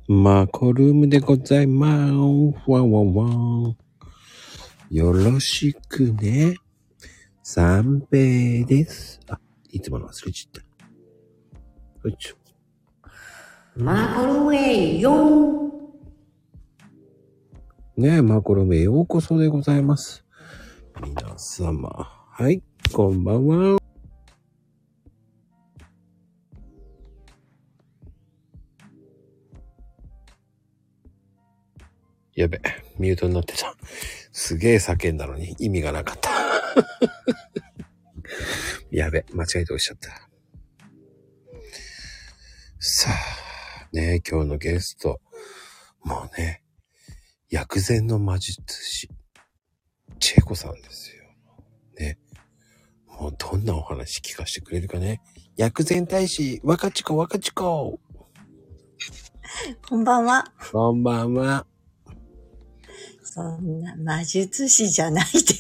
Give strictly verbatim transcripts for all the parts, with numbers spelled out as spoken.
マコルームでございます。ワンワンワン。よろしくね。三平です。あ、いつもの忘れちゃった。よいしょ。 マコルームへよー。 ねえ、マコルームへようこそでございます。皆様、はい、こんばんは。やべ、ミュートになってた。すげえ叫んだのに意味がなかった。やべ、間違えて押しちゃった。さあ、ねえ、今日のゲスト。もうね、薬膳の魔術師、千恵子さんですよ。ね。もうどんなお話聞かせてくれるかね。薬膳大使、若智子、若智子。 こんばんは。 こんばんは。 そんな魔術師じゃないです。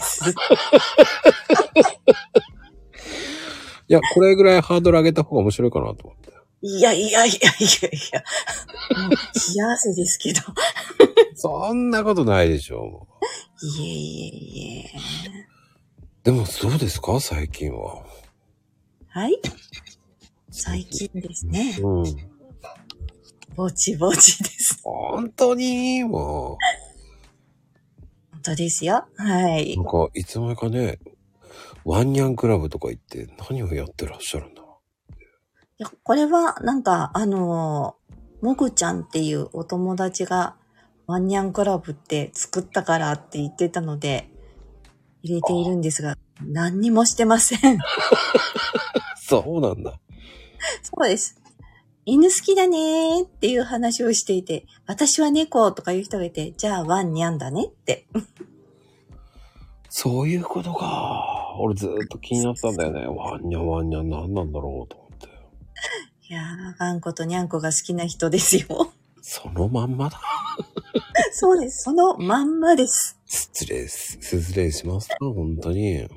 いや、これぐらいハードル上げた方が面白いかなと思って。 いやいやいやいやいや。もう幸せですけど。 そんなことないでしょう。いえいえいえ。 でもそうですか最近は。 はい。最近ですね。 うん。 ぼちぼちです。 本当にもう。 本当ですよ。はい。 なんかいつもかね、ワンニャンクラブとか行って何をやってらっしゃるんだ。 いや、これはなんかあのもぐちゃんっていうお友達がワンニャンクラブって作ったからって言ってたので入れているんですが、何にもしてません。 そうなんだ。 そうです。犬好きだねーっていう話をしていて、私は猫とかいう人がいて、じゃあワンニャンだねって。 そういうことか。俺ずーっと気になってたんだよね。ワンニャンワンニャン何なんだろうと思って。 いやー、ワンコとニャンコが好きな人ですよ。 そのまんまだ。 そうです。そのまんまです。 失礼す、失礼します。本当に。 はい。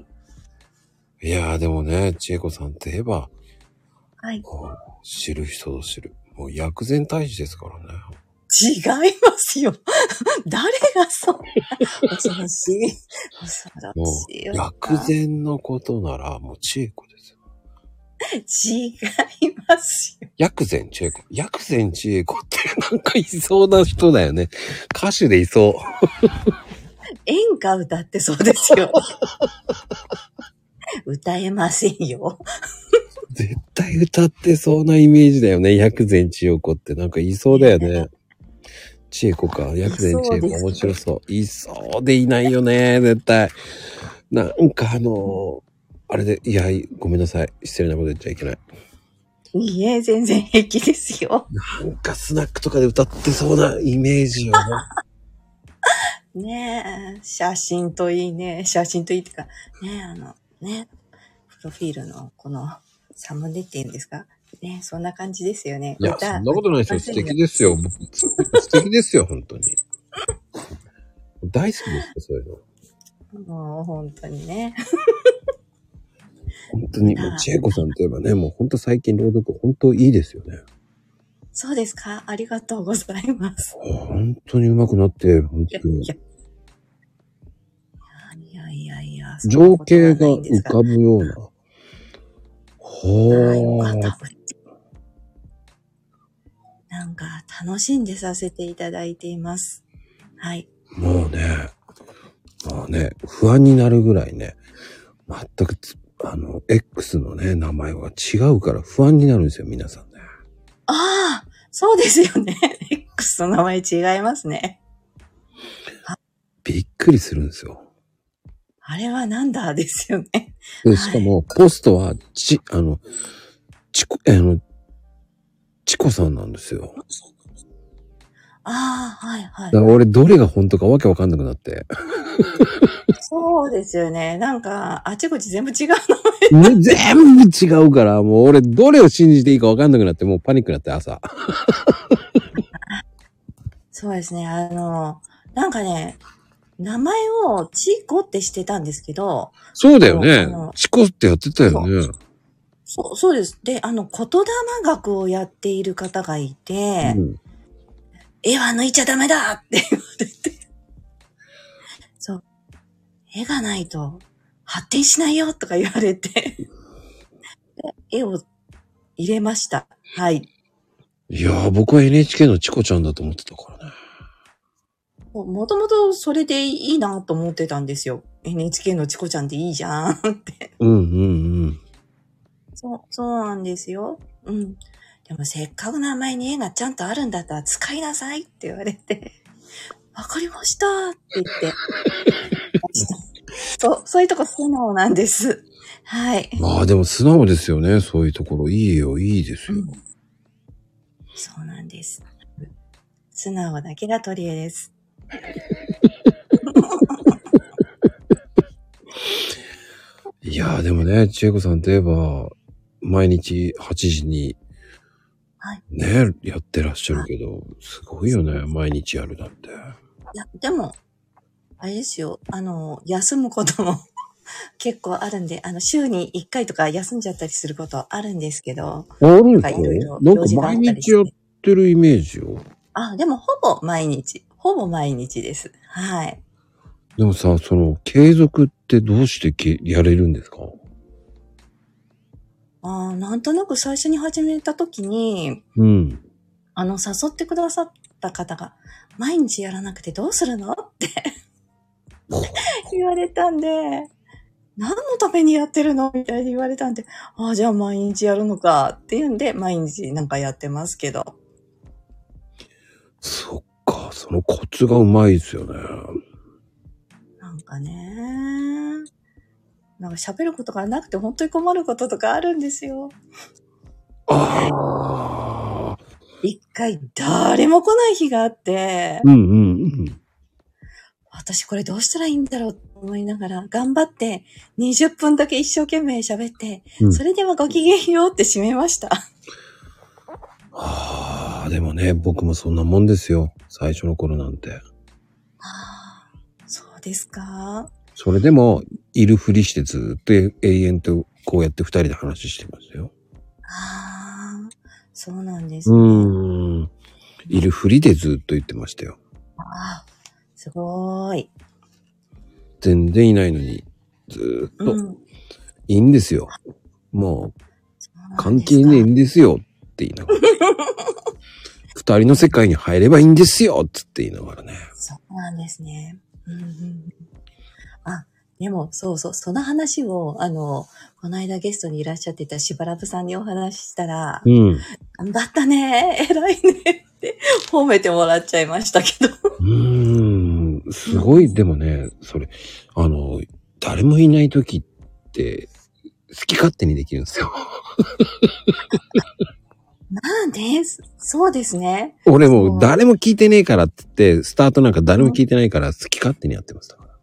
いやーでもね、千恵子さんといえば、 はい。 知る人ぞ知る。もう薬膳大使ですからね。 違いますよ。誰がそんな恐ろしい。恐ろしい。 もう薬膳のことならもう千恵子ですよ。 違いますよ。 薬膳千恵子。薬膳千恵子ってなんかいそうな人だよね。歌手でいそう。 演歌歌ってそうですよ。歌えませんよ。 絶対歌ってそうなイメージだよね。薬膳千恵子ってなんかいそうだよね。千恵子か。薬膳千恵子面白そう。いそうでいないよね。絶対。なんかあのー、あれで、いや、ごめんなさい。失礼なこと言っちゃいけない。 いいえ、全然平気ですよ。 なんかスナックとかで歌ってそうなイメージよね。ねえ、写真といいね。写真といいってか、ねえ、あの、ね、プロフィールのこのサムネっていうんですかね、そんな感じですよね。 いや、そんなことないですよ。素敵ですよ。素敵ですよ、本当に。大好きですよ、そういうの。もう本当にね。 本当に、もう千恵子さんといえばね、もう本当最近朗読本当いいですよね。 そうですか。ありがとうございます。 本当に上手くなって、本当に。 いやいやいやいや、 情景が浮かぶような。ほー。 なんか楽しんでさせていただいています。はい。 もうね、まあね、不安になるぐらいね、全くつ、あの、X のね、名前は違うから不安になるんですよ、皆さんね。 ああ、そうですよね。X の名前違いますね。 びっくりするんですよ。 あれはなんだですよね。 で、しかも、ポストは、ち、あの、ちこ、あの、チコさんなんですよ。 ああ、はいはい。 だから俺、どれが本当かわけわかんなくなって。 そうですよね。なんか、あちこち全部違うの。ね、全部違うから、もう俺、どれを信じていいかわかんなくなって、もうパニックになって、朝。 そうですね。あの、なんかね、名前をチコってしてたんですけど。 そうだよね。チコってやってたよね。 そう、そうです。で、あの、言霊学をやっている方がいて、うん、絵は抜いちゃダメだって言われて。そう。絵がないと発展しないよとか言われて。絵を入れました。はい。 いやー、僕は エヌエイチケー のチコちゃんだと思ってたからね。 もともとそれでいいなと思ってたんですよ。エヌエイチケー のチコちゃんでいいじゃんって。 うんうんうん。 そう、そうなんですよ。うん。でもせっかく名前に絵がちゃんとあるんだったら使いなさいって言われて、わかりましたって言って。そう、そういうとこ素直なんです。はい。 まあでも素直ですよね。そういうところ。いいよ、いいですよ。うん、 そうなんです。素直だけが取り柄です。 いやーでもね、千恵子さんといえば、毎日はちじに、はい、ね、やってらっしゃるけど、すごいよね、毎日やるなんて。いや、でも、あれですよ、あの、休むことも結構あるんで、あの、週にいっかいとか休んじゃったりすることあるんですけど。 あるんですか？なんか毎日やってるイメージよ。 あ、でもほぼ毎日。ほぼ毎日です。はい。 でもさ、その、継続ってどうしてけやれるんですか？ ああ、なんとなく最初に始めた時に、 うん。 あの、誘ってくださった方が、毎日やらなくてどうするのって言われたんで、何のためにやってるのみたいに言われたんで、ああ、じゃあ毎日やるのかっていうんで、毎日なんかやってますけど。 そっか、そのコツがうまいですよね。 なんかね、なんか喋ることがなくて本当に困ることとかあるんですよ。 ああ。 一回誰も来ない日があって、 うんうんうん。 私これどうしたらいいんだろうと思いながら、頑張ってにじゅっぷんだけ一生懸命喋って、うん、それではごきげんようって締めました。 はあ、でもね、僕もそんなもんですよ。最初の頃なんて。はあ、そうですか。 それでも、いるふりしてずっと永遠とこうやって二人で話してましたよ。 ああ、そうなんですね。 うーん。いるふりでずっと言ってましたよ。 ああ、すごーい。 全然いないのに、ずっと、うん、いいんですよ。もう、関係ねえんですよって言いながら。二人の世界に入ればいいんですよっつって言いながらね。 そうなんですね。うんうん、あ、でも、そうそう、その話を、あの、この間ゲストにいらっしゃってたしばらぶさんにお話ししたら、うん、頑張ったね、偉いねって褒めてもらっちゃいましたけど。 うーん、すごい、でもね、それ、あの、誰もいない時って、好き勝手にできるんですよ。 まあね、そうですね。 俺もう誰も聞いてねえからって言って、スタートなんか誰も聞いてないから好き勝手にやってましたから。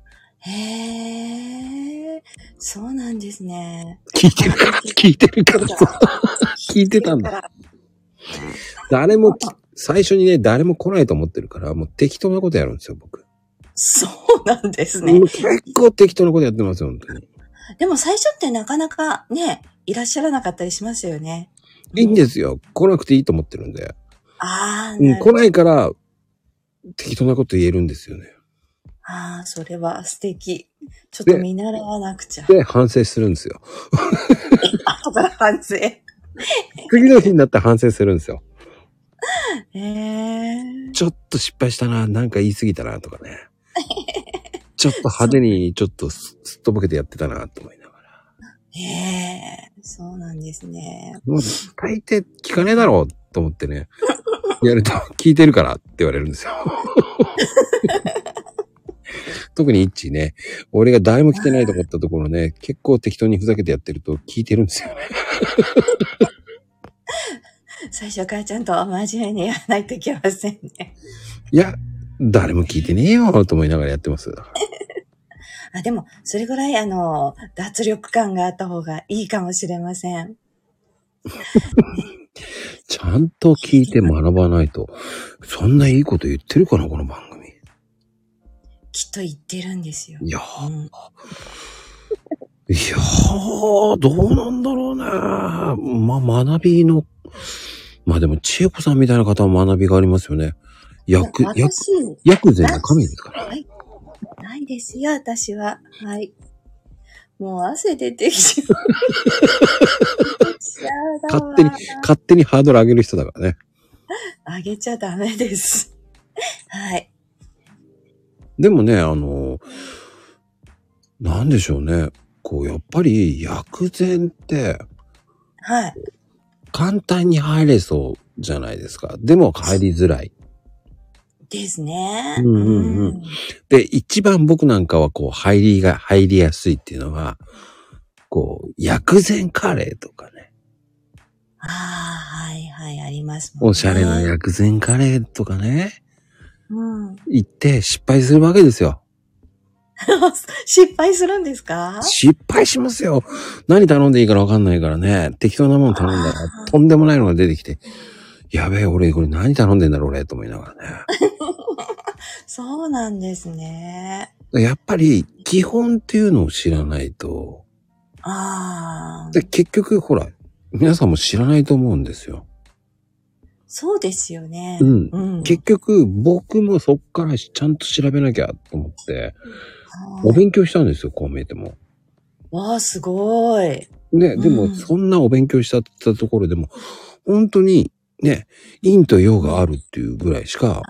へえ、そうなんですね。 聞いてるから、聞いてるからさ。聞いてたんだ。誰も、最初にね、誰も来ないと思ってるから、もう適当なことやるんですよ、僕。 そうなんですね。 結構適当なことやってますよ、本当に。 でも最初ってなかなかね、いらっしゃらなかったりしますよね。 いいんですよ。来なくていいと思ってるんで。 ああ、 うん、来ないから、適当なこと言えるんですよね。 ああ、それは素敵。ちょっと見習わなくちゃ。 で、反省するんですよ。 後から反省。 次の日になって反省するんですよ。 へえ。 ちょっと失敗したな、なんか言い過ぎたな、とかね。ちょっと派手に、ちょっとすっとぼけてやってたな、と思いながら。 へえ、そうなんですね。 もう大抵聞かねえだろうと思ってね。やると、聞いてるからって言われるんですよ。特にイッチーね、俺が誰も来てないと思ったところね、結構適当にふざけてやってると聞いてるんですよね。 最初からちゃんと真面目にやらないといけませんね。 いや、誰も聞いてねえよと思いながらやってます。 あ、でも、それぐらいあの、脱力感があった方がいいかもしれません。 ちゃんと聞いて学ばないと、そんないいこと言ってるかな、この番組。 きっと言ってるんですよ。 いやー、うん、 いやー、どうなんだろうね。まあ、学びの、まあでも、千恵子さんみたいな方は学びがありますよね。薬、薬、 私、 薬膳の神ですから。 はい。ないですよ、私は。はい。もう汗出てきちゃう。 勝手に、勝手にハードル上げる人だからね。 上げちゃダメです。はい。 でもね、あの、なんでしょうね。こう、やっぱり薬膳って、 はい。 簡単に入れそうじゃないですか。でも入りづらい。 ですね。 うんうんうん。で、一番僕なんかはこう、入りが、入りやすいっていうのは、こう、薬膳カレーとかね。 ああ、はいはい、ありますもんね。 おしゃれな薬膳カレーとかね。 うん。 行って失敗するわけですよ。 失敗するんですか？ 失敗しますよ。何頼んでいいから分かんないからね。適当なもの頼んだら、とんでもないのが出てきて、やべえ、俺これ何頼んでんだろう俺と思いながらね。 そうなんですね。 やっぱり基本っていうのを知らないと。 ああ。 で、結局ほら、皆さんも知らないと思うんですよ。 そうですよね。 うん。 うん、 結局僕もそっからちゃんと調べなきゃと思って、お勉強したんですよ、こう見えても。 わあ、すごい。 ね、でも、そんなお勉強したったところでも、本当に、ね、陰と陽があるっていうぐらいしか、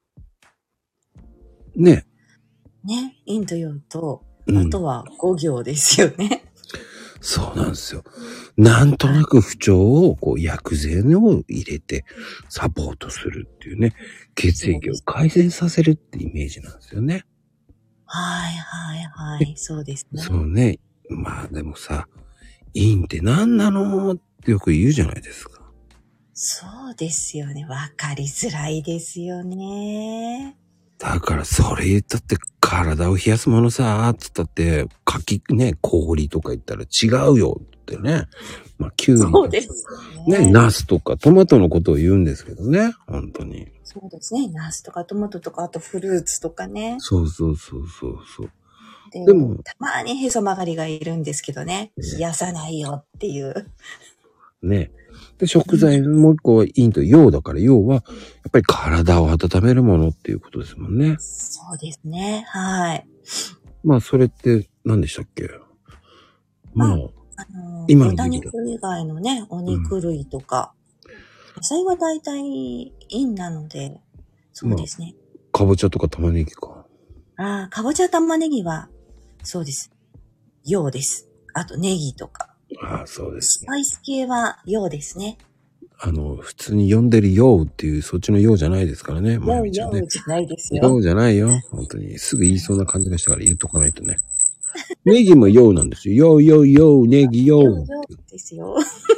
ね。 ね、陰と陽と、あとは五行ですよね。 うん、そうなんですよ。なんとなく不調を、こう、薬膳を入れて、サポートするっていうね、血液を改善させるってイメージなんですよね。 はいはいはい、そうですね。 そうね。まあでもさ、陰って何なのってよく言うじゃないですか。 そうですよね。わかりづらいですよね。 だからそれ言ったって体を冷やすものさーつったって、かきね、氷とか言ったら違うよってね。まあ、キュウリとか。そうですね。ね、ナスとかトマトのことを言うんですけどね。本当に。 そうですね。ナスとかトマトとか、あとフルーツとかね。 そうそうそうそうそう。 で, でも、たまにへそ曲がりがいるんですけどね。冷やさないよっていう。 ね。で、食材もう一個は陰と陽だから、陽はやっぱり体を温めるものっていうことですもんね。 そうですね。はい。 まあ、それって何でしたっけ？ まあ、あのー、今の豚肉以外のね、お肉類とか、うん、野菜は大体陰なので、そうですね。 まあ、かぼちゃとか玉ねぎか。 ああ、かぼちゃ玉ねぎは、そうです。陽です。あとネギとか。 ああ、そうです、 ね。スパイス系は陽ですね。 あの、普通に呼んでる陽っていう、そっちの陽じゃないですからね。 陽、陽、ね、じゃないですよ。 陽じゃないよ。本当に。すぐ言いそうな感じがしたから言っとかないとね。ネギも陽なんですよ。陽、陽、陽、ネギ、陽。陽ですよ。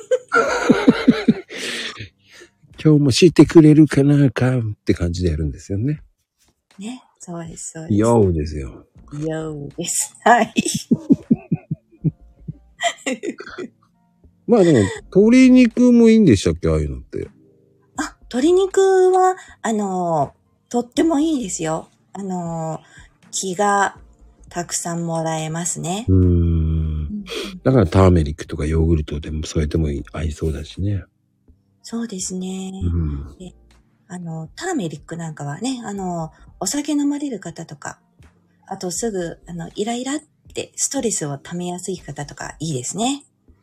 今日もしてくれるかなかって感じでやるんですよね。 ね、そうです、そうです。 陽ですよ。 陽です。はい。 まあでも、鶏肉もいいんでしたっけ？ああいうのって。 あ、鶏肉は、あの、とってもいいですよ。あの、気がたくさんもらえますね。 うーん。だからターメリックとかヨーグルトでも添えても合いそうだしね。 そうですね。 うん、 であの、ターメリックなんかはね、あの、お酒飲まれる方とか、あとすぐ、あの、イライラってストレスを溜めやすい方とかいいですね。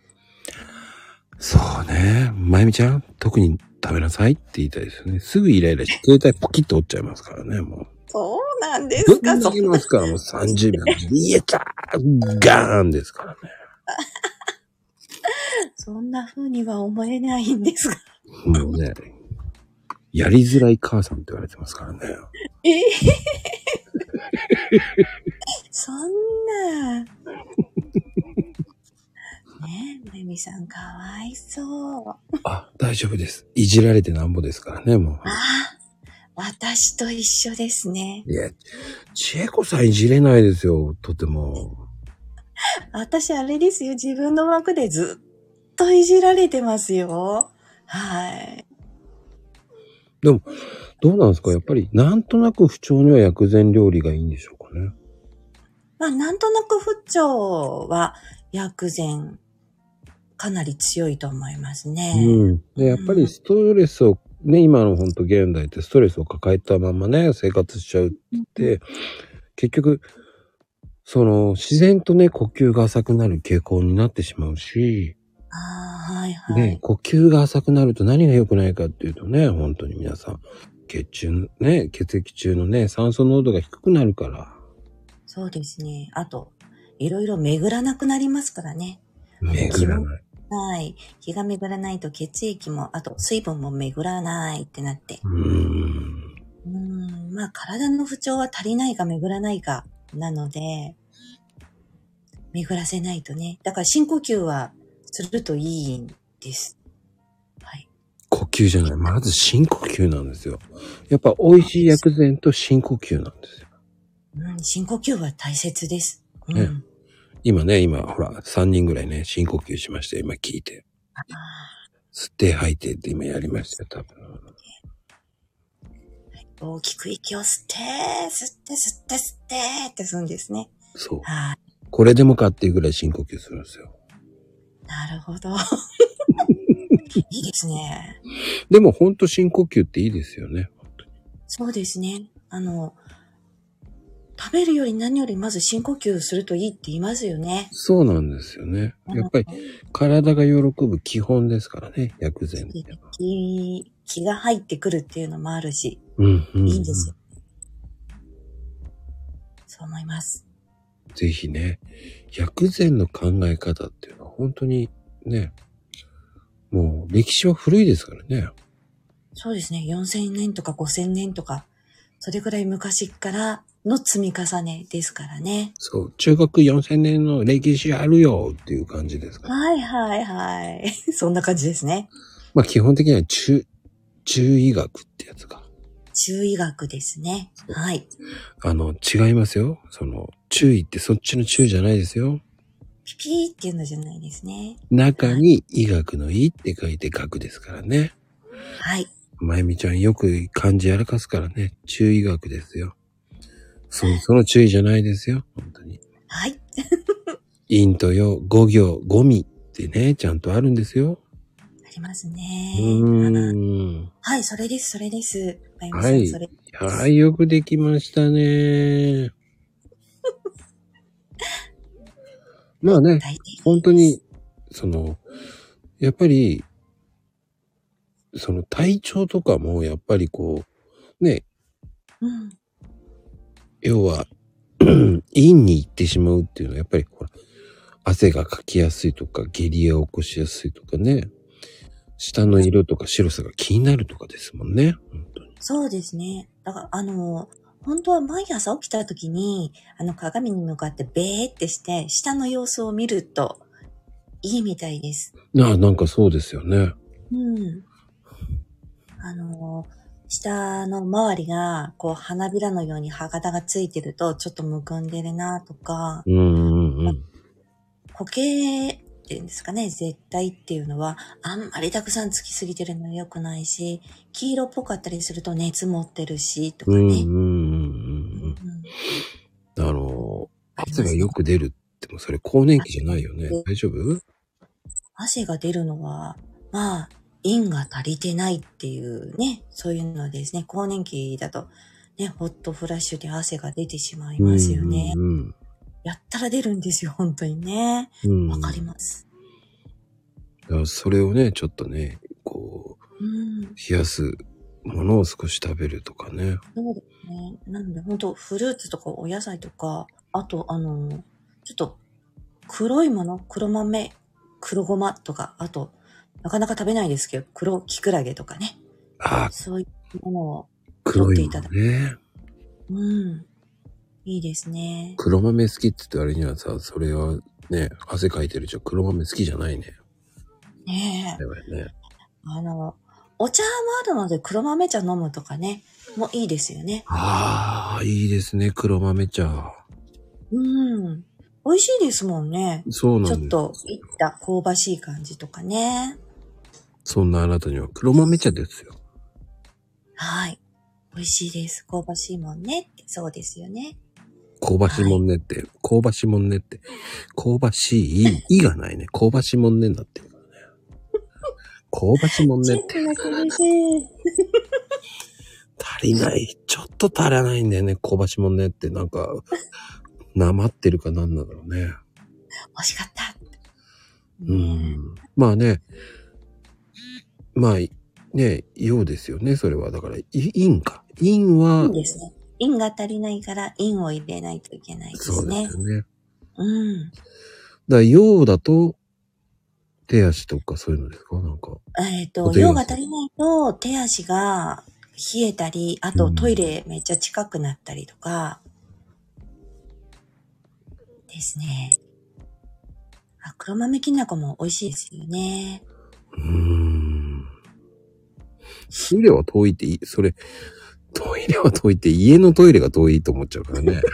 そうね。まゆみちゃん、特に食べなさいって言いたいですよね。すぐイライラして、携帯ポキッと折っちゃいますからね、もう。 そうなんですか。 ぶん投げますから、もうさんじゅうびょうのうちに、いえたーガーンですからね。 そんな風には思えないんですが。 もうね、やりづらい母さんって言われてますからね。 えー、そんな。ねえ、まゆみさんかわいそう。 あ、大丈夫です。いじられてなんぼですからね、もう。 ああ、私と一緒ですね。 いや、ちえこさんいじれないですよ、とても。 私あれですよ、自分の枠でずっといじられてますよ。はい。 でも、どうなんですか？やっぱり、なんとなく不調には薬膳料理がいいんでしょうかね。 まあ、なんとなく不調は薬膳、かなり強いと思いますね。 うん。で、やっぱりストレスを、ね、今のほんと現代ってストレスを抱えたままね、生活しちゃうって、結局、その、自然とね、呼吸が浅くなる傾向になってしまうし、 ああ、はいはい。 ね、呼吸が浅くなると何が良くないかっていうとね、本当に皆さん、血中、ね、血液中のね、酸素濃度が低くなるから。 そうですね。あと、いろいろ巡らなくなりますからね。 巡らない。 はい。気が巡らないと血液も、あと水分も巡らないってなって。 うーん。 うーん。まあ、体の不調は足りないか巡らないかなので、巡らせないとね。だから深呼吸はするといいんです。はい。 呼吸じゃない。まず深呼吸なんですよ。やっぱ美味しい薬膳と深呼吸なんですよ。 うん、深呼吸は大切です。うん。 ね、今ね、今、ほら、さんにんぐらいね、深呼吸しました。今聞いて。吸って吐いてって今やりましたよ、多分。 大きく息を吸って、吸って、吸って、吸ってってするんですね。 そう。 はい。 これでもかっていうぐらい深呼吸するんですよ。 なるほど。いいですね。 でもほんと深呼吸っていいですよね。本当に。 そうですね。あの、食べるより何よりまず深呼吸するといいって言いますよね。 そうなんですよね。やっぱり体が喜ぶ基本ですからね、薬膳って。 気、気が入ってくるっていうのもあるし、 うんうんうん、 いいんですよ。そう思います。 ぜひね、薬膳の考え方っていうのは本当にね、もう歴史は古いですからね。 そうですね。よんせんねんとかごせんねんとか、それくらい昔からの積み重ねですからね。 そう、中国よんせんねんの歴史あるよっていう感じですから。 はいはいはい。そんな感じですね。 まあ基本的には中、中医学ってやつが。 中医学ですね。はい。 あの、違いますよ。その、中医ってそっちの中じゃないですよ。 ピピーっていうのじゃないですね。 中に医学の医って書いて学ですからね。 はい。 まゆみちゃんよく漢字やらかすからね。中医学ですよ。そその注意じゃないですよ。本当に。 はい。 陰と陽、五行、五味ってね、ちゃんとあるんですよ。 ありますね。 うーん。 はい、それです、それです。まゆみはい。 さん、それです。 はい、よくできましたね。まあね、本当に、その、やっぱり、その体調とかもやっぱりこう、ね、 うん、 要は、陰に行ってしまうっていうのはやっぱりほら、汗がかきやすいとか、下痢を起こしやすいとかね、舌の色とか白さが気になるとかですもんね。本当に。 そうですね。だから、あの、本当は毎朝起きた時に、あの鏡に向かってベーってして、下の様子を見るといいみたいです。 ああ、なんかそうですよね。 うん。あの、下の周りが、こう、花びらのように歯型がついてると、ちょっとむくんでるなとか、 うんうんうん。 固形っていうんですかね、絶対っていうのは、あんまりたくさんつきすぎてるのは良くないし、黄色っぽかったりすると熱持ってるし、とかね。 うんうんうんうん。うん、あの、汗がよく出るってもそれ更年期じゃないよね。大丈夫？ 汗が出るのは、まあ、陰が足りてないっていうね、そういうのですね。更年期だと、ね、ホットフラッシュで汗が出てしまいますよね。 うんうんうん、 やったら出るんですよ、本当にね。わ、うん、かります。 それをね、ちょっとね、こう、うん、冷やすものを少し食べるとかね。 そうですね。なので、本当フルーツとかお野菜とか、あと、あの、ちょっと黒いもの、黒豆、黒ごまとか、あと、なかなか食べないですけど、黒キクラゲとかね。ああ。そういうものを取っていただく。 ね。 うん。いいですね。 黒豆好きって言ってあれにはさ、それはね、汗かいてるじゃん。黒豆好きじゃないね。 ねえ。 だよね。 あの、お茶もあるので黒豆茶飲むとかね、もいいですよね。 ああ、いいですね、黒豆茶。 うん。美味しいですもんね。 そうなんです。 ちょっといった香ばしい感じとかね。 そんなあなたには黒豆茶ですよ。 はい。美味しいです。香ばしいもんね。そうですよね。 香ばしいもんねって、はい、香ばしいもんねって、香ばしい、いがないね。香ばしいもんねになってるからね。香ばしいもんねって。チェックが厳しい。足りない。ちょっと足らないんだよね。香ばしいもんねって、なんか、なまってるかなんなんだろうね。 惜しかった。 うん。まあね。まあ、ね、陽ですよね、それは。だから、陰か。陰は。 陰ですね。陰が足りないから、陰を入れないといけないですね。 そうですよね。 うん。 だから陽だと、手足とかそういうのですか？なんか。 えっと、陽が足りないと、手足が冷えたり、あとトイレめっちゃ近くなったりとか、ですね。あ、黒豆きな粉も美味しいですよね。 うーん。トイレは遠いっていい、それ、トイレは遠いって家のトイレが遠いと思っちゃうからね。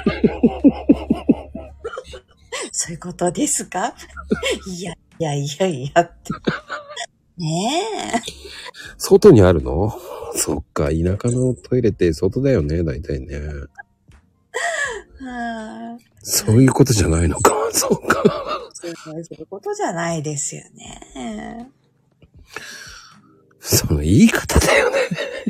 そういうことですか？いやいやいやいやって。ねえ。 外にあるの？そっか、田舎のトイレって外だよね、大体ね。はあ、そういうことじゃないのか。そうか。 そういうことじゃないですよね。 その言い方だよね。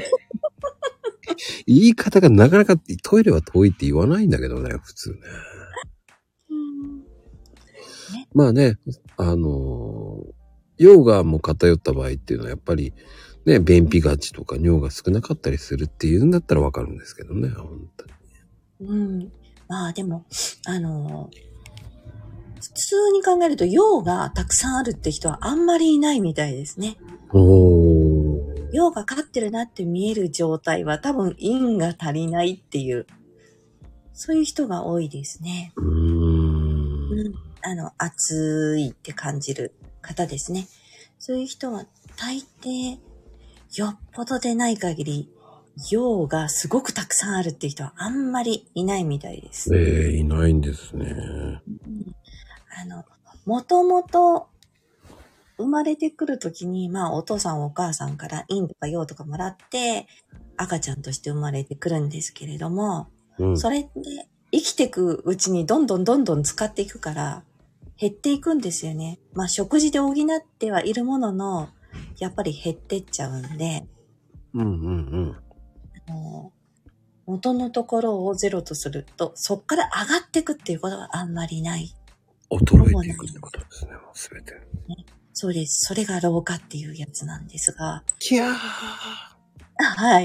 言い方がなかなかトイレは遠いって言わないんだけどね、普通ね。うんね、まあね、あの、用がもう偏った場合っていうのはやっぱりね、便秘がちとか尿が少なかったりするっていうんだったらわかるんですけどね、本当に。うん。 まあでも、あの、普通に考えると用がたくさんあるって人はあんまりいないみたいですね。おー。用が勝ってるなって見える状態は多分陰が足りないっていう、そういう人が多いですね。うーん。うん。あの、暑いって感じる方ですね。そういう人は大抵、よっぽどでない限り、用がすごくたくさんあるっていう人はあんまりいないみたいです。 ええー、いないんですね。 うん、あの、もともと生まれてくるときに、まあお父さんお母さんから陰とか陽とかもらって、赤ちゃんとして生まれてくるんですけれども、うん、それって生きていくうちにどんどんどんどん使っていくから、減っていくんですよね。まあ食事で補ってはいるものの、やっぱり減ってっちゃうんで、うんうんうん。もう元のところをゼロとすると、そっから上がっていくっていうことはあんまりない。 衰えていくってことですね、もうすべて、 ね。そうです。それが老化っていうやつなんですが。 キャー。 はい。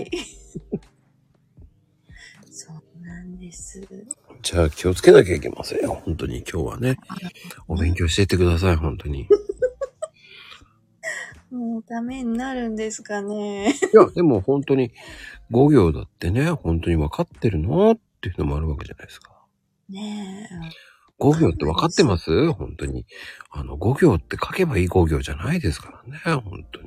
そうなんです。 じゃあ気をつけなきゃいけませんよ。本当に今日はね。お勉強していってください、本当に。 もうためになるんですかね。いや、でも本当にご行だってね、本当に分かってるのっていうのもあるわけじゃないですか。ねえ。ご行って分かってます？本当に。あの、ご行って書けばいいご行じゃないですからね、本当に。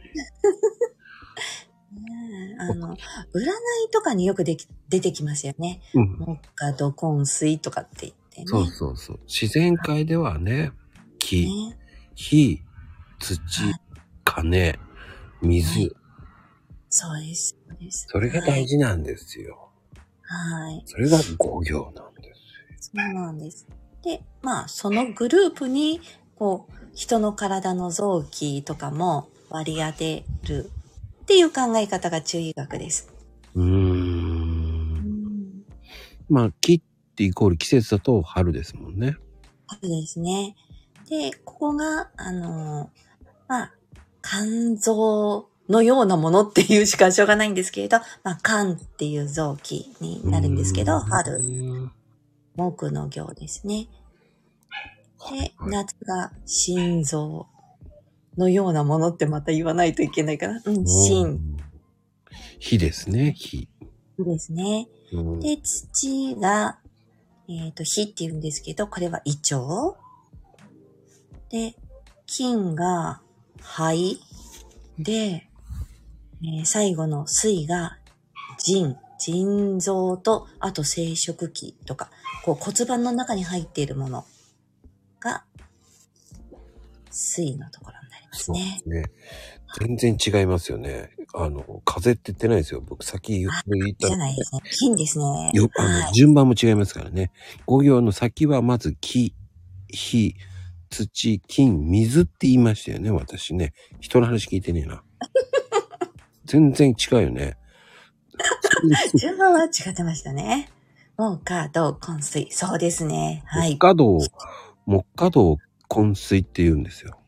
ねえ、あの、占いとかによくでき出てきますよね。うん。木火土金水とかって言ってね。 そうそうそう。自然界ではね、木、ね、火、土、金、水、はい。 そうです。そうです。 それが大事なんですよ。 はい。 それがご行なんですよ。そうなんです。で、まあ、そのグループに、こう、人の体の臓器とかも割り当てるっていう考え方が中医学です。うーん。 うんまあ、木ってイコール季節だと春ですもんね。 春ですね。で、ここが、あの、まあ、肝臓のようなものっていうしかしょうがないんですけれど、まあ、肝っていう臓器になるんですけど、春、木の行ですね。で、夏が心臓のようなものってまた言わないといけないかな。うん、心。 火ですね、火。 火ですね。で、土が、えっと、火って言うんですけど、これは胃腸。で、金が肺。で、えー、最後の水が腎。腎臓と、あと生殖器とか、こう骨盤の中に入っているものが水のところになりまますね。 ね。全然違いますよね。あの、風って言ってないですよ。僕先言ったじゃないですね。金ですね。 よ、あの、 はい。 順番も違いますからね。ご行の先はまず木、火、土、金、水って言いましたよね、私ね。人の話聞いてねえな。全然違うよね。 順番は違ってましたね。木、火、土、金、水。そうですね。はい。 木火道、木火道、金水って言うんですよ。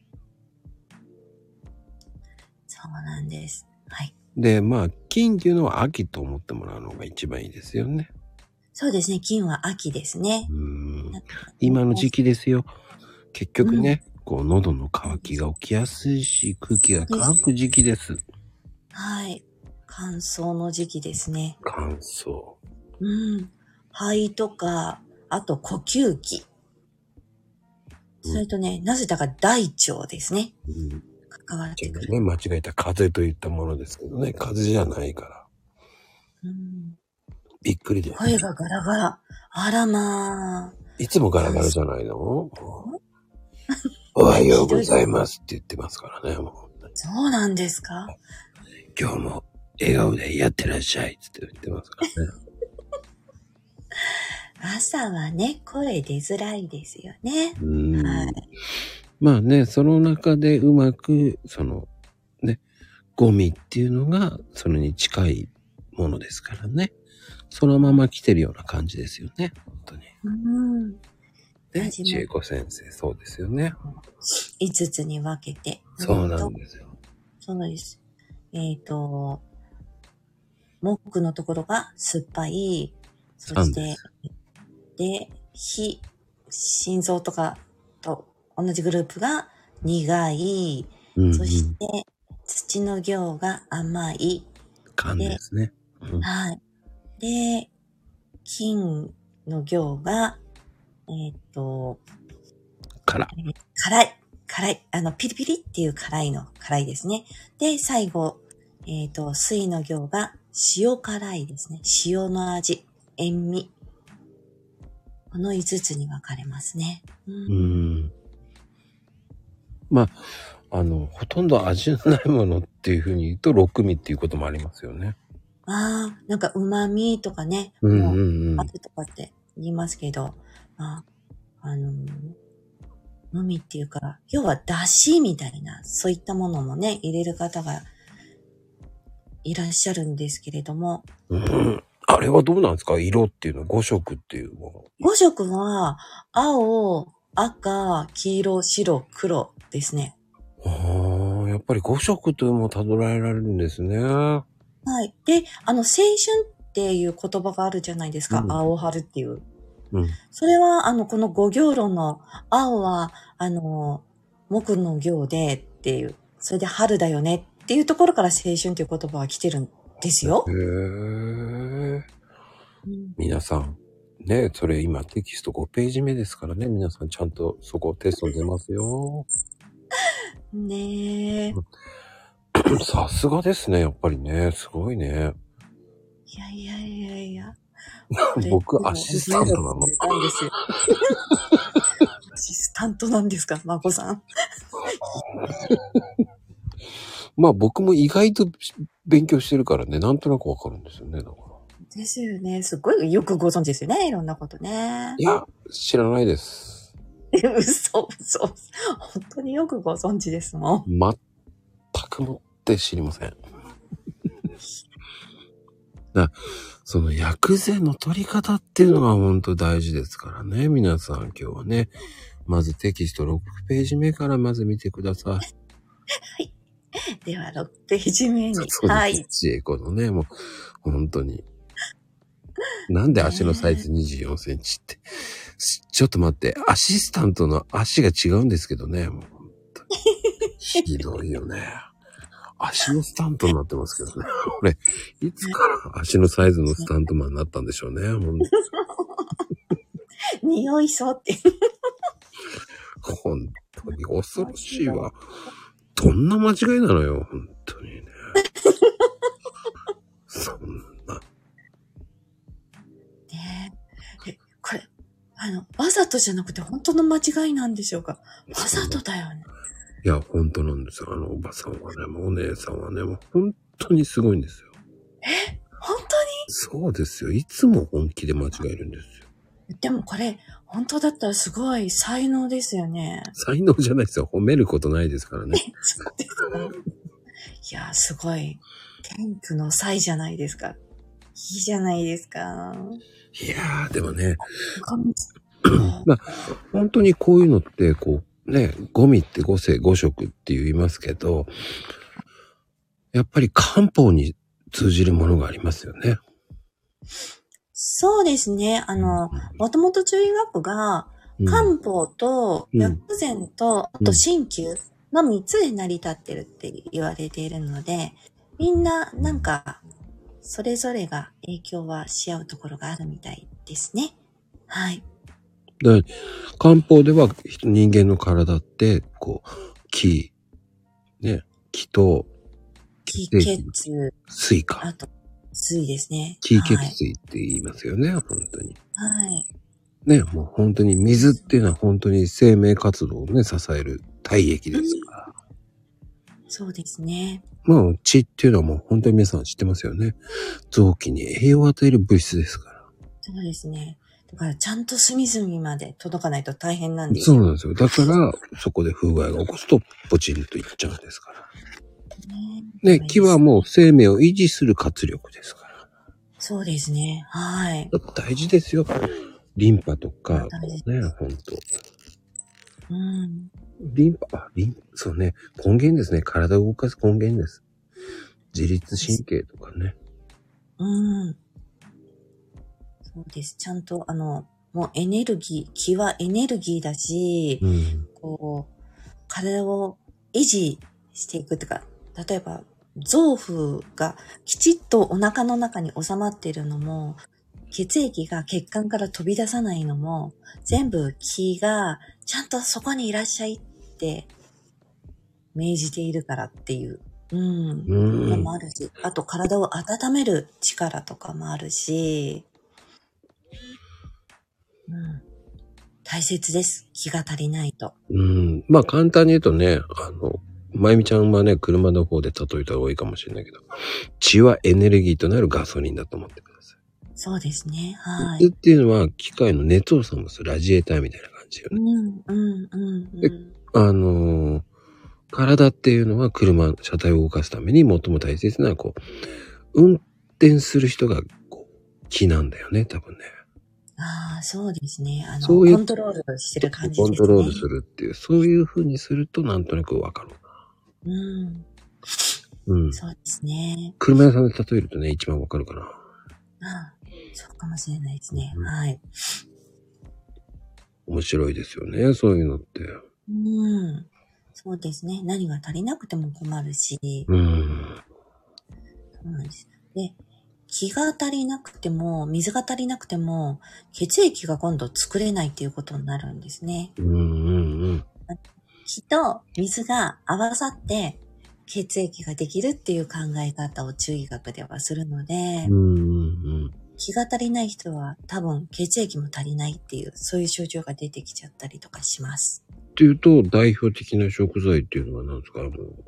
そうなんです。はい。 で、まあ、金っていうのは秋と思ってもらうのが一番いいですよね。 そうですね。金は秋ですね。 うーん。今の時期ですよ。結局ね、うん、こう、喉の渇きが起きやすいし、空気が乾く時期です。 はい。乾燥の時期ですね。 乾燥。 うん。肺とか、あと呼吸器。それとね、うん、なぜだか大腸ですね。うん、関わってくる。 ね、間違えた風邪といったものですけどね、風邪じゃないから。うん、びっくりで。 声がガラガラ。あらまあ。 いつもガラガラじゃないの？おはようございますって言ってますからね、もう。 そうなんですか？ 今日も笑顔でやってらっしゃいって言ってますからね。 朝はね、声出づらいですよね。 うーん、はい。まあね、その中でうまく、その、ね、ゴミっていうのが、それに近いものですからね。そのまま来てるような感じですよね、本当に。うん。ね、千恵子先生、そうですよね。 いつつに分けて。 そうなんですよ。 そうです。えっと、木のところが酸っぱい。そして、で、火、心臓とかと同じグループが苦い。うんうん、そして、土の行が甘い。 甘ですね。 うん、はい。で、金の行が、えっと、 辛。 辛い。辛い。あの、ピリピリっていう辛いの、辛いですね。で、最後、えっと、水の行が塩辛いですね。塩の味、塩味。このいつつに分かれますね。うん。うんまあ、あの、ほとんど味のないものっていうふうに言うと、六味っていうこともありますよね。 ああ、なんか旨味とかね、 うんうんうん、 味とかって言いますけど、あ、あの、のみっていうか、要は出汁みたいな、そういったものもね、入れる方がいらっしゃるんですけれども。 うん、あれはどうなんですか？色っていうのはご色っていうもの。 ご色は、青、赤、黄色、白、黒ですね。 ああ、やっぱりご色というのもたどらえられるんですね。はい。で、あの、青春っていう言葉があるじゃないですか。うん、青春っていう。うん、それは、あの、この五行論の青は、あの、木の行でっていう、それで春だよねっていうところから青春っていう言葉は来てるんですよ。へー、うん、皆さん、ね、それ今テキストごページ目ですからね、皆さんちゃんとそこテスト出ますよ。 ねえ。 さすがですね、やっぱりね、すごいね。 いやいやいやいや。 僕、アシスタントなの。 アシスタントなんですか、まこさん。 まあ僕も意外と勉強してるからね、なんとなくわかるんですよね、だから。 ですよね。すごいよくご存知ですよね、いろんなことね。 いや、知らないです。 嘘、嘘。本当によくご存知ですもん。 全くもって知りません。だその薬膳の取り方っていうのが本当大事ですからね。皆さん今日はね。まずテキストろくページ目からまず見てください。はい。 ではろくページ目に。 そうです。はい。ちえこのね、もう本当に。なんで足のサイズにじゅうよんセンチって。ちょっと待って。アシスタントの足が違うんですけどね。もう本当にひどいよね。足のスタントになってますけどね。俺、いつから足のサイズのスタントマンになったんでしょうね。 匂いそうって。 本当に恐ろしいわ。どんな間違いなのよ、本当にね。そんな。 ねえ。え、これ、あの、わざとじゃなくて本当の間違いなんでしょうか。わざとだよね。 いや、本当なんですよ。あのおばさんはね、もうお姉さんはね、もう本当にすごいんですよ。 え、本当に？ そうですよ。いつも本気で間違えるんですよ。 でもこれ、本当だったらすごい才能ですよね。 才能じゃないですよ。褒めることないですからね。 そうですか。いや、すごい。天賦の才じゃないですか。いいじゃないですか。 いやー、でもね、 ままあ、本当にこういうのって、こう、ね、ゴミって五世五色って言いますけど、やっぱり漢方に通じるものがありますよね。 そうですね。あの、もともと中医学が、漢方と薬膳と、あと鍼灸のみっつで成り立ってるって言われているので、みんななんか、それぞれが影響はし合うところがあるみたいですね。はい。 で、漢方では人間の体って、こう、気、ね、気と、 気血、 水か。 あと、水ですね。 気血水って言いますよね、はい、本当に。 はい。 ね、もう本当に水っていうのは本当に生命活動をね、支える体液ですから。 うん、そうですね。 まあ、血っていうのはもう本当に皆さん知ってますよね。臓器に栄養を与える物質ですから。 そうですね。だからちゃんと隅々まで届かないと大変なんですよ。そうなんですよ。だから、そこで風害が起こすと、ポチンといっちゃうんですから。ね、気はもう生命を維持する活力ですから。 そうですね。はい。 大事ですよ。リンパとか、ね、ほんと。 うん。 リンパ、あ、リン、そうね、根源ですね。体を動かす根源です。自律神経とかね。 うん。そうです。ちゃんと、あの、もうエネルギー、気はエネルギーだし、うん、こう、体を維持していくとか、例えば、臓腑がきちっとお腹の中に収まっているのも、血液が血管から飛び出さないのも、全部気がちゃんとそこにいらっしゃいって命じているからっていう、うん、のもあるし、あと体を温める力とかもあるし、うん、大切です。気が足りないと。 うん。まあ簡単に言うとね、あの、まゆみちゃんはね、車の方で例えた方がいいかもしれないけど、血はエネルギーとなるガソリンだと思ってください。 そうですね。はい。 水っていうのは機械の熱を冷ますラジエーターみたいな感じよね。 うん、うん、うん。 で、あのー、体っていうのは車、車体を動かすために最も大切な、こう、運転する人が、こう、気なんだよね、多分ね。 ああ、そうですね。あの、そういうコントロールしてる感じですね。 コントロールするっていう、そういう風にするとなんとなくわかるな。 うん。 うん。 そうですね。 車屋さんで例えるとね、一番わかるかな。ああ、そうかもしれないですね。うん、はい。 面白いですよね、そういうのって。 うん。そうですね。何が足りなくても困るし。 うん。 そうなんです。で、気が足りなくても、水が足りなくても、血液が今度作れないっていうことになるんですね。 うんうんうん。 気と水が合わさって血液ができるっていう考え方を中医学ではするので、 うんうんうん、 気が足りない人は多分血液も足りないっていう、そういう症状が出てきちゃったりとかします。 っていうと、代表的な食材っていうのは何ですか？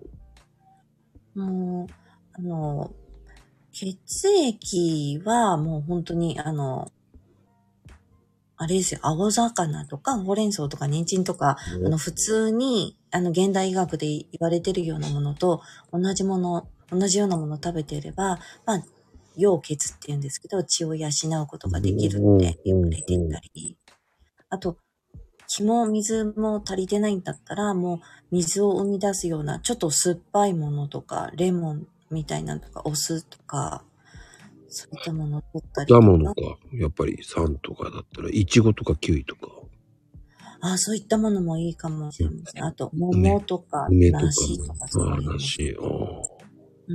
もう、あの、血液はもう本当にあの、あれですよ、青魚とかほうれん草とか人参とか、うん、あの普通にあの現代医学で言われてるようなものと同じもの、同じようなものを食べていれば、まあ、陽血って言うんですけど、血を養うことができるって言われていたり、あと、気も水も足りてないんだったら、もう水を生み出すようなちょっと酸っぱいものとか、レモンみたいなのとか、お酢とか、そういったものを取ったりとか。 果物か。やっぱり酸とかだったら、イチゴとかキウイとか。 ああ、そういったものもいいかもしれません。あと、桃とか、梨とか、そういうの。 梨、 うん、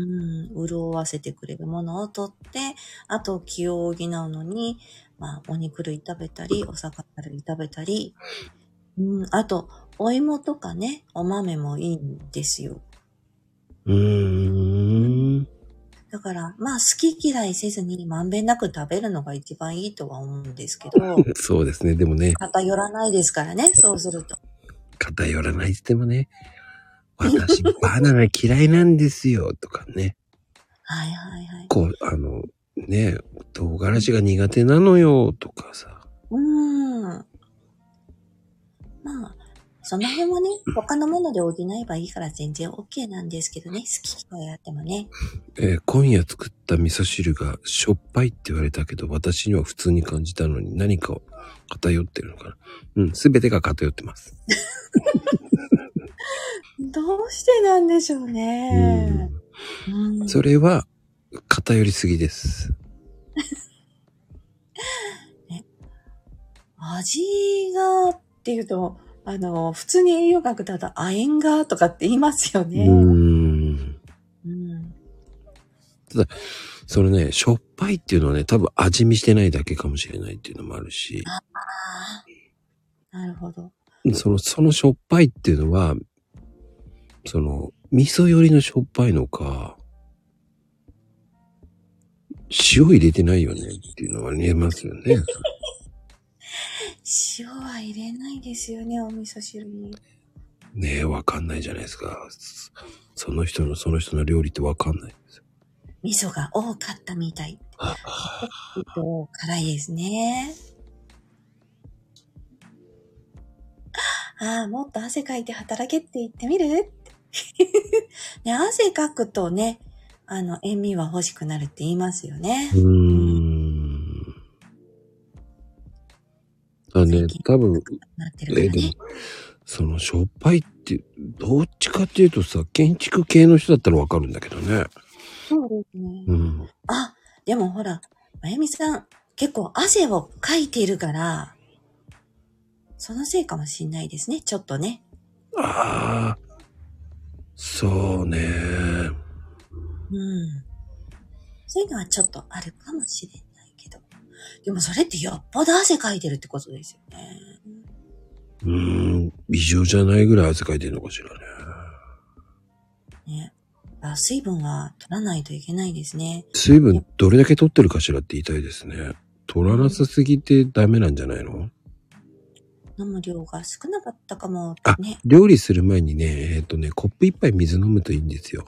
潤わせてくれるものを取って、あと気を補うのに、まあ、お肉類食べたり、お魚類食べたり、うん、あと、お芋とかね、お豆もいいんですよ。 うーん。 だから、まあ、好き嫌いせずにまんべんなく食べるのが一番いいとは思うんですけど。 そうですね、でもね。 偏らないですからね、そうすると。 偏らないって言ってもね。 私、バナナ嫌いなんですよ、とかね。 はいはいはい。 こう、あの、ね、唐辛子が苦手なのよ、とかさ。 うーん。まあ、その辺はね、他のもので補えばいいから全然 OK なんですけどね、好きとやってもね。 えー今夜作った味噌汁がしょっぱいって言われたけど、私には普通に感じたのに何か偏ってるのかな。うん、すべてが偏ってます。 どうしてなんでしょうね。 うんうん、 それは偏りすぎです。 味がっていうと、あの、普通に栄養学だと亜鉛がとかって言いますよね。 うーん。 うん。 そのね、しょっぱいっていうのはね、多分味見してないだけかもしれないっていうのもあるし、 ああ、なるほど。 その、そのしょっぱいっていうのは、その、味噌寄りのしょっぱいのか、塩入れてないよねっていうのは見えますよね。 塩は入れないですよね、お味噌汁に。 ねえ、わかんないじゃないですか。その人の、その人の料理ってわかんないんですよ。 味噌が多かったみたい。ちょっと辛いですね。ああ、もっと汗かいて働けって言ってみるね、汗かくとね、あの、塩味は欲しくなるって言いますよね。 うーん。あね、多分、 なってるからえ、でもね。、 そのしょっぱいって、どっちかっていうとさ、建築系の人だったらわかるんだけどね。 そうですね。 うん。 あ、でもほら、まゆみさん、結構汗をかいているから、そのせいかもしんないですね、ちょっとね。 ああ、そうね。 うん。そういうのはちょっとあるかもしれないけど。でもそれってよっぽど汗かいてるってことですよね。 うーん、異常じゃないぐらい汗かいてるのかしらね。 ね。あ、水分は取らないといけないですね。 水分どれだけ取ってるかしらって言いたいですね。取らなさすぎてダメなんじゃないの？ 飲む量が少なかったかもあ、 ね。 料理する前にね、えっとね、コップ一杯水飲むといいんですよ。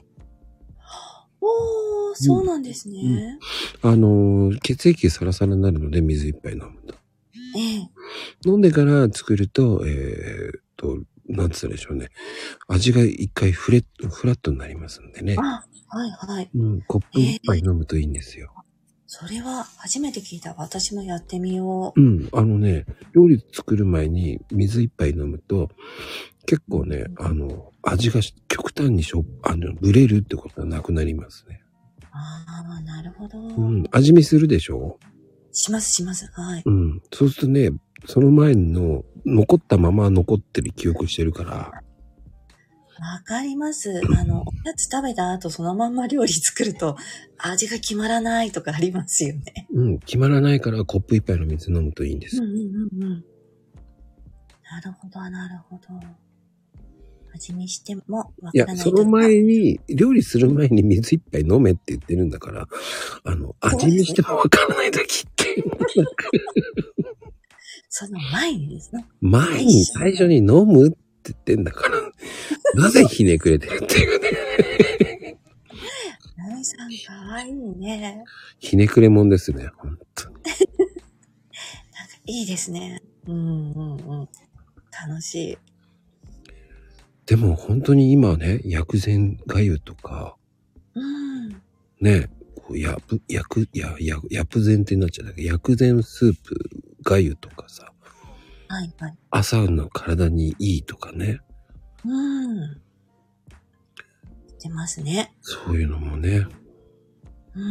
おー、そうなんですね。 あのー、血液サラサラになるので水一杯飲むと。 ええ。 飲んでから作ると、えーっと、なんつうんでしょうね。味が一回フレット、フラットになりますんでね。 あ、はいはい。 うん、コップ一杯飲むといいんですよ。 それは初めて聞いた。私もやってみよう。 うん、あのね、料理作る前に水一杯飲むと、結構ね、あの、味が極端にしょ、あの、ブレるってことはなくなりますね。 ああ、なるほど。 うん、味見するでしょ？ しますします。はい。 うん。そうするとね、その前の残ったまま残ってる記憶してるから。 わかります。あの、おやつ食べた後そのまんま料理作ると味が決まらないとかありますよね。 うん、決まらないからコップ一杯の水飲むといいんです。 うんうんうんうん。なるほど、なるほど。味見してもわいや、 からないその前に、料理する前に水一杯飲めって言ってるんだから、あの、味見してもわからないときって。 その前にですね。 前に最初に飲むって言ってんだから、なぜひねくれてるっていうね。 なみさんかわいいね。 ひねくれもんですね、ほんとに。 なんかいいですね。うんうんうん。楽しい。 でも本当に今ね、薬膳がゆとか、 うん。 ね、こうやぶ、薬、や、や、薬膳ってなっちゃうんだけど、薬膳スープがゆとかさ、 はいはい。 朝の体にいいとかね。 うん。出ますね。 そういうのもね、 うん。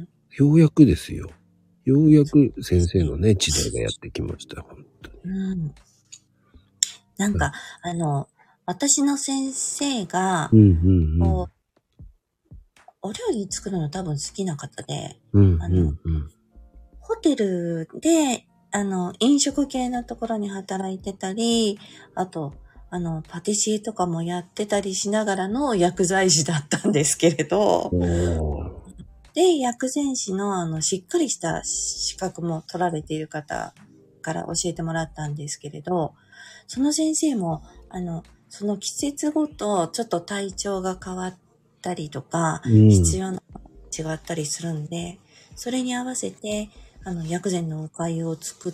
ようやくですよ。ようやく先生のね、時代がやってきました、本当に。 うん。なんか、あの、私の先生が、 うんうんうん。 こう、お料理作るの多分好きな方で、 うんうんあの、 うん。 ホテルで、あの、飲食系のところに働いてたり、あと、あの、パティシエとかもやってたりしながらの薬剤師だったんですけれど、 おー。 で、薬膳師のあの、しっかりした資格も取られている方から教えてもらったんですけれど、その先生も、あの、 その季節ごとちょっと体調が変わったりとか、 うん、 必要な違ったりするんで、それに合わせて、あの、薬膳のお粥を作って、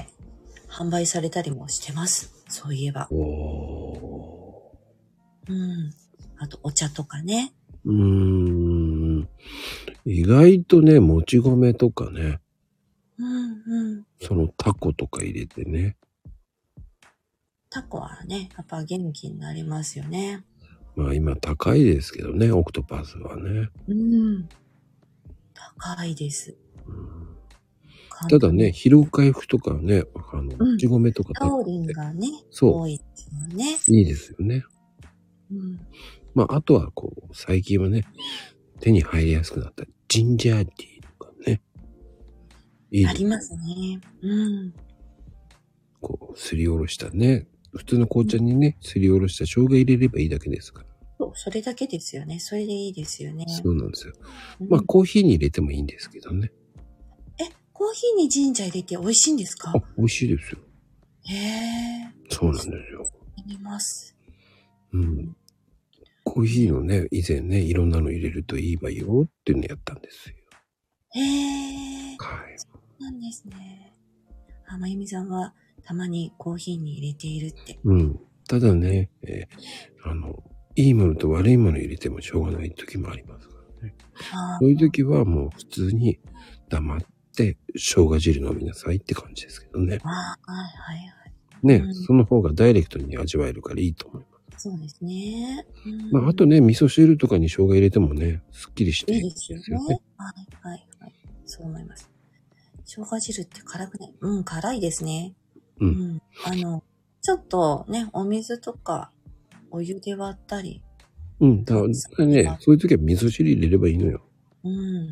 販売されたりもしてます。そういえば。 おうん。あと、お茶とかね。 うーん。意外とね、もち米とかね。 うんうん。 そのタコとか入れてね。 タコはね、やっぱ元気になりますよね。 まあ今高いですけどね、オクトパスはね。 うん。高いです。 うん、ただね、疲労回復とかね、あの、もち米とかタオリンがね、 そう。 多いですよね。 いいですよね。 うん。 まあ、あとはこう、最近はね、手に入りやすくなったジンジャーティーとかね。 いいありますね。うん。 こう、すりおろしたね。普通の紅茶にね、すりおろした生姜入れればいいだけですから。 そう、それだけですよね。それでいいですよね。 そうなんですよ。うん、まあ、コーヒーに入れてもいいんですけどね。 え、コーヒーにジンジャー入れて美味しいんですか？ あ、美味しいですよ。 へえ。 そうなんですよ。 見ます。 うん。コーヒーのね、以前ね、いろんなの入れるといいわよっていうのやったんですよ。 へえ。 はい。 そうなんですね。あ、まゆみさんはたまにコーヒーに入れているって。 うん。ただね、えー、あの、いいものと悪いもの入れてもしょうがない時もありますからね。そういう時はもう普通に黙って生姜汁飲みなさいって感じですけどね。 あ、はいはいはい。 ね、うん、その方がダイレクトに味わえるからいいと思います。 そうですね。 うん、まあ、あとね、味噌汁とかに生姜入れてもね、すっきりしていいですよね。はいはいはい。そう思います。生姜汁って辛くない？うん、辛いですね。うん。うん、あの、ちょっとね、お水とかお湯で割ったり。 うん、だからね、そういう時は味噌汁入れればいいのよ。うん。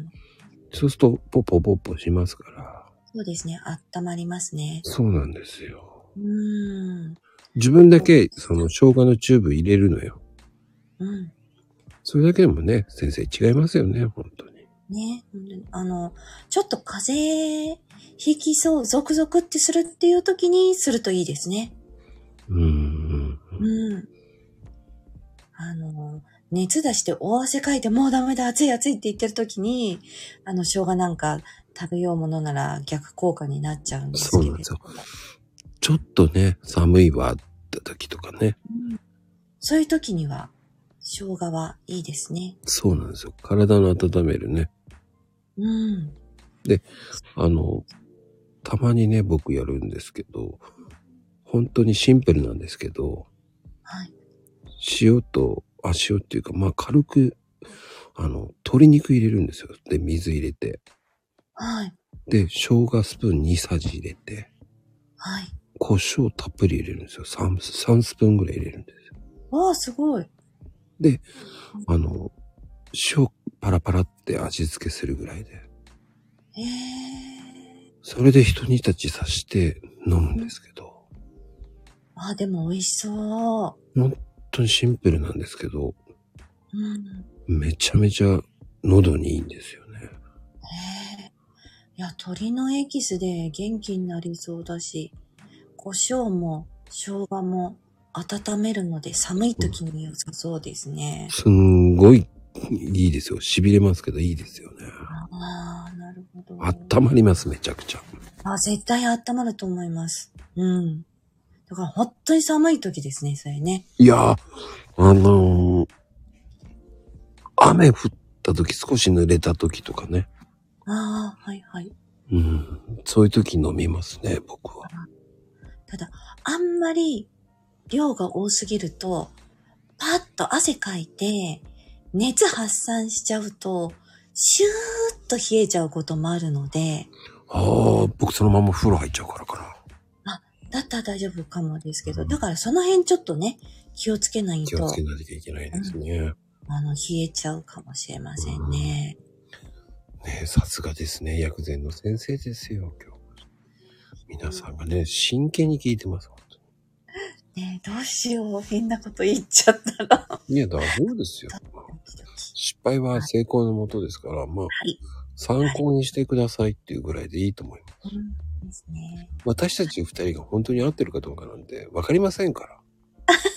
そうすると、ポポポポしますから。 そうですね、温まりますね。 そうなんですよ。 うーん。 自分だけ、その、生姜のチューブ入れるのよ。 うん。 それだけでもね、先生違いますよね、本当に。 ね、あの、ちょっと風邪ひきそう、ゾクゾクってするっていう時にするといいですね。 うーん。 うん。あの、熱出して大汗かいてもうダメだ、暑い暑いって言ってる時に、あの、生姜なんか食べようものなら逆効果になっちゃうんですけど。そうなんですよ。 ちょっとね、寒いわって時とかね、 うん。そういう時には、生姜はいいですね。 そうなんですよ。体の温めるね。 うん。 で、あの、たまにね、僕やるんですけど、本当にシンプルなんですけど、はい。塩と、あ、塩っていうか、まあ軽く、あの、鶏肉入れるんですよ。で、水入れて。はい。で、生姜スプーンにさじ入れて。はい。胡椒たっぷり入れるんですよ。3、さんスプーンぐらい入れるんですよ。 わあ、すごい。 で、あの、塩パラパラって味付けするぐらいで。へー。それで一煮立ちさして飲むんですけど。 ああ、でも美味しそう。 本当にシンプルなんですけど、 うん、 めちゃめちゃ喉にいいんですよね。へえ。いや、鶏のエキスで元気になりそうだし、胡椒も生姜も温めるので寒い時に良さそうですね。 うん、すんごいいいですよ。痺れますけどいいですよね。 ああ、なるほど。 温まります、めちゃくちゃ。 あ、絶対温まると思います。うん。だから本当に寒い時ですね、それね。 いや、あのー、雨降った時、少し濡れた時とかね。 ああ、はいはい。 うん。そういう時飲みますね、僕は。 ただ、あんまり量が多すぎると、パッと汗かいて、熱発散しちゃうと、シューッと冷えちゃうこともあるので。 ああ、僕そのまま風呂入っちゃうからかな。あ、だったら大丈夫かもですけど、うん、だからその辺ちょっとね、気をつけないと。 気をつけないといけないですね。うん、 あの、冷えちゃうかもしれませんね。 うん、ねえ、さすがですね。薬膳の先生ですよ、今日。皆さんがね、真剣に聞いてます、本当に。ねえ、どうしよう。変なこと言っちゃったら。 いや、大丈夫ですよ。失敗は成功のもとですから、まあ、はい、参考にしてくださいっていうぐらいでいいと思います。はい、うんですね、私たち二人が本当に合ってるかどうかなんて分かりませんから。 そ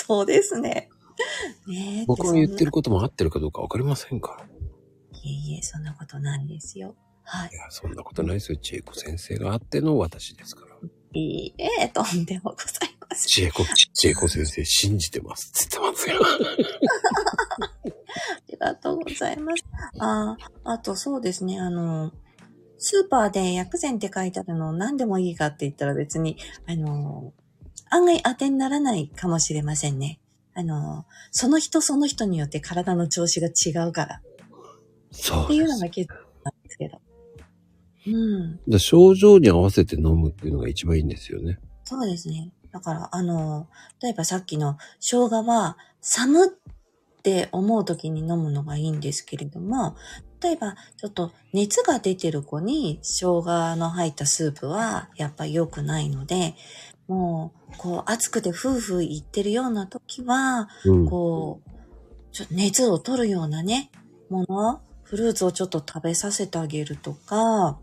そうですね。ねえ。 僕の言ってることも合ってるかどうかわかりませんから。 いえいえ、そんなことないですよ。はい。 いや、そんなことないですよ。千恵子先生があっての私ですから。 いいえ、とんでもございません。 千恵子、千恵子先生信じてますって言ってますよ。 ありがとうございます。あ、あとそうですね、あの、スーパーで薬膳って書いてあるの何でもいいかって言ったら別に、あの、案外当てにならないかもしれませんね。あの、その人その人によって体の調子が違うから。 そうっていうのが結構なんですけど。うん。 だ症状に合わせて飲むっていうのが一番いいんですよね。 そうですね。だから、あの、例えばさっきの生姜は寒って思う時に飲むのがいいんですけれども、例えばちょっと熱が出てる子に生姜の入ったスープはやっぱり良くないので、もう、こう暑くてふうふう言ってるような時は、うん、こう、ちょっと熱を取るようなね、もの、フルーツをちょっと食べさせてあげるとか、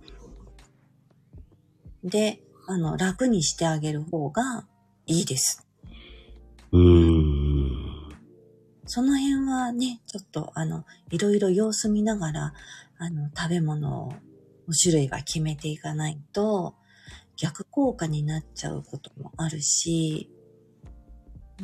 で、あの、楽にしてあげる方がいいです。 うーん。 その辺はね、ちょっとあの、いろいろ様子見ながら、あの、食べ物の種類は決めていかないと、逆効果になっちゃうこともあるし、うん。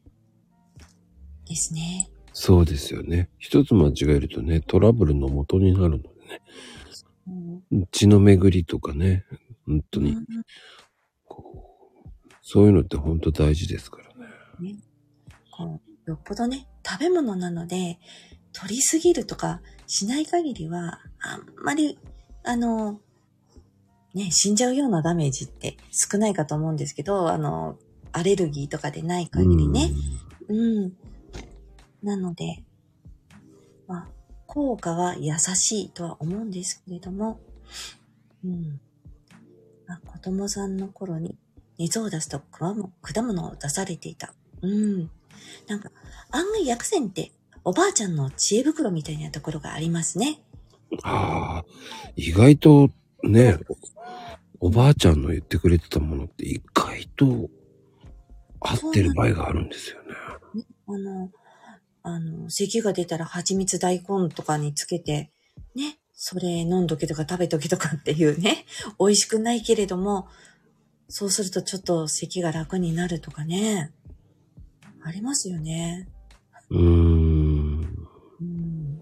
ですね。 そうですよね。一つ間違えるとね、トラブルの元になるのでね。うん、血の巡りとかね、本当に、うん、こうそういうのって本当大事ですからね。 ね、こうよっぽどね、食べ物なので、取りすぎるとかしない限りは、あんまり、あの、ね、死んじゃうようなダメージって少ないかと思うんですけど、あの、アレルギーとかでない限りね。うん。うん、なので、まあ、効果は優しいとは思うんですけれども、うん。まあ、子供さんの頃に熱を出すと果物を出されていた。うん。なんか、案外薬膳っておばあちゃんの知恵袋みたいなところがありますね。 ああ、意外とね、おばあちゃんの言ってくれてたものって意外と合ってる場合があるんですよね。 あの、あの、咳が出たら蜂蜜大根とかにつけて、ね、それ飲んどけとか食べとけとかっていうね、美味しくないけれども、そうするとちょっと咳が楽になるとかね、ありますよね。 うーん。 うん。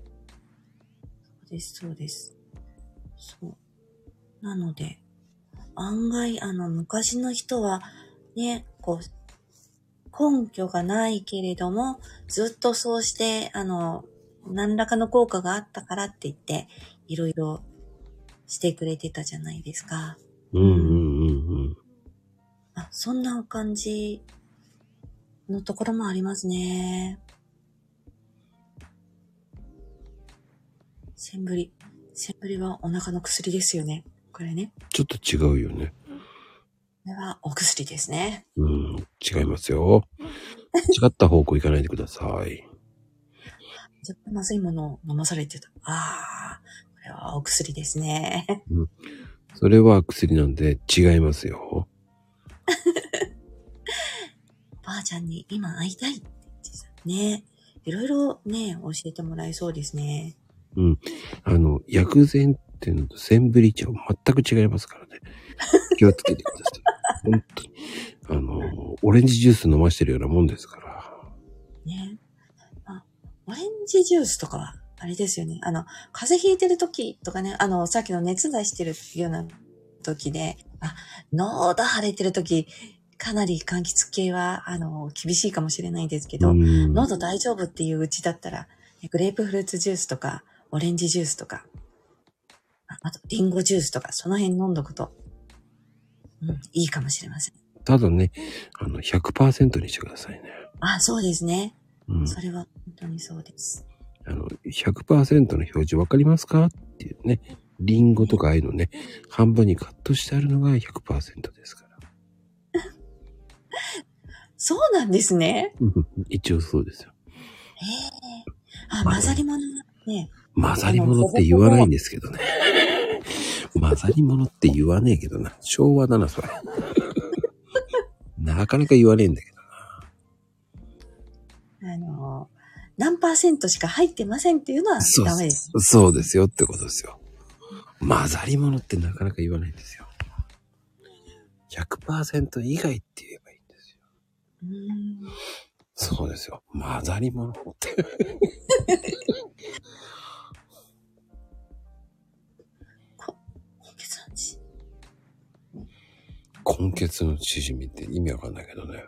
そうです、そうです。そう。なので、案外、あの、昔の人は、ね、こう、根拠がないけれども、ずっとそうして、あの、何らかの効果があったからって言って、いろいろしてくれてたじゃないですか。 うんうんうんうん。 あ、そんな感じのところもありますね。センブリ。センブリはお腹の薬ですよね。これね。 ちょっと違うよね。 これはお薬ですね。 うん、違いますよ。違った方向行かないでください。 ずっとまずいものを飲まされてた。ああ、これはお薬ですね。 うん。それは薬なんで違いますよ。 ばあちゃんに今会いたいって言ってたね。いろいろね、教えてもらえそうですね。 うん。あの、薬膳っていうのとセンブリ茶は全く違いますからね。気をつけてください。本当に。あの、オレンジジュース飲ましてるようなもんですから。 ね。あ、オレンジジュースとかは、あれですよね。あの、風邪ひいてる時とかね、あの、さっきの熱出してるような時で、あ、喉腫れてる時、かなり柑橘系は、あの、厳しいかもしれないですけど、喉大丈夫っていううちだったら、グレープフルーツジュースとか、オレンジジュースとか、あと、リンゴジュースとか、その辺飲んどくと、うん、いいかもしれません。 ただね、あの、ひゃくパーセント にしてくださいね。 あ、そうですね。 うん。 それは本当にそうです。 あの、ひゃくパーセント の表示わかりますかっていうね。リンゴとかああいうのね、半分にカットしてあるのが ひゃくパーセント ですから。 そうなんですね。 一応そうですよ。 へえ。あ、混ざり物ね。 混ざり物って言わないんですけどね。混ざり物って言わねえけどな。昭和だな、それ。なかなか言わねえんだけどな。 あの、何パーセントしか入ってませんっていうのはダメです。 そう、そうですよってことですよ。混ざり物ってなかなか言わないんですよ。ひゃくパーセント 以外って言えばいいんですよ。 うーん、 そうですよ。混ざり物って。根血の縮みって意味わかんないけどね。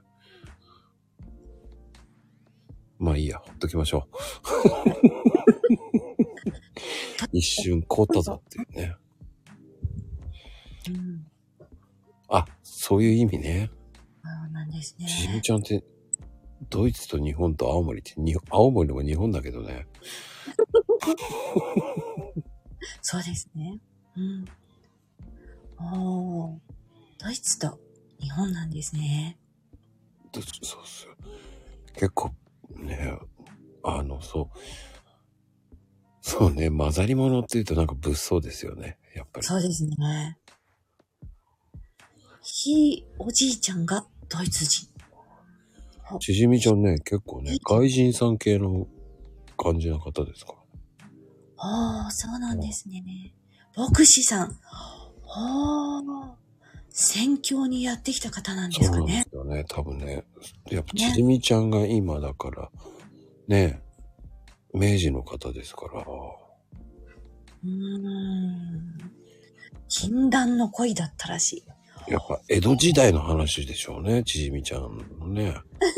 まあいいや、ほっときましょう。一瞬凍ったぞっていうね。 うん、 あ、そういう意味ね。 そうなんですね。 縮みちゃんってドイツと日本と青森ってに青森のも日本だけどね。 そうですね。うん。おー、ドイツと日本なんですね。 そうっす。結構ね、あの、そう。そうね、混ざり物って言うとなんか物騒ですよね。やっぱり。 そうですね。ひいおじいちゃんがドイツ人。 ちじみちゃんね、結構ね、外人さん系の感じの方ですから。 ああ、そうなんですね。牧師さん。ああ、宣教にやってきた方なんですかね。 そうなんですよね、多分ね。やっぱちじみちゃんが今だから、ね、明治の方ですから。 うーん。禁断の恋だったらしい。 やっぱ江戸時代の話でしょうね、ちじみちゃんのね。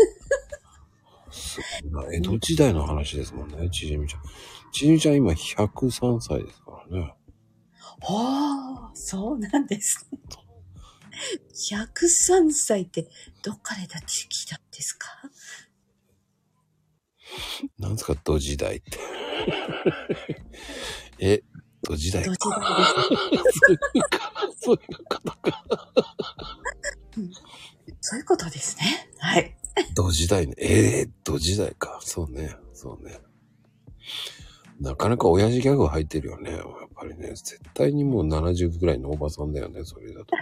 江戸時代の話ですもんね、ちじみちゃん。ちじみちゃん今ひゃくさんさいですからね。 はあ、そうなんですね。ひゃくさんさいってどっからだってきたんですか？ なんですか、土時代って。え、土時代か。 土時代です。 そういうことか。 そういうことですね。はい。 土時代ね。ええー、土時代か。そうね。そうね。なかなか親父ギャグ入ってるよね。やっぱりね。絶対にもうななじゅうぐらいのおばさんだよね。それだと。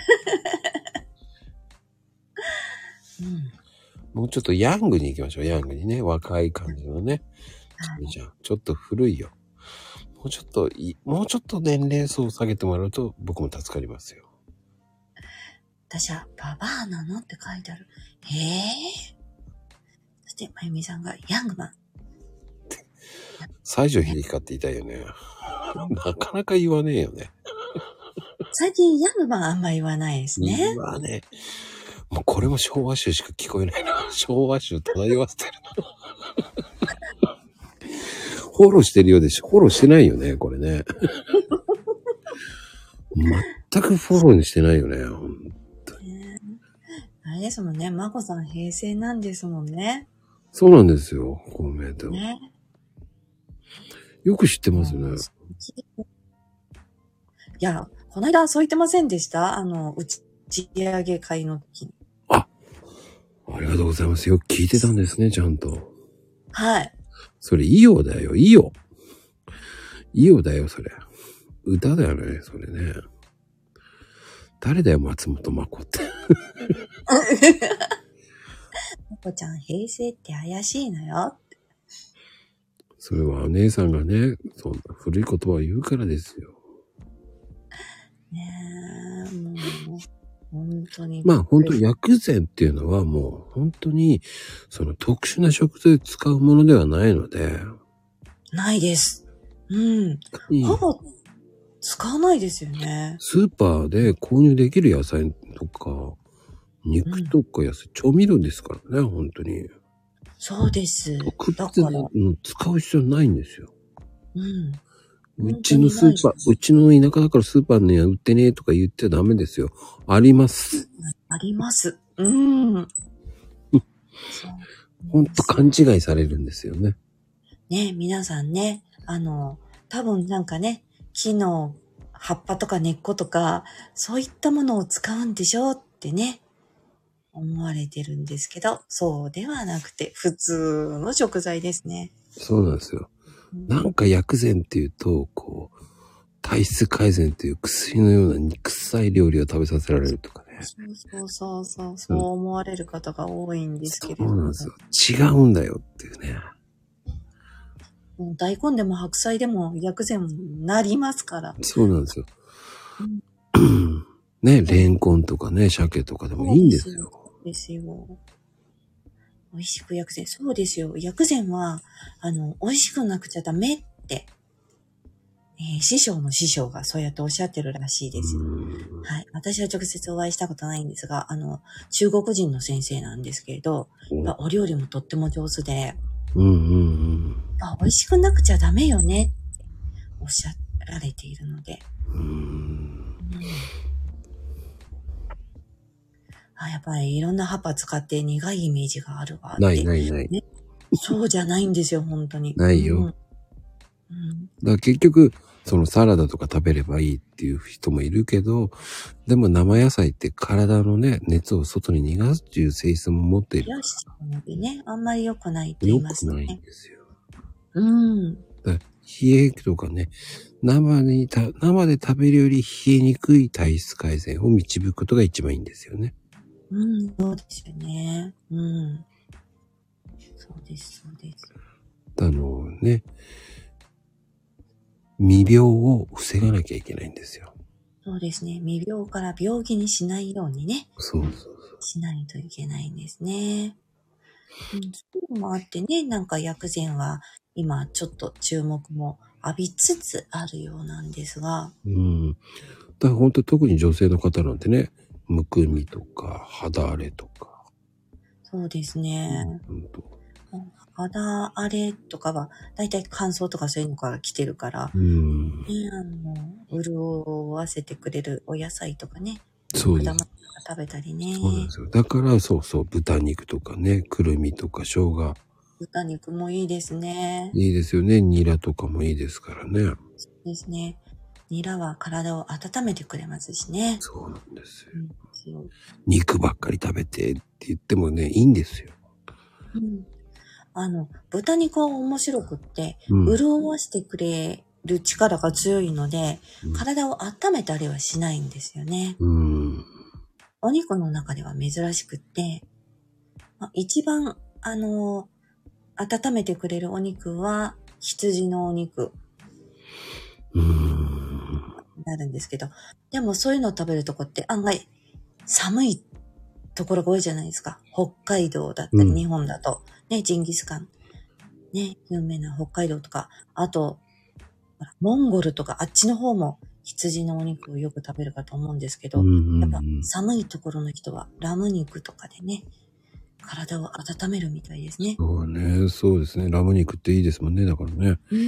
うん、もうちょっとヤングに行きましょう。ヤングにね。若い感じのね。はい、じゃあちょっと古いよ。もうちょっとい、もうちょっと年齢層を下げてもらうと僕も助かりますよ。 私はババアなのって書いてある。へえ。そして、まゆみさんがヤングマン。 西城秀樹かって言いたいよね。なかなか言わねえよね。 最近ヤングマンあんま言わないですね。 言わねえ。もうこれも昭和集しか聞こえないな。昭和集漂わせてるな。フォローしてるようでしょ。フォローしてないよね、これね。全くフォローにしてないよね。本当に。 あれですもんね。まこさん平成なんですもんね。 そうなんですよ。こう見えても。ね。よく知ってますね。 いや、この間そう言ってませんでした？あの、打ち上げ会の時に。 あ、ありがとうございます。よく聞いてたんですね、ちゃんと。 はい。 それ、イオだよ、イオ。イオだよ、それ。歌だよね、それね。誰だよ、松本まこって。まこちゃん、平成って怪しいのよ。 それはお姉さんがね、そんな古い言葉を言うからですよ。 ねえ、もう、本当に。 まあ本当に薬膳っていうのはもう本当にその特殊な食材で使うものではないので。 ないです。うん。ほぼ使わないですよね。 スーパーで購入できる野菜とか、肉とか野菜、うん、調味料ですからね、本当に。 そうです。 だから、うん、使う必要ないんですよ。 うん。 うちのスーパー、うちの田舎だからスーパーには売ってねえとか言ってダメですよ。あります。 あります。うん。 ほんと勘違いされるんですよね。 ね、皆さんね、あの、多分なんかね、木の葉っぱとか根っことか、そういったものを使うんでしょうってね、思われてるんですけど、そうではなくて、普通の食材ですね。 そうなんですよ。なんか薬膳っていうと、こう、体質改善っていう薬のような肉臭い料理を食べさせられるとかね。 そうそうそうそう、そう思われる方が多いんですけれども。 そうなんですよ。違うんだよっていうね。 もう大根でも白菜でも薬膳になりますから。 そうなんですよ。うん、ね、レンコンとかね、鮭とかでもいいんですよ。 そうですよ。美味しく薬膳。そうですよ。薬膳は、あの、美味しくなくちゃダメって、えー、師匠の師匠がそうやっておっしゃってるらしいです。はい。私は直接お会いしたことないんですが、あの、中国人の先生なんですけれど、お料理もとっても上手で、 うんうんうん。 あ、美味しくなくちゃダメよねっておっしゃられているので。うーん、うん、あ、やっぱりいろんな葉っぱ使って苦いイメージがあるわって。 ないないない。 ね、そうじゃないんですよ、本当に。 ないよ。うん、だから結局、そのサラダとか食べればいいっていう人もいるけど、でも生野菜って体のね、熱を外に逃がすっていう性質も持っている。 よし、でね、あんまり良くないって言いますね。 良くないんですよ。 うん。 だ冷えとかね、生にた、生で食べるより冷えにくい体質改善を導くことが一番いいんですよね。 うん、そうですよね。うん。そうです、そうです。 あのね、未病を防がなきゃいけないんですよ。 そうですね。未病から病気にしないようにね。 そうそうそう。 しないといけないんですね。うん、そういうのもあってね、なんか薬膳は今ちょっと注目も浴びつつあるようなんですが。 うん。だから本当特に女性の方なんてね、むくみとか肌荒れとか。 そうですね。うん、肌荒れとかはだいたい乾燥とかそういうのから来てるから、 うん、 ね、あの潤わせてくれるお野菜とかね、 そうです。 果物とか食べたりね。 そうなんですよ。だからそうそう、豚肉とかね、くるみとか生姜。 豚肉もいいですね。 いいですよね。ニラとかもいいですからね。 そうですね。ニラは体を温めてくれますしね。 そうなんですよ。うん、肉ばっかり食べてって言ってもね、いいんですよ。 うん。あの、豚肉は面白くって、うん、潤わしてくれる力が強いので、うん、体を温めたりはしないんですよね。うん、お肉の中では珍しくって、まあ、一番、あの、温めてくれるお肉は、羊のお肉。うーん。なるんですけど、でもそういうのを食べるとこって案外寒いところが多いじゃないですか。北海道だったり、日本だと、うん、ね、ジンギスカン。ね、有名な北海道とか、あと、モンゴルとかあっちの方も羊のお肉をよく食べるかと思うんですけど、うんうんうん、やっぱ寒いところの人はラム肉とかでね、体を温めるみたいですね。 そうね、そうですね。ラム肉っていいですもんね、だからね。うん。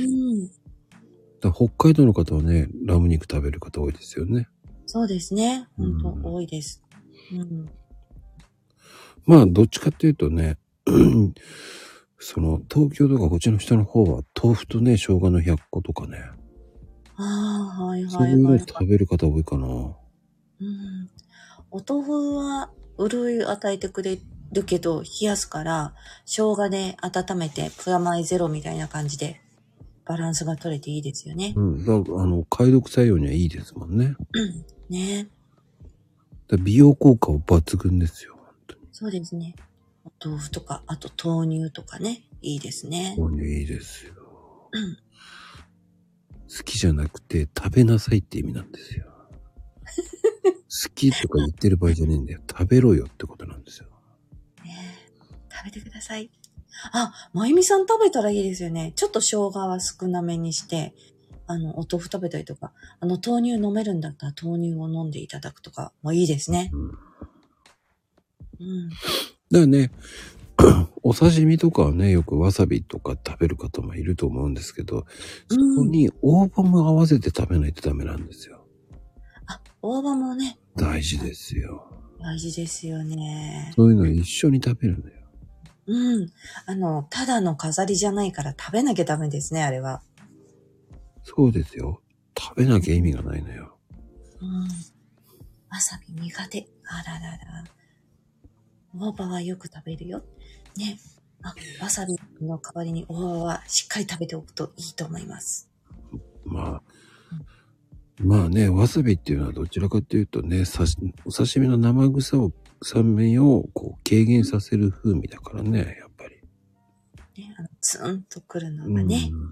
だ北海道の方はね、ラム肉食べる方多いですよね。 そうですね。本当、うん、多いです。うん。 まあ、どっちかっていうとね、その、東京とかこっちの人の方は、豆腐とね、生姜のひゃっことかね。 ああ、はいはいはい、はい。 そういうの食べる方多いかな。うん。 お豆腐は、潤い与えてくれるけど、冷やすから、生姜で温めて、プラマイゼロみたいな感じで、バランスが取れていいですよね。 うん。だあの、解毒作用にはいいですもんね。 うん。ね。 だ美容効果は抜群ですよ。本当に。 そうですね。お豆腐とか、あと豆乳とかね。いいですね。 豆乳いいですよ。うん。好きじゃなくて、食べなさいって意味なんですよ。好きとか言ってる場合じゃねえんだよ。食べろよってことなんですよ。 ねえ。食べてください。あ、まゆみさん食べたらいいですよね。ちょっと生姜は少なめにして、あの、お豆腐食べたりとか、あの、豆乳飲めるんだったら豆乳を飲んでいただくとかもいいですね。うん。 うん、だからね、お刺身とかはね、よくわさびとか食べる方もいると思うんですけど、そこに大葉も合わせて食べないとダメなんですよ。 あ、大葉もね。 大事ですよ。 大事ですよね。 そういうのを一緒に食べるんだよ。 うん。あの、ただの飾りじゃないから食べなきゃダメですね、あれは。 そうですよ。食べなきゃ意味がないのよ。 うん。わさび苦手。あららら。大葉はよく食べるよ。ね。あ、わさびの代わりに大葉はしっかり食べておくといいと思います。 まあ、うん、まあね、わさびっていうのはどちらかというとね、さお刺身の生臭を、酸味をこう軽減させる風味だからね、やっぱり。 ね、あのツーンとくるのがね、うん、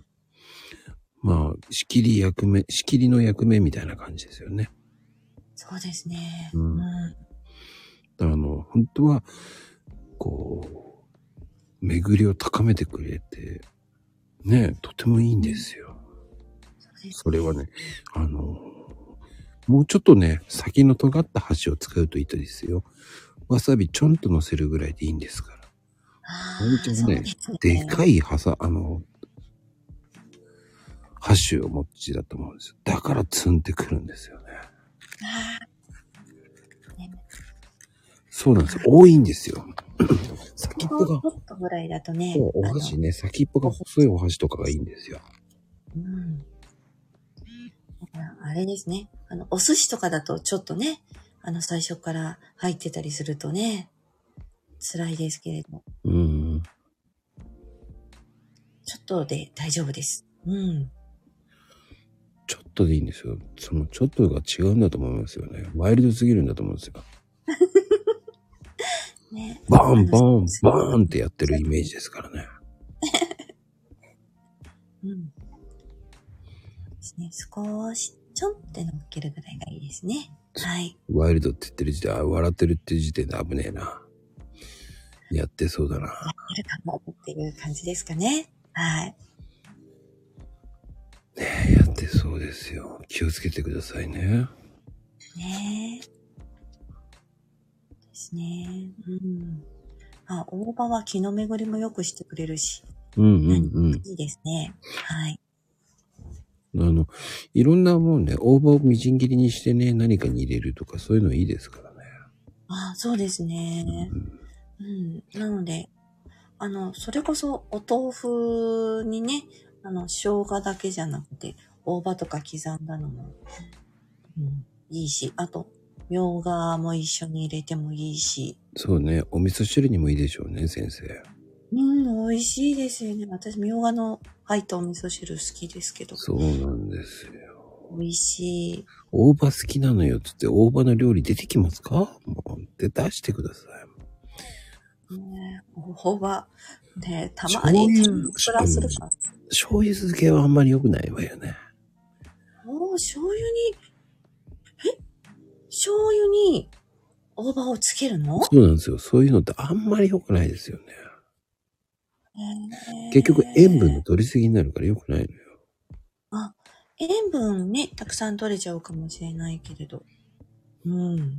まあ、仕切り役目、仕切りの役目みたいな感じですよね。 そうですね。 うん。 うん。 あの、本当は、こう、巡りを高めてくれて、ね、とてもいいんですよ。 そうですね。 それはね、あの、もうちょっとね、先の尖った箸を使うといいとですよ。わさびちょんと乗せるぐらいでいいんですから。 ああ、 ワンちゃんね、 そうですね。 でかいはさ、あの、箸をお持ちだと思うんですよ。だからツンってくるんですよね。 ああ、ね、 そうなんですよ。多いんですよ。先っぽが、 ちょっとぐらいだとね、 そうおあの、 箸ね、先っぽが細いお箸とかがいいんですよ。 うん。だからあれですね。あの、お寿司とかだとちょっとね、あの、最初から入ってたりするとね、辛いですけれども、 うん。 ちょっとで大丈夫です。うん。 ちょっとでいいんですよ。そのちょっとが違うんだと思いますよね。ワイルドすぎるんだと思うんですよ。 ね。 バーン、 あの、 バーン、バーンってやってるイメージですからね。 うん。ですね。少し、ちょんって乗っけるぐらいがいいですね。はい。 ワイルドって言ってる時点、あ、笑ってるっていう時点で危ねえな。やってそうだな。 やってるかもっていう感じですかね。はい。 ねえ、やってそうですよ。気をつけてくださいね。 ねえ。ですね。うん。あ、大葉は気の巡りも良くしてくれるし。 うんうんうん。 いいですね。はい。 あの、いろんなもんね、大葉をみじん切りにしてね、何かに入れるとか、そういうのいいですからね。 あ、そうですね。うん。なので、あの、それこそお豆腐にね、あの、生姜だけじゃなくて、大葉とか刻んだのも、うん、いいし、あと、みょうがも一緒に入れてもいいし。 そうね、お味噌汁にもいいでしょうね、先生。 うん、美味しいですよね。私、みょうがの入ったお味噌汁好きですけど。 そうなんですよ。 美味しい。 大葉好きなのよ、つって、大葉の料理出てきますかもう、で、出してください。 ねえ、大葉。ねえ、たま醤に、 油、 プラするか。 醤油漬けはあんまり良くないわよね。 おー、醤油に、え醤油に大葉をつけるの？ そうなんですよ。そういうのってあんまり良くないですよね。 へ結局塩分のえ。 取りすぎになるから良くないのよ。 あ、塩分ね、たくさん取れちゃうかもしれないけれど。うん。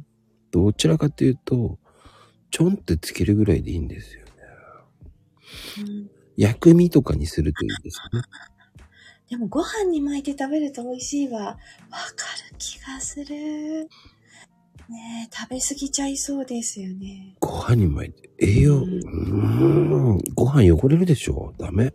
どちらかというと、ちょんってつけるぐらいでいいんですよね。 うん、 薬味とかにするといいですね。 でもご飯に巻いて食べると美味しいわ。わかる気がする。ねえ、食べ過ぎちゃいそうですよね。 ご飯に巻いて、栄養、ううん、 ーん、ご飯汚れるでしょ。ダメ。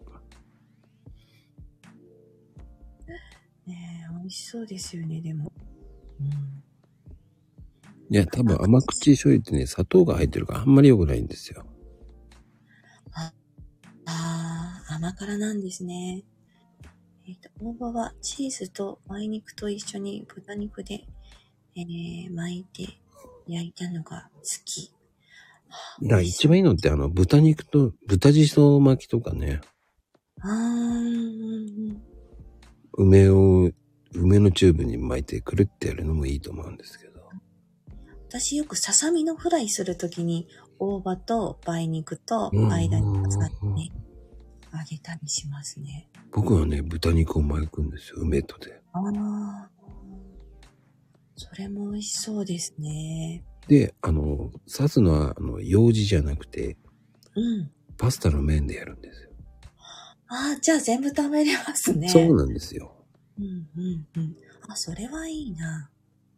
ねえ、美味しそうですよね、でも。うん、 いや、多分甘口醤油ってね、砂糖が入ってるからあんまり良くないんですよ。 ああー、甘辛なんですね。えっと、大葉はチーズと梅肉と一緒に豚肉で、えー、巻いて焼いたのが好き。 だから一番いいのってあの、豚肉と、豚しそ巻きとかね、 あー、 梅を、梅のチューブに巻いてくるってやるのもいいと思うんですけど。 私よくささみのフライするときに大葉と梅肉とうん間にうんうん挟んでうんね、揚げたりしますね。 僕はね、豚肉を巻くんですよ、梅とで。 ああ、それも美味しそうですね。 で、あの、刺すのは、あの、楊枝じゃなくて、 うん。 パスタの麺でやるんですよ。 ああ、じゃあ全部食べれますね。 そうなんですよ。 うんうんうん。あ、それはいいな。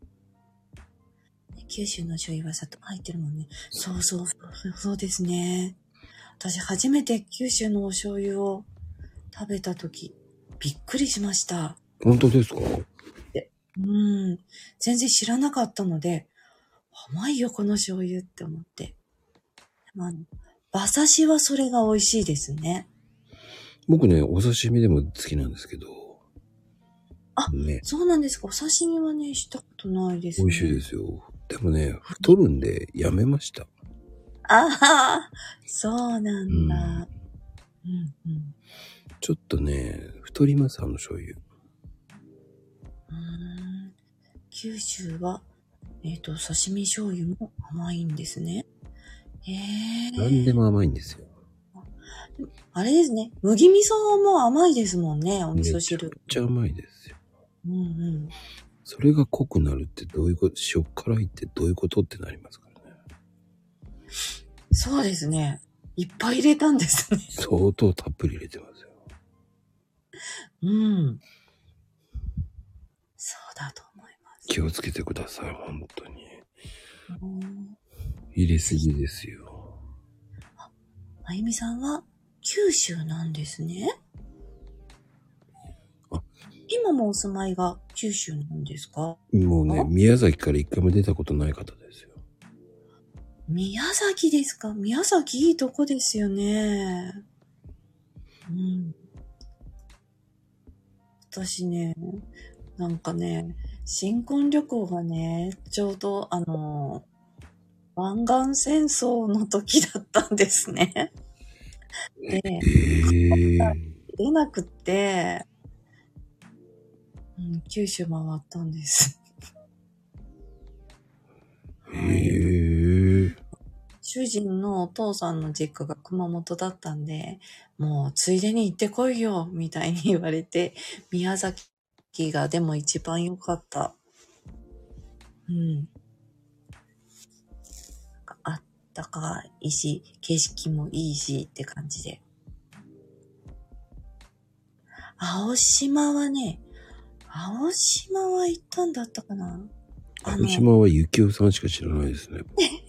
九州の醤油は砂糖入ってるもんね。そうそうそうそうですね。私初めて九州のお醤油を食べたとき、びっくりしました。 本当ですか？ うん。全然知らなかったので、甘いよこの醤油って思って。でもあの、馬刺しはそれが美味しいですね。 僕ね、お刺身でも好きなんですけど。 あ、 ね、 そうなんですか。お刺身はね、したことないですね。 美味しいですよ。でもね、太るんでやめました。 ああ、そうなんだ。 うんうんうん。 ちょっとね、 太ります、あの醤油。 うーん。九州は、えっと、刺身醤油も甘いんですね。へえ。 何でも甘いんですよ。 あれですね。麦味噌も甘いですもんね、お味噌汁。 めちゃくちゃ甘いですよ。 うんうん。 それが濃くなるってどういうこと、塩辛いってどういうことってなりますからね。 そうですね。いっぱい入れたんですね。 相当たっぷり入れてますよ。 うん。そうだと思います。 気をつけてください、本当に。 うん、 入れすぎですよ。 あ、まゆみさんは九州なんですね。 あ、 今もお住まいが九州なんですか？ もうね、宮崎から一回も出たことない方ですよ。 宮崎ですか？宮崎いいとこですよね。うん。私ね、なんかね、新婚旅行がね、ちょうどあの、湾岸戦争の時だったんですね。で、 えー、 出なくって、うん、九州回ったんです。 えはい。 ー、 主人のお父さんの実家が熊本だったんで、もうついでに行ってこいよ、みたいに言われて、宮崎がでも一番良かった。うん。あったかいし、景色もいいしって感じで。青島はね、青島は行ったんだったかな。あ青の、 島はゆきおさんしか知らないですね。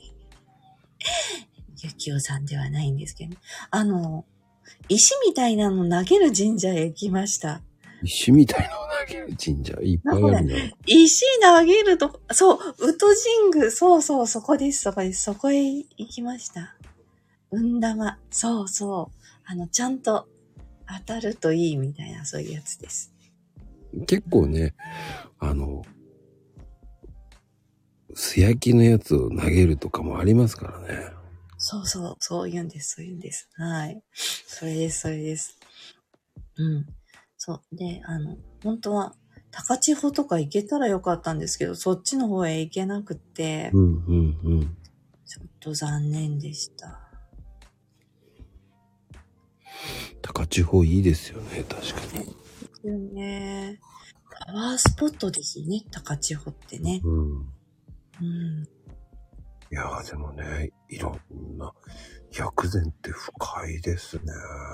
ゆきおさんではないんですけど、あの、石みたいなの投げる神社へ行きました。 石みたいなのを投げる神社いっぱいあるな。 石投げると、そう、宇都神宮、そうそう、そこです、そこです。そこへ行きました。運玉、そうそう。あの、ちゃんと当たるといいみたいな、そういうやつです。 結構ね、あの、素焼きのやつを投げるとかもありますからね。 そうそう、そう言うんです、そう言うんです。はい。それです、それです。うん。そう。で、あの、本当は、高千穂とか行けたらよかったんですけど、そっちの方へ行けなくって、 うんうんうん。 ちょっと残念でした。 高千穂いいですよね、確かに。 ですよね。パワースポットですよね、高千穂ってね。 うん。 うん。 いやーでもね、いろんな、薬膳って深いですね。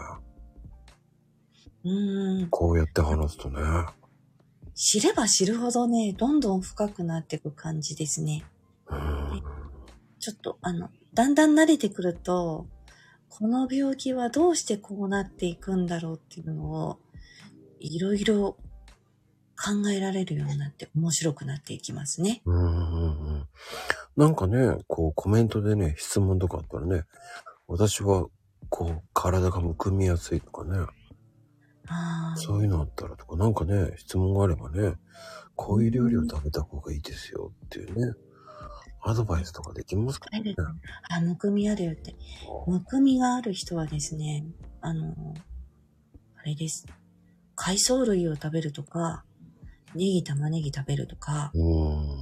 うん。 こうやって話すとね。 知れば知るほどね、どんどん深くなっていく感じですね。 うん。 でちょっと、あの、だんだん慣れてくると、この病気はどうしてこうなっていくんだろうっていうのを、いろいろ考えられるようになって面白くなっていきますね。 うんうんうん。なんかね、こうコメントでね、質問とかあったらね、私はこう体がむくみやすいとかね、 あそういうのあったらとか、なんかね、質問があればね、こういう料理を食べた方がいいですよっていうね、アドバイスとかできますかあれですね。 ね。あ、むくみあるよって。むくみがある人はですね、あの、あれです。海藻類を食べるとか、ネギ、玉ねぎ食べるとか、 うん。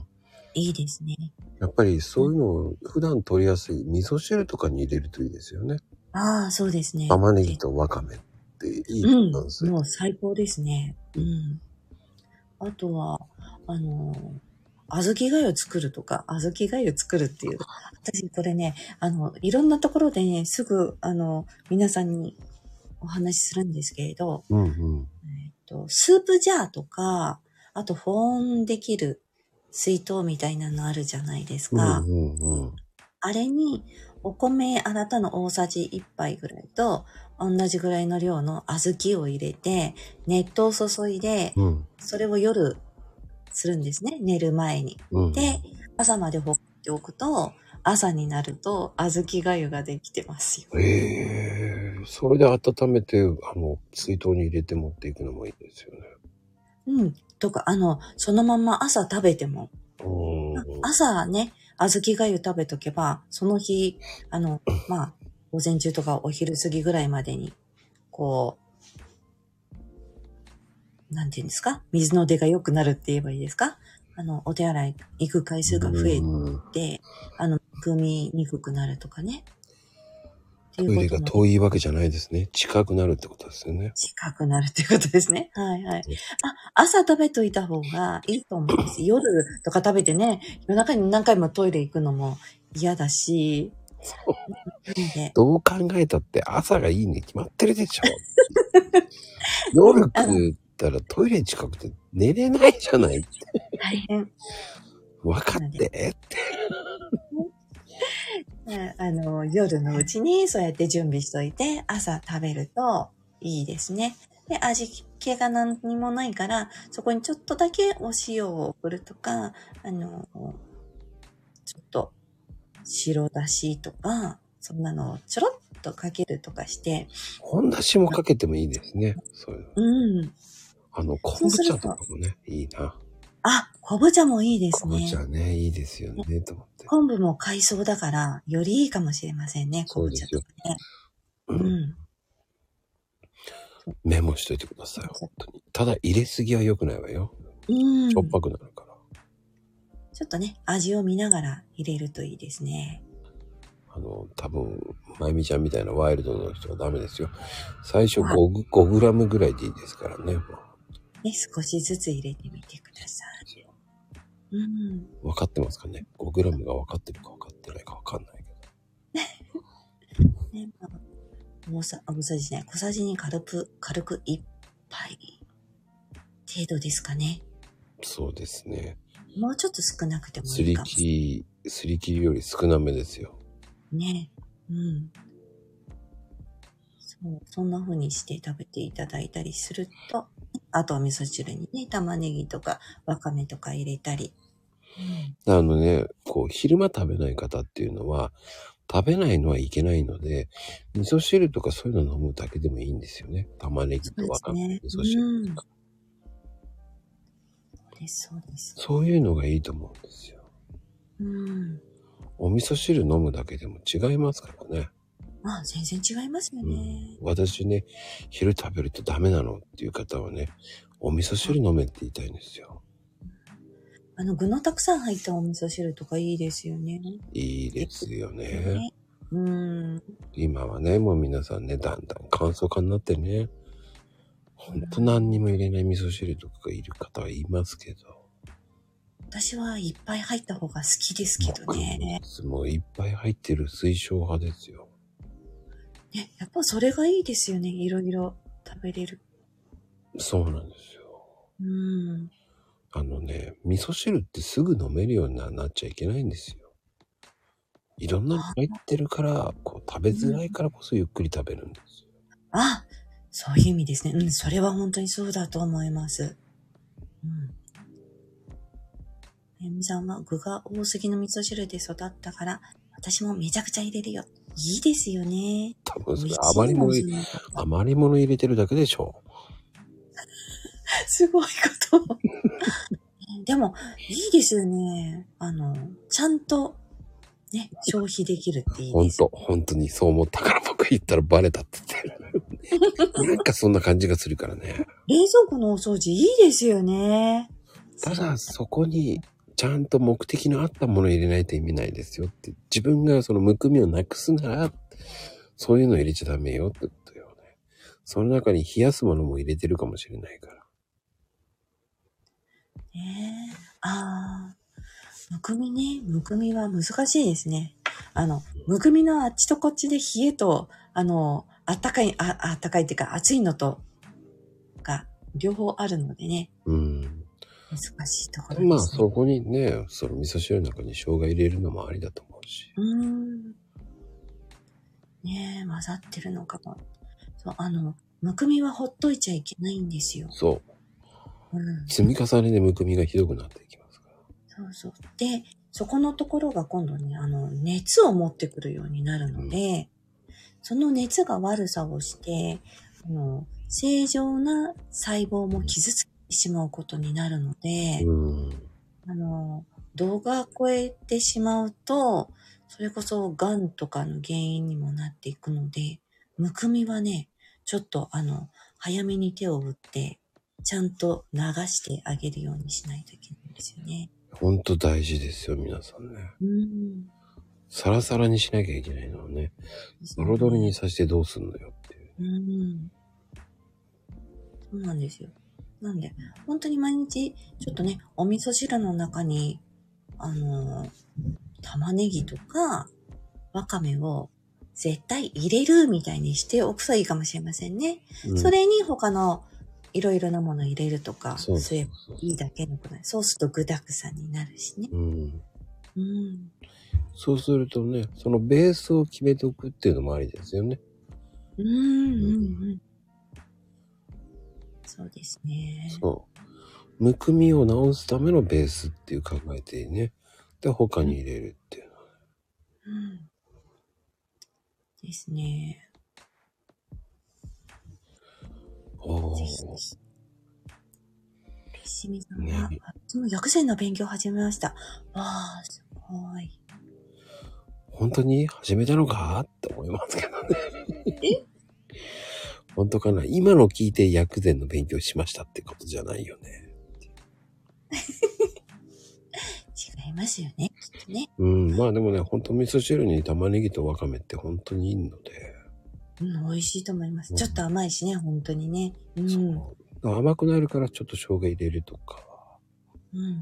いいですね。 やっぱりそういうのを普段取りやすい味噌汁とかに入れるといいですよね。 ああ、そうですね。 玉ねぎとわかめっていいうん。 バランスで。 もう最高ですね。うん。あとは、あの、小豆がゆ作るとか、小豆がゆ作るっていう。私、これね、あの、いろんなところでね、すぐ、あの、皆さんにお話しするんですけれど、 うんうん。 えっと、スープジャーとか、あと保温できる水筒みたいなのあるじゃないですか。 うんうんうん。 あれに、お米あなたの大さじいっぱいぐらいと、同じぐらいの量の小豆を入れて、熱湯を注いで、 うん。 それを夜するんですね。寝る前に。 うん。 で、朝まで放っておくと、朝になると小豆がゆができてますよ。 ええ、それで温めて、あの、水筒に入れて持っていくのもいいですよね。 うん。とか、あの、そのまま朝食べても、 うん。 朝ね、小豆がゆ食べとけば、その日、あの、まあ、午前中とかお昼過ぎぐらいまでに、こう、 なんていうんですか、水の出が良くなるって言えばいいですか？あの、お手洗い行く回数が増えて、あの、むくみにくくなるとかね。 トイレが遠いわけじゃないですね。近くなるってことですよね。 近くなるっていうことですね。はいはい。あ、朝食べといた方がいいと思うんです。夜とか食べてね、夜中に何回もトイレ行くのも嫌だし。 どう考えたって朝がいいに決まってるでしょ。夜食ったらトイレ近くて寝れないじゃないって。 大変。 分かってって。 あの、夜のうちにそうやって準備しといて、朝食べるといいですね。で、味気が何にもないから、そこにちょっとだけお塩を振るとか、あの、ちょっと白だしとか、そんなのをちょろっとかけるとかして。 本だしもかけてもいいですね。そういうの。うん。 あの、昆布茶とかもね、いいな。 あ、昆布茶もいいですね。 昆布茶ね、いいですよね、と思って。 昆布も海藻だから、よりいいかもしれませんね、昆布茶とかね。 そうですよ。うん。メモしといてください、本当に。ただ入れすぎは良くないわよ。うん。しょっぱくなるから。 ちょっとね、味を見ながら入れるといいですね。 あの、多分、まゆみちゃんみたいなワイルドの人はダメですよ。最初 5, 5グラムぐらいでいいですからね。 ね、少しずつ入れてみてください。うん。 分かってますかね ?ごグラム が分かってるか分かってないか分かんないけど。ね、まあ、大さ、大さじね、小さじに軽く、軽くいっぱい程度ですかね。 そうですね。 もうちょっと少なくてもいいかも。すり切り、すり切りより少なめですよ。 ね。うん。そう、そんな風にして食べていただいたりすると、あとは味噌汁にね、玉ねぎとかわかめとか入れたり。 うん、あのね、こう、昼間食べない方っていうのは、食べないのはいけないので、味噌汁とかそういうの飲むだけでもいいんですよね。玉ねぎとわかめ、ね、味噌汁とか。 そうです、そうです。 そういうのがいいと思うんですよ。 うん。 お味噌汁飲むだけでも違いますからね。 ああ、全然違いますよね、 うん。私ね、昼食べるとダメなのっていう方はね、お味噌汁飲めって言いたいんですよ。 あの、具のたくさん入ったお味噌汁とかいいですよね。 いいですよね。ね、 うん。 今はね、もう皆さんね、だんだん乾燥化になってね、ほんと何にも入れない味噌汁とかがいる方はいますけど。 私はいっぱい入った方が好きですけどね。 もういっぱい入ってる推奨派ですよ。 ね、やっぱそれがいいですよね。いろいろ食べれる。 そうなんですよ。 うん。 あのね、味噌汁ってすぐ飲めるようになっちゃいけないんですよ。いろんなの入ってるから、こう食べづらいからこそゆっくり食べるんですよ。 あ、そういう意味ですね。うん、それは本当にそうだと思います。うん。えみさんは具が多すぎの味噌汁で育ったから、私もめちゃくちゃ入れるよ。いいですよね。 多分それ余り物、余り物入れてるだけでしょ。 すごいことでも、いいですよね。あの、ちゃんと、ね、消費できるっていいです。 ほんと、本当にそう思ったから僕言ったらバレたって言って。なんかそんな感じがするからね。 冷蔵庫のお掃除いいですよね。 ただ、そこに、ちゃんと目的のあったものを入れないと意味ないですよって。自分がそのむくみをなくすなら、そういうの入れちゃダメよってことよね。その中に冷やすものも入れてるかもしれないから。 ねえ。ああ。むくみね。むくみは難しいですね。あの、むくみのあっちとこっちで冷えと、あの、あったかい、あ、あったかいっていうか暑いのと、が、両方あるのでね。 うん。 難しいところですね。 まあそこにね、その味噌汁の中に生姜入れるのもありだと思うし。 うーん。ねえ、混ざってるのかも。そう、あの、むくみはほっといちゃいけないんですよ。 そう。うん、積み重ねでむくみがひどくなっていきますから。 そうそう。で、そこのところが今度ね、あの、熱を持ってくるようになるので、うん、その熱が悪さをして、あの、正常な細胞も傷つけてしまうことになるので、うん、あの、度が超えてしまうと、それこそ癌とかの原因にもなっていくので、むくみはね、ちょっとあの、早めに手を打って、 ちゃんと流してあげるようにしないといけないんですよね。 ほんと大事ですよ、皆さんね。 うん。 サラサラにしなきゃいけないのはね、ドロドロにさせてどうすんのよっていう。 うん。そうなんですよ。なんで、本当に毎日、ちょっとね、お味噌汁の中に、あのー、玉ねぎとか、わかめを絶対入れるみたいにしておくといいかもしれませんね。うん、それに他のいろいろなもの入れるとか、そうすればいいだけのことない。そうすると具沢山になるしね。うん。 うん。そうするとね、そのベースを決めておくっていうのもありですよね。 うんうんうん。そうですね。 そう。むくみを直すためのベースっていう考えてね。で、他に入れるっていうのは。 うん。ですね。おー。しみさんは、ね、私も薬膳の勉強を始めました。わあ、すごい。 本当に始めたのかって思いますけどね。え本当かな、今の聞いて薬膳の勉強しましたってことじゃないよね。 違いますよね、きっとね。 うん、まあでもね、本当味噌汁に玉ねぎとわかめって本当にいいので。 うん、美味しいと思います。うん、ちょっと甘いしね、本当にね。うん。 そう甘くなるからちょっと生姜入れるとか。 うんうんうん、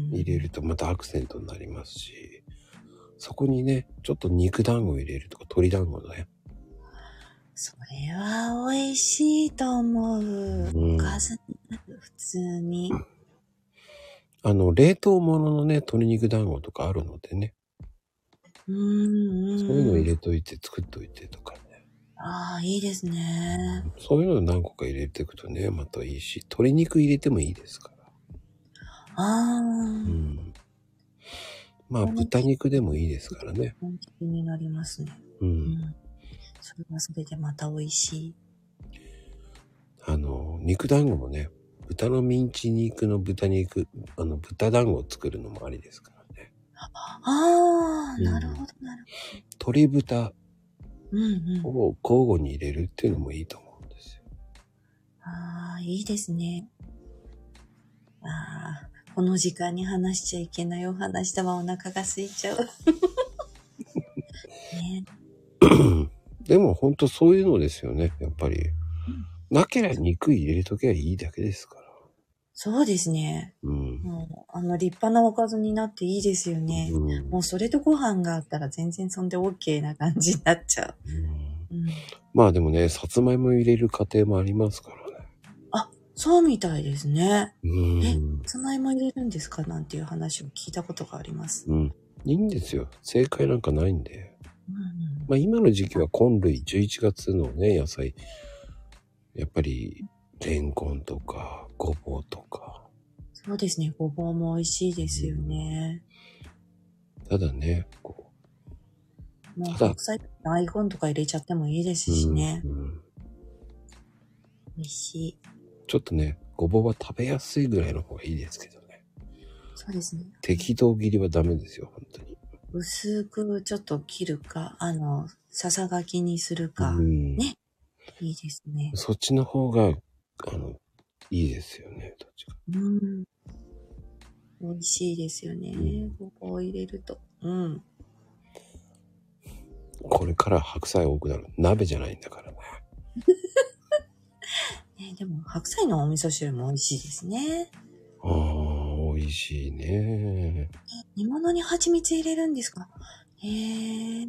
入れるとまたアクセントになりますし、そこにね、ちょっと肉団子入れるとか鶏団子だよ。 それは美味しいと思う。うん、おかずになる、普通に。 あの、冷凍物のね、鶏肉団子とかあるのでね。 うんうん、 そういうの入れといて作っといてとかね。 ああ、いいですね。 そういうの何個か入れていくとね、またいいし、鶏肉入れてもいいですから。 ああ。うん。 まあ、豚肉でもいいですからね。 気になりますね。うん。うん、それはそれでまた美味しい。 あの、肉団子もね、豚のミンチ肉の豚肉、あの、豚団子を作るのもありですからね。 ああ、なるほど、なるほど。 鶏豚を交互に入れるっていうのもいいと思うんですよ。 ああ、いいですね。ああ、この時間に話しちゃいけないお話だわ、お腹が空いちゃう。 ね、でも本当そういうのですよね、やっぱり。うん、なければ肉入れとけばいいだけですから。 そうですね。うん。もう、あの、立派なおかずになっていいですよね。うん、もうそれとご飯があったら全然そんで OK な感じになっちゃう。 うんうん、まあでもね、さつまいも入れる家庭もありますからね。 あ、そうみたいですね。 うん、 え、さつまいも入れるんですかなんていう話を聞いたことがあります。 うん。いいんですよ。正解なんかないんで。うんうん、まあ今の時期は昆類、じゅういちがつのね、野菜。やっぱり、レンコンとか、ごぼうとか。 そうですね。ごぼうも美味しいですよね。 ただね、こう。もう白菜、大根とか入れちゃってもいいですしね。うんうん、美味しい。 ちょっとね、ごぼうは食べやすいぐらいの方がいいですけどね。 そうですね。 適当切りはダメですよ、本当に。 薄くちょっと切るか、あの、ささがきにするか、うん、ね。いいですね。 そっちの方が、あの、いいですよね、どっちか。 うん。美味しいですよね。ごぼうを入れると。うん。 これから白菜多くなる。鍋じゃないんだからね。 ね、でも白菜のお味噌汁も美味しいですね。 ああ、美味しいね。 煮物に蜂蜜入れるんですか？へえ。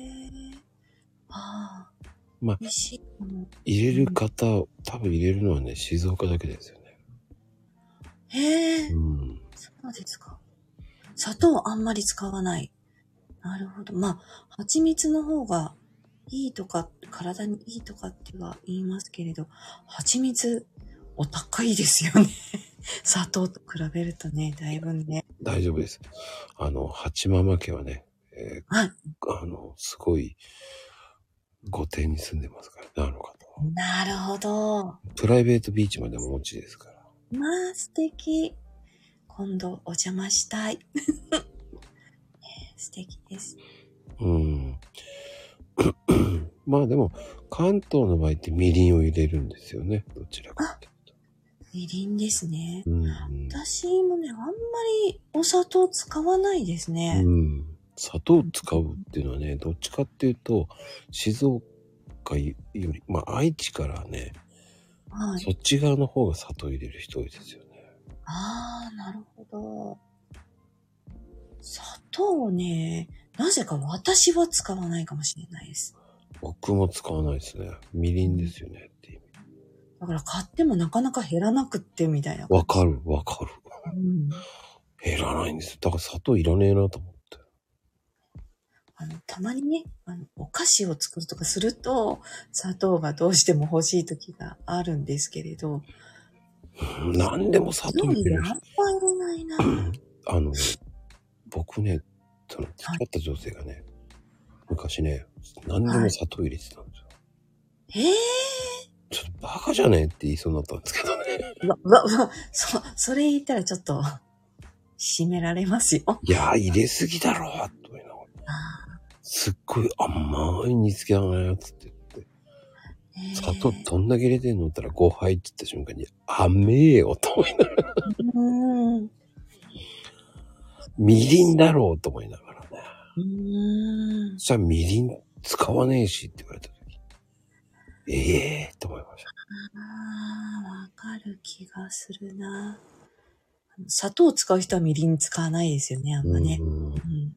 ああ。 まあ、入れる方、うん、多分入れるのはね、静岡だけですよね。 へえ。うん。そうですか。砂糖あんまり使わない。なるほど。まあ、蜂蜜の方がいいとか、体にいいとかっては言いますけれど、蜂蜜お高いですよね。砂糖と比べるとね、だいぶね。 大丈夫です。あの、八ママ家はね、えー、はい。あの、すごい、ごてんに住んでますからね、あの方。 なるほど。 プライベートビーチまでお持ちですから。 まあ、素敵。今度お邪魔したい。素敵です。 うん。まあでも、関東の場合ってみりんを入れるんですよね。どちらかっていうと。 みりんですね。 うん。 私もね、あんまりお砂糖使わないですね。 うん。砂糖使うっていうのはね、どっちかっていうと、静岡より、まあ愛知からね、 はい。 そっち側の方が砂糖入れる人多いですよね。 ああ、なるほど。砂糖をね、なぜか私は使わないかもしれないです。 僕も使わないですね。みりんですよねっていう。 だから買ってもなかなか減らなくってみたいな感じ。 わかる、わかる。 うん。 減らないんですよ。だから砂糖いらねえなと思って。 あの、たまにね、あの、お菓子を作るとかすると、砂糖がどうしても欲しい時があるんですけれど、 うん、何でも砂糖料理であん入れるま入れないな。 あの、僕ね、その、付き合った女性がね、昔ね、何でも砂糖入れてたんですよ。 ええー、ちょっとバカじゃねえって言いそうになったんですけどね。 ー。わ、わ、わ、そ、それ言ったらちょっと、締められますよ。 いやー、入れすぎだろーと言いながら。すっごい甘い煮付けだね、つって言って。 えー、 砂糖どんだけ入れてんのって言ったらごはいって言った瞬間に、甘えよと思いながら。 うーん。 みりんだろうと思いながらね。 うーん。 そしたらみりん使わねえしって言われた時、ええー、と思いました。 ああ、わかる気がするな。砂糖を使う人はみりん使わないですよね、あんまね。 うん、うん。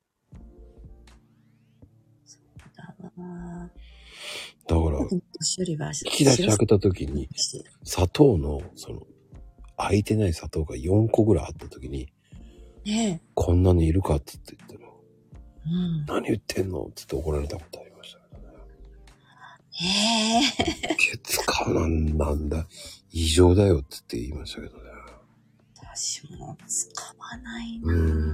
そうだわ。 だから、引き出し開けた時に、砂糖の、その、空いてない砂糖がよんこぐらいあった時に、 ねえ、こんなのいるかって言っても、 うん、 何言ってんのって言って怒られたことありましたけどね。 へえ。 使うなんなんだ。異常だよって言って言いましたけどね。 私も使わないな。 うーん。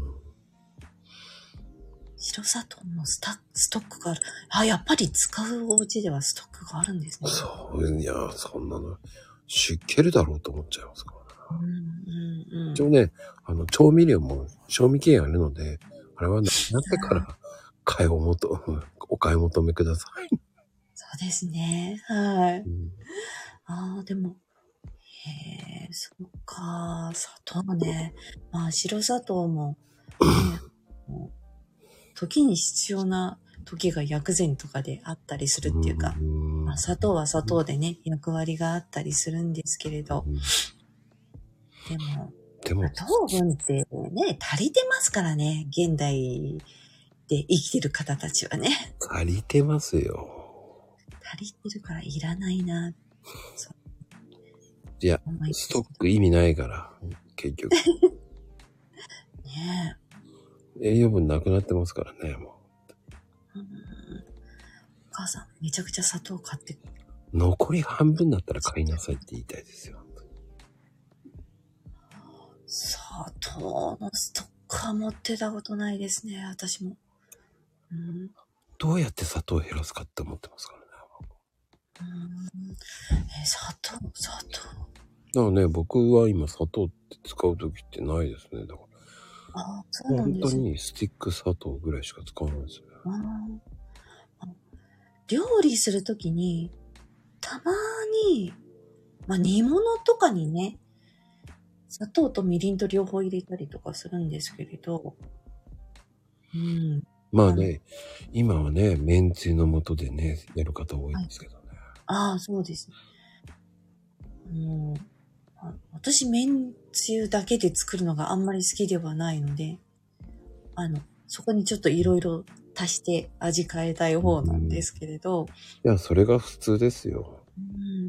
白砂糖のスタストックがある。あ、やっぱり使うお家ではストックがあるんですね。 そう、いや、そんなの、湿気るだろうと思っちゃいますから。 うんうんうん。 一応ね、あの、調味料も賞味期限あるので、あれはなってから買いおもと、お買い求めください。 そうですね。はい。 うん、 ああ、でも、へえ、そっか。砂糖ね。まあ、白砂糖も、ね、もう時に必要な時が薬膳とかであったりするっていうか、 うんまあ、砂糖は砂糖でね、役割があったりするんですけれど、 うん、 でも、 でも、 糖分ってね、足りてますからね、現代で生きてる方たちはね。 足りてますよ。 足りてるからいらないな。 いや、ストック意味ないから、結局。 ねえ。栄養分なくなってますからね、もう。うん、お母さん、めちゃくちゃ砂糖買ってくる。 残り半分だったら買いなさいって言いたいですよ。 砂糖のストックは持ってたことないですね、私も。うん、 どうやって砂糖を減らすかって思ってますからね。 うん、え、砂糖、砂糖。 だからね、僕は今砂糖って使うときってないですね。だから。 あ、そうなんですね。 本当にスティック砂糖ぐらいしか使わないですよね。 あ、料理するときに、たまに、まあ、煮物とかにね、砂糖とみりんと両方入れたりとかするんですけれど、うん。 まあね、あ今はね、めんつゆの素でね、やる方多いんですけどね。はい、 ああ、そうです。もう、私、めんつゆだけで作るのがあんまり好きではないので、あの、そこにちょっといろいろ足して味変えたい方なんですけれど。 いや、それが普通ですよ。 うん、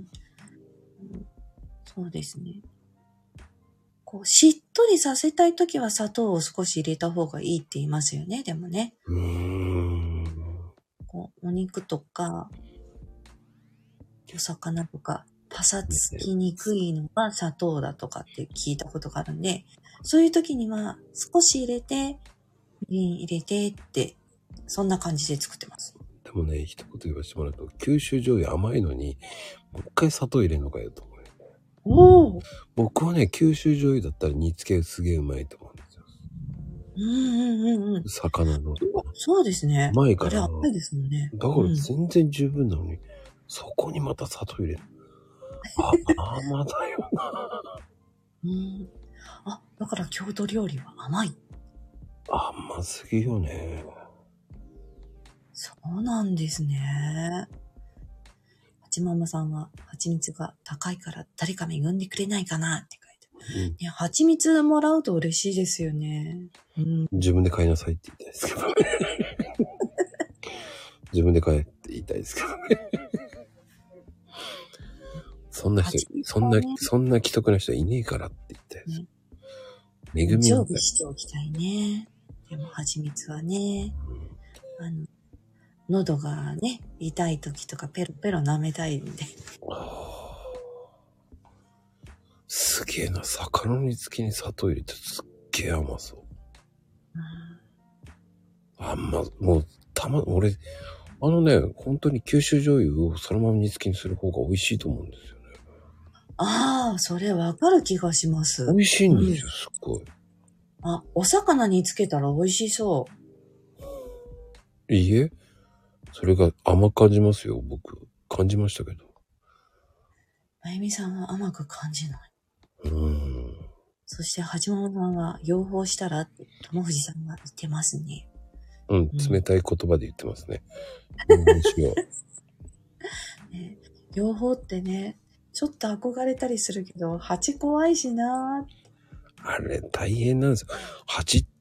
そうですね。こう、しっとりさせたいときは砂糖を少し入れた方がいいって言いますよね、でもね。 うーん。 こう、お肉とか、お魚とか、パサつきにくいのが砂糖だとかって聞いたことがあるんで、そういう時には少し入れて、みりん入れてって、そんな感じで作ってます。 でもね、一言言わせてもらうと、九州醤油甘いのに、もう一回砂糖入れるのかよと思う。 おー。 僕はね、九州醤油だったら煮付けすげえうまいと思うんですよ。 うんうんうんうん。 魚の。 そうですね。 甘いから。 あれ甘いですもんね。 だから全然十分なのに、うん、そこにまた砂糖入れる。 あ、甘だよな。 うん。あ、だから郷土料理は甘い。 甘すぎよね。 そうなんですね。はちママさんは、蜂蜜が高いから誰か恵んでくれないかなって書いてある。うん、ね、蜂蜜もらうと嬉しいですよね。うん、 自分で買いなさいって言いたいですけどね。自分で買えって言いたいですけどね。そんな人、ね、そんな、そんな既得な人いねえからって言って。ね、恵み常備しておきたいね。でも蜂蜜はね、うん、あの、喉がね、痛い時とかペロペロ舐めたいんで。 すげえな、魚の煮付けに砂糖入れてすっげえ甘そう。うん、あんま、もう、たま、俺、あのね、本当に九州醤油をそのまま煮付けにする方が美味しいと思うんですよね。 ああ、それわかる気がします。 美味しいんですよ、うん、すっごい。 あ、お魚につけたら美味しそう。 いいえ、それが甘く感じますよ、僕。感じましたけど。 まゆみさんは甘く感じない。 うーん。 そして、はちままさんは、養蜂したらって、ともふじさんが言ってますね。 うん、冷たい言葉で言ってますね。どうしよう。ね、養蜂ってね、ちょっと憧れたりするけど、蜂怖いしなー。あれ、大変なんですよ。蜂って、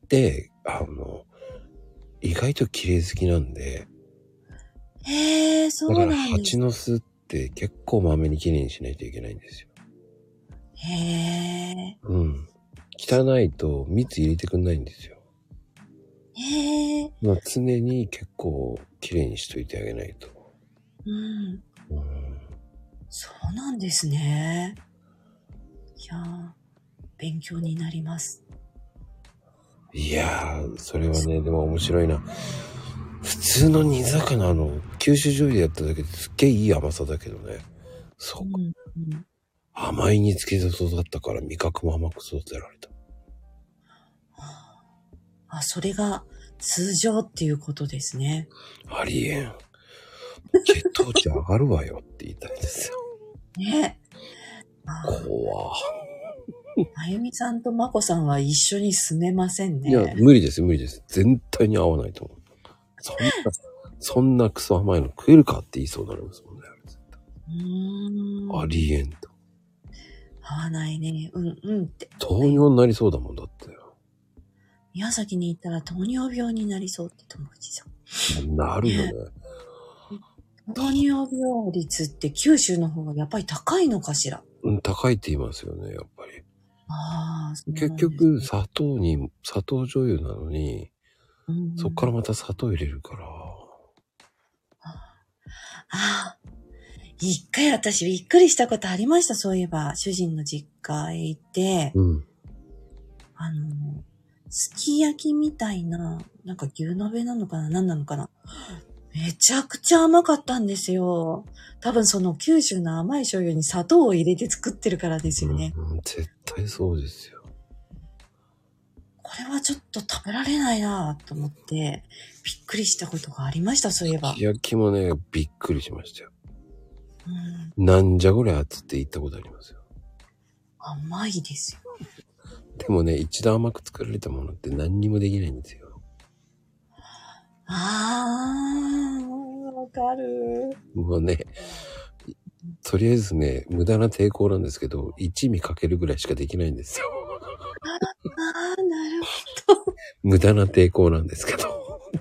あの、意外と綺麗好きなんで。 へえ、そうなんです。 だから蜂の巣って結構まめに綺麗にしないといけないんですよ。 へえ。 うん。汚いと蜜入れてくんないんですよ。 へえ。 まあ、常に結構綺麗にしといてあげないと。 うん。うん。そうなんですね。いやー、勉強になります。 いやー、それはね、でも面白いな。普通の煮魚の九州醤油でやっただけですっげえいい甘さだけどね。そうか。うんうん、甘い煮付けで育ったから味覚も甘く育てられた。 あ、それが通常っていうことですね。 ありえん。血糖値上がるわよって言いたいですよ。 ね。 怖あゆみさんとまこさんは一緒に住めませんね。 いや、無理です、無理です。絶対に合わないと思う。そんな、そんなクソ甘いの食えるかって言いそうになりますもんね。うーん。ありえんと。 合わないね。うんうんって。 糖尿になりそうだもんだって。 宮崎に行ったら糖尿病になりそうって友達さん。 なるよね。 糖尿病率って九州の方がやっぱり高いのかしら。 うん、高いって言いますよね、やっぱり。 ああ、そうなんですね。 結局、砂糖に、砂糖醤油なのに、うんうん、そっからまた砂糖入れるから。 ああ、一回私びっくりしたことありました。そういえば、主人の実家へ行って、うん、あの、すき焼きみたいな、なんか牛鍋なのかな何なのかなめちゃくちゃ甘かったんですよ。多分その九州の甘い醤油に砂糖を入れて作ってるからですよね。 うん、絶対そうですよ。 これはちょっと食べられないなと思って、びっくりしたことがありました、そういえば。 すき焼きもね、びっくりしましたよ。うん、なんじゃこりゃっつって言ったことありますよ。 甘いですよ。 でもね、一度甘く作られたものって何にもできないんですよ。 あー、わかる。 もうね、とりあえずね、無駄な抵抗なんですけど、一味かけるぐらいしかできないんですよ。 あー、なるほど。 無駄な抵抗なんですけど。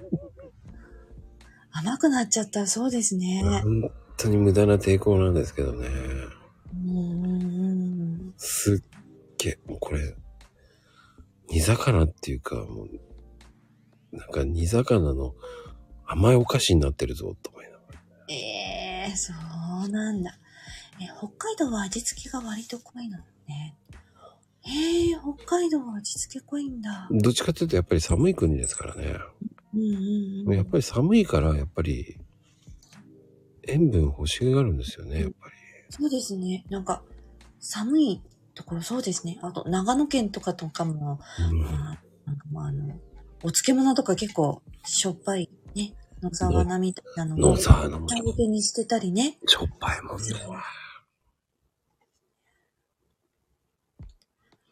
甘くなっちゃった、そうですね。 本当に無駄な抵抗なんですけどね。 うーん。 すっげえ、もうこれ、煮魚っていうか、もう、なんか煮魚の甘いお菓子になってるぞ、と思いながら。 ええー、そうなんだ。え、北海道は味付けが割と濃いのね。ええー、北海道は味付け濃いんだ。 どっちかっていうとやっぱり寒い国ですからね。うんうんうん、やっぱり寒いから、やっぱり、塩分欲しがるんですよね、やっぱり。 そうですね。なんか、寒いところそうですね。あと、長野県とかとかも、うん、あなんかまあ、あの、お漬物とか結構しょっぱいね。野沢菜みたいなのを、 野沢菜も茶漬けにしてたりね。 しょっぱいもんね。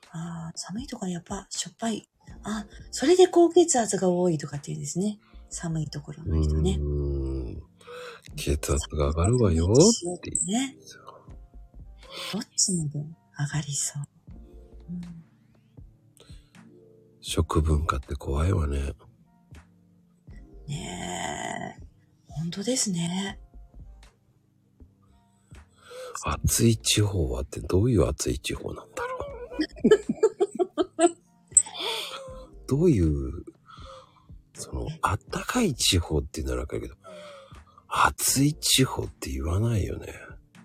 ああ、寒いところやっぱしょっぱい。あ、それで高血圧が多いとかって言うんですね。寒いところの人ね。 うーん。血圧が上がるわよ塩って言ね。どっちもで上がりそう。うん、 食文化って怖いわね。 ねえ。本当ですね。 暑い地方はってどういう暑い地方なんだろう。どういう、その、あったかい地方ってならわかるけど、暑い地方って言わないよね。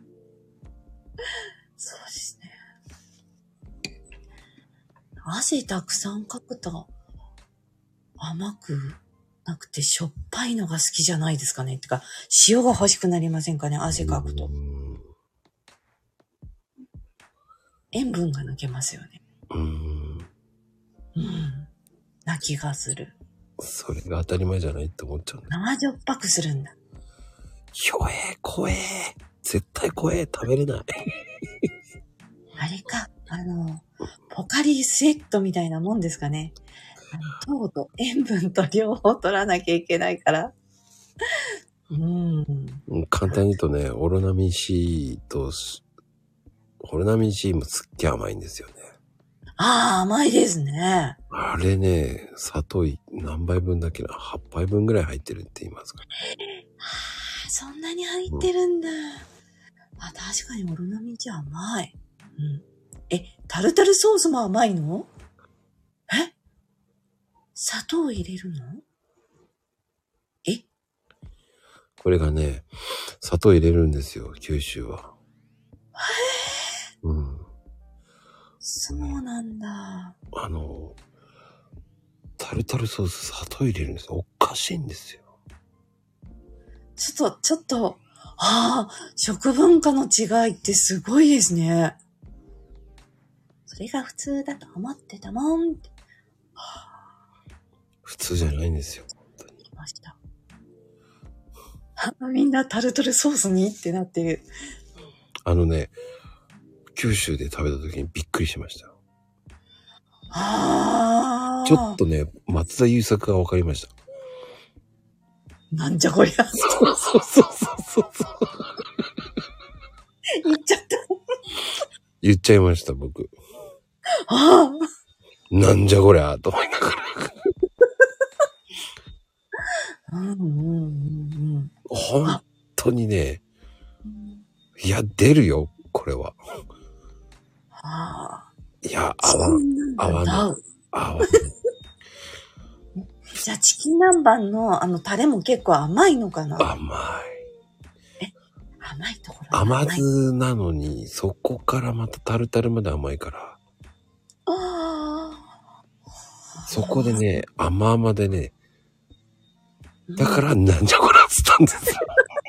そうですね。汗たくさんかくと甘くなくてしょっぱいのが好きじゃないですかね。ってか、塩が欲しくなりませんかね、汗かくと。塩分が抜けますよね。 うーん。 うん。な気がする。 それが当たり前じゃないって思っちゃうんだ。 生じょっぱくするんだ。 ひょえ、怖え。絶対怖え。食べれない。 あれか、あの、ポカリスエットみたいなもんですかね。あの糖と塩分と両方取らなきゃいけないから。うん。 簡単に言うとね、オロナミン C と、オロナミン C もすっげえ甘いんですよね。 ああ、甘いですね。 あれね、砂糖何杯分だっけな ?はち 杯分ぐらい入ってるって言いますか。 はあ、そんなに入ってるんだ。うん、あ、確かにオロナミン C 甘い。うん。え、タルタルソースも甘いの？え？砂糖入れるの？え？ これがね、砂糖入れるんですよ、九州は。へぇー。うん。 そうなんだ。 あの、タルタルソース砂糖入れるんですよ。おかしいんですよ。 ちょっと、ちょっと、ああ、食文化の違いってすごいですね。それが普通だと思ってたもんって。はあ、 普通じゃないんですよ。本当に。 ました。みんなタルタルソースにってなってる。 あのね、九州で食べた時にびっくりしました。 ああ。 ちょっとね、松田優作が分かりました。 なんじゃこりゃ。 そうそうそうそうそう。 言っちゃった。 言っちゃいました、僕。 ああ。 なんじゃこりゃ、と思いながら。 うんうんうんうん。 本当にね、いや、出るよ、これは。 ああ。 いや、合わん、合わない。合わない。 じゃあ、チキン南蛮のあのタレも結構甘いのかな？ 甘い。 え、甘いところ甘甘酢なのに、そこからまたタルタルまで甘いから。 ああ。 そこでね、甘々でね、だからなんじゃこらっつったんですよ。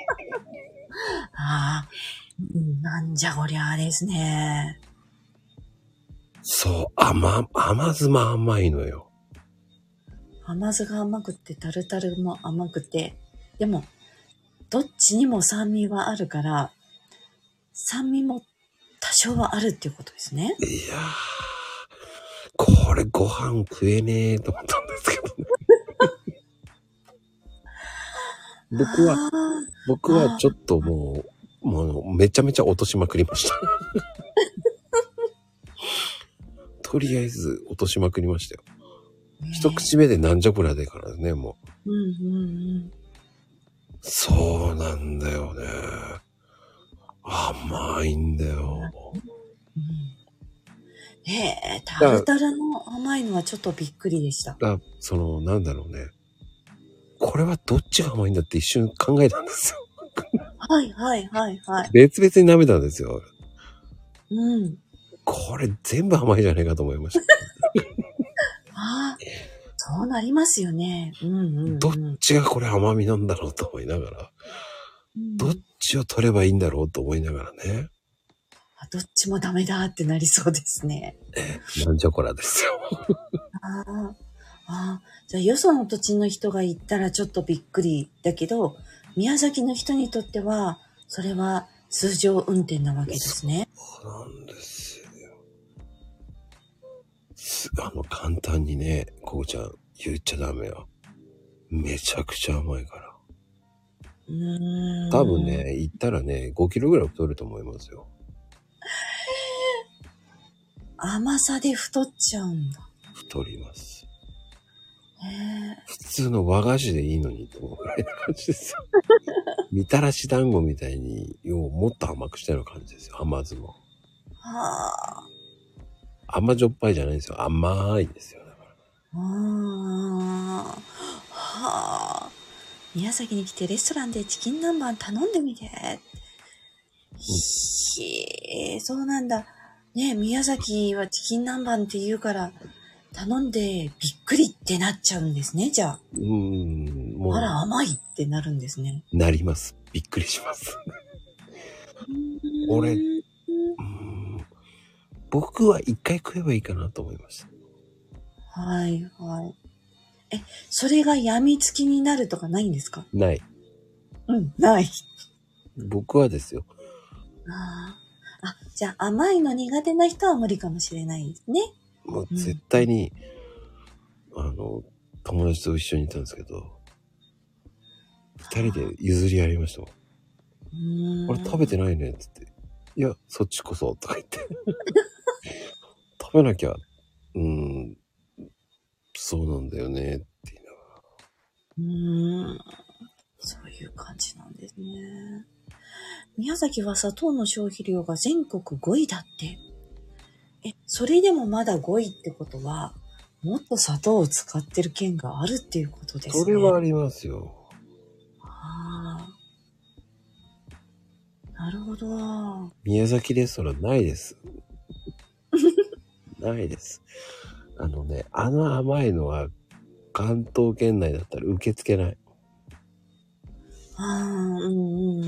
ああ、なんじゃこりゃあですね。 そう、甘、甘酢も甘いのよ。 甘酢が甘くて、タルタルも甘くて、でも、どっちにも酸味はあるから、酸味も多少はあるっていうことですね。 いやー、これご飯食えねえと思ったんですけどね。僕は、僕はちょっともう、もうめちゃめちゃ落としまくりました。とりあえず落としまくりましたよ。一口目でなんじゃこらでからね、もう。うんうんうん。 そうなんだよね。甘いんだよ。 うん、へえ、タルタルの甘いのはちょっとびっくりでした。 だその、なんだろうね。これはどっちが甘いんだって一瞬考えたんですよ。 はいはいはいはい。 別々に舐めたんですよ。 うん。 これ全部甘いじゃねえかと思いました。 ああ、そうなりますよね。うんうん、うん。 どっちがこれ甘みなんだろうと思いながら、うん、どっちを取ればいいんだろうと思いながらね。 どっちもダメだってなりそうですね。 え、なんじゃこらですよ。 ああ、ああ、じゃあよその土地の人が行ったらちょっとびっくりだけど、宮崎の人にとってはそれは通常運転なわけですね。 そうなんですよ。 す、あの、簡単にね、こうちゃん、言っちゃダメよ。めちゃくちゃ甘いから。 うーん。 多分ね、行ったらね、ごキロぐらい太ると思いますよ。 甘さで太っちゃうんだ。 太ります。 へえ。 普通の和菓子でいいのにと思うぐらいな感じですよ。みたらし団子みたいに、ようもっと甘くしたような感じですよ。甘酢も。 はあ。 甘じょっぱいじゃないんですよ。甘いんですよ。だから。 ああ。はあ。宮崎に来てレストランでチキン南蛮頼んでみて。ひえ、そうなんだ。ね、宮崎はチキン南蛮って言うから、頼んでびっくりってなっちゃうんですね、じゃあ。 うーん、もう。 あら、甘いってなるんですね。 なります。びっくりします。俺、うーん、僕は一回食えばいいかなと思いました。 はいはい。え、それが病みつきになるとかないんですか？ ない。 うん、ない。 僕はですよ。 ああ、じゃあ甘いの苦手な人は無理かもしれないですね。 もう絶対に、うん、あの、友達と一緒にいたんですけど、二人で譲り合いましたもん。 うーん。 俺食べてないねって言って、いや、そっちこそとか言って。食べなきゃ、うーん、そうなんだよねって言いながら。 うーん。そういう感じなんですね。宮崎は砂糖の消費量が全国ごいだって。え、それでもまだごいってことは、もっと砂糖を使ってる県があるっていうことですね。 それはありますよ。 ああ。なるほど。 宮崎レストランないです。ないです。あのね、あの甘いのは関東圏内だったら受け付けない。 ああ、うんうんうんうんうん。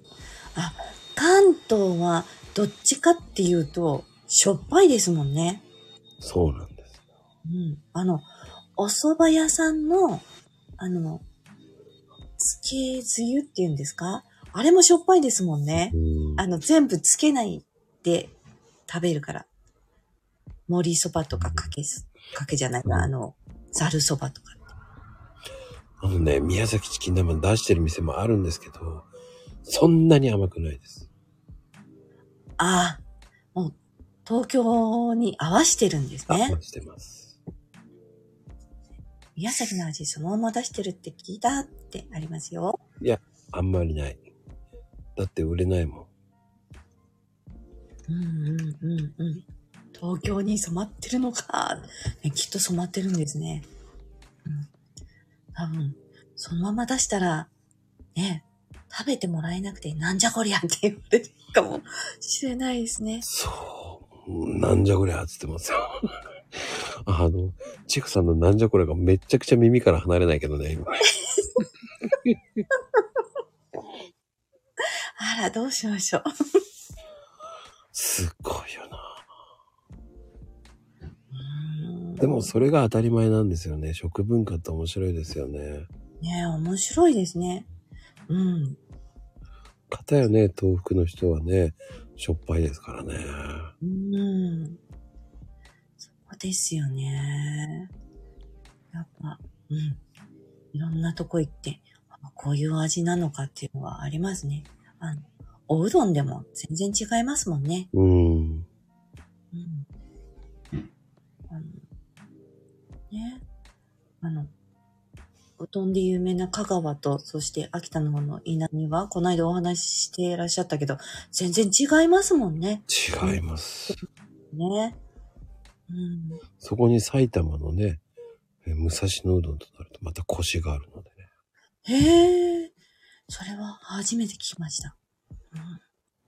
あ、関東はどっちかっていうと、しょっぱいですもんね。 そうなんです。 うん。あの、お蕎麦屋さんの、あの、つけつゆっていうんですか？あれもしょっぱいですもんね。あの、全部つけないで食べるから。盛りそばとかかけす、かけじゃないな、あの、ざるそばとか。 あのね、宮崎チキン南蛮出してる店もあるんですけど、そんなに甘くないです。 ああ、もう、東京に合わしてるんですね。 合わしてます。 宮崎の味そのまま出してるって聞いたってありますよ。 いや、あんまりない。だって売れないもん。 うんうんうんうん。東京に染まってるのか、ね。きっと染まってるんですね。うん、多分、そのまま出したら、ね、食べてもらえなくて、なんじゃこりゃって言われるかもしれないですね。 そう。なんじゃこりゃっつってますよ。あの、チクさんのなんじゃこりゃがめちゃくちゃ耳から離れないけどね、今。 あら、どうしましょう。 すっごいよな。でもそれが当たり前なんですよね。食文化って面白いですよね。 ねえ、面白いですね。うん。 かたやね、東北の人はね、しょっぱいですからね。 うん。そうですよね。やっぱ、うん。いろんなとこ行って、こういう味なのかっていうのはありますね。あの、おうどんでも全然違いますもんね。 うん。 うん。あのね。あの、うどんで有名な香川と、そして秋田の方の稲荷は、この間お話ししていらっしゃったけど、全然違いますもんね。 違います。 ね。うん。 そこに埼玉のね、武蔵野うどんとなるとまたコシがあるのでね。 へえ。それは初めて聞きました。うん、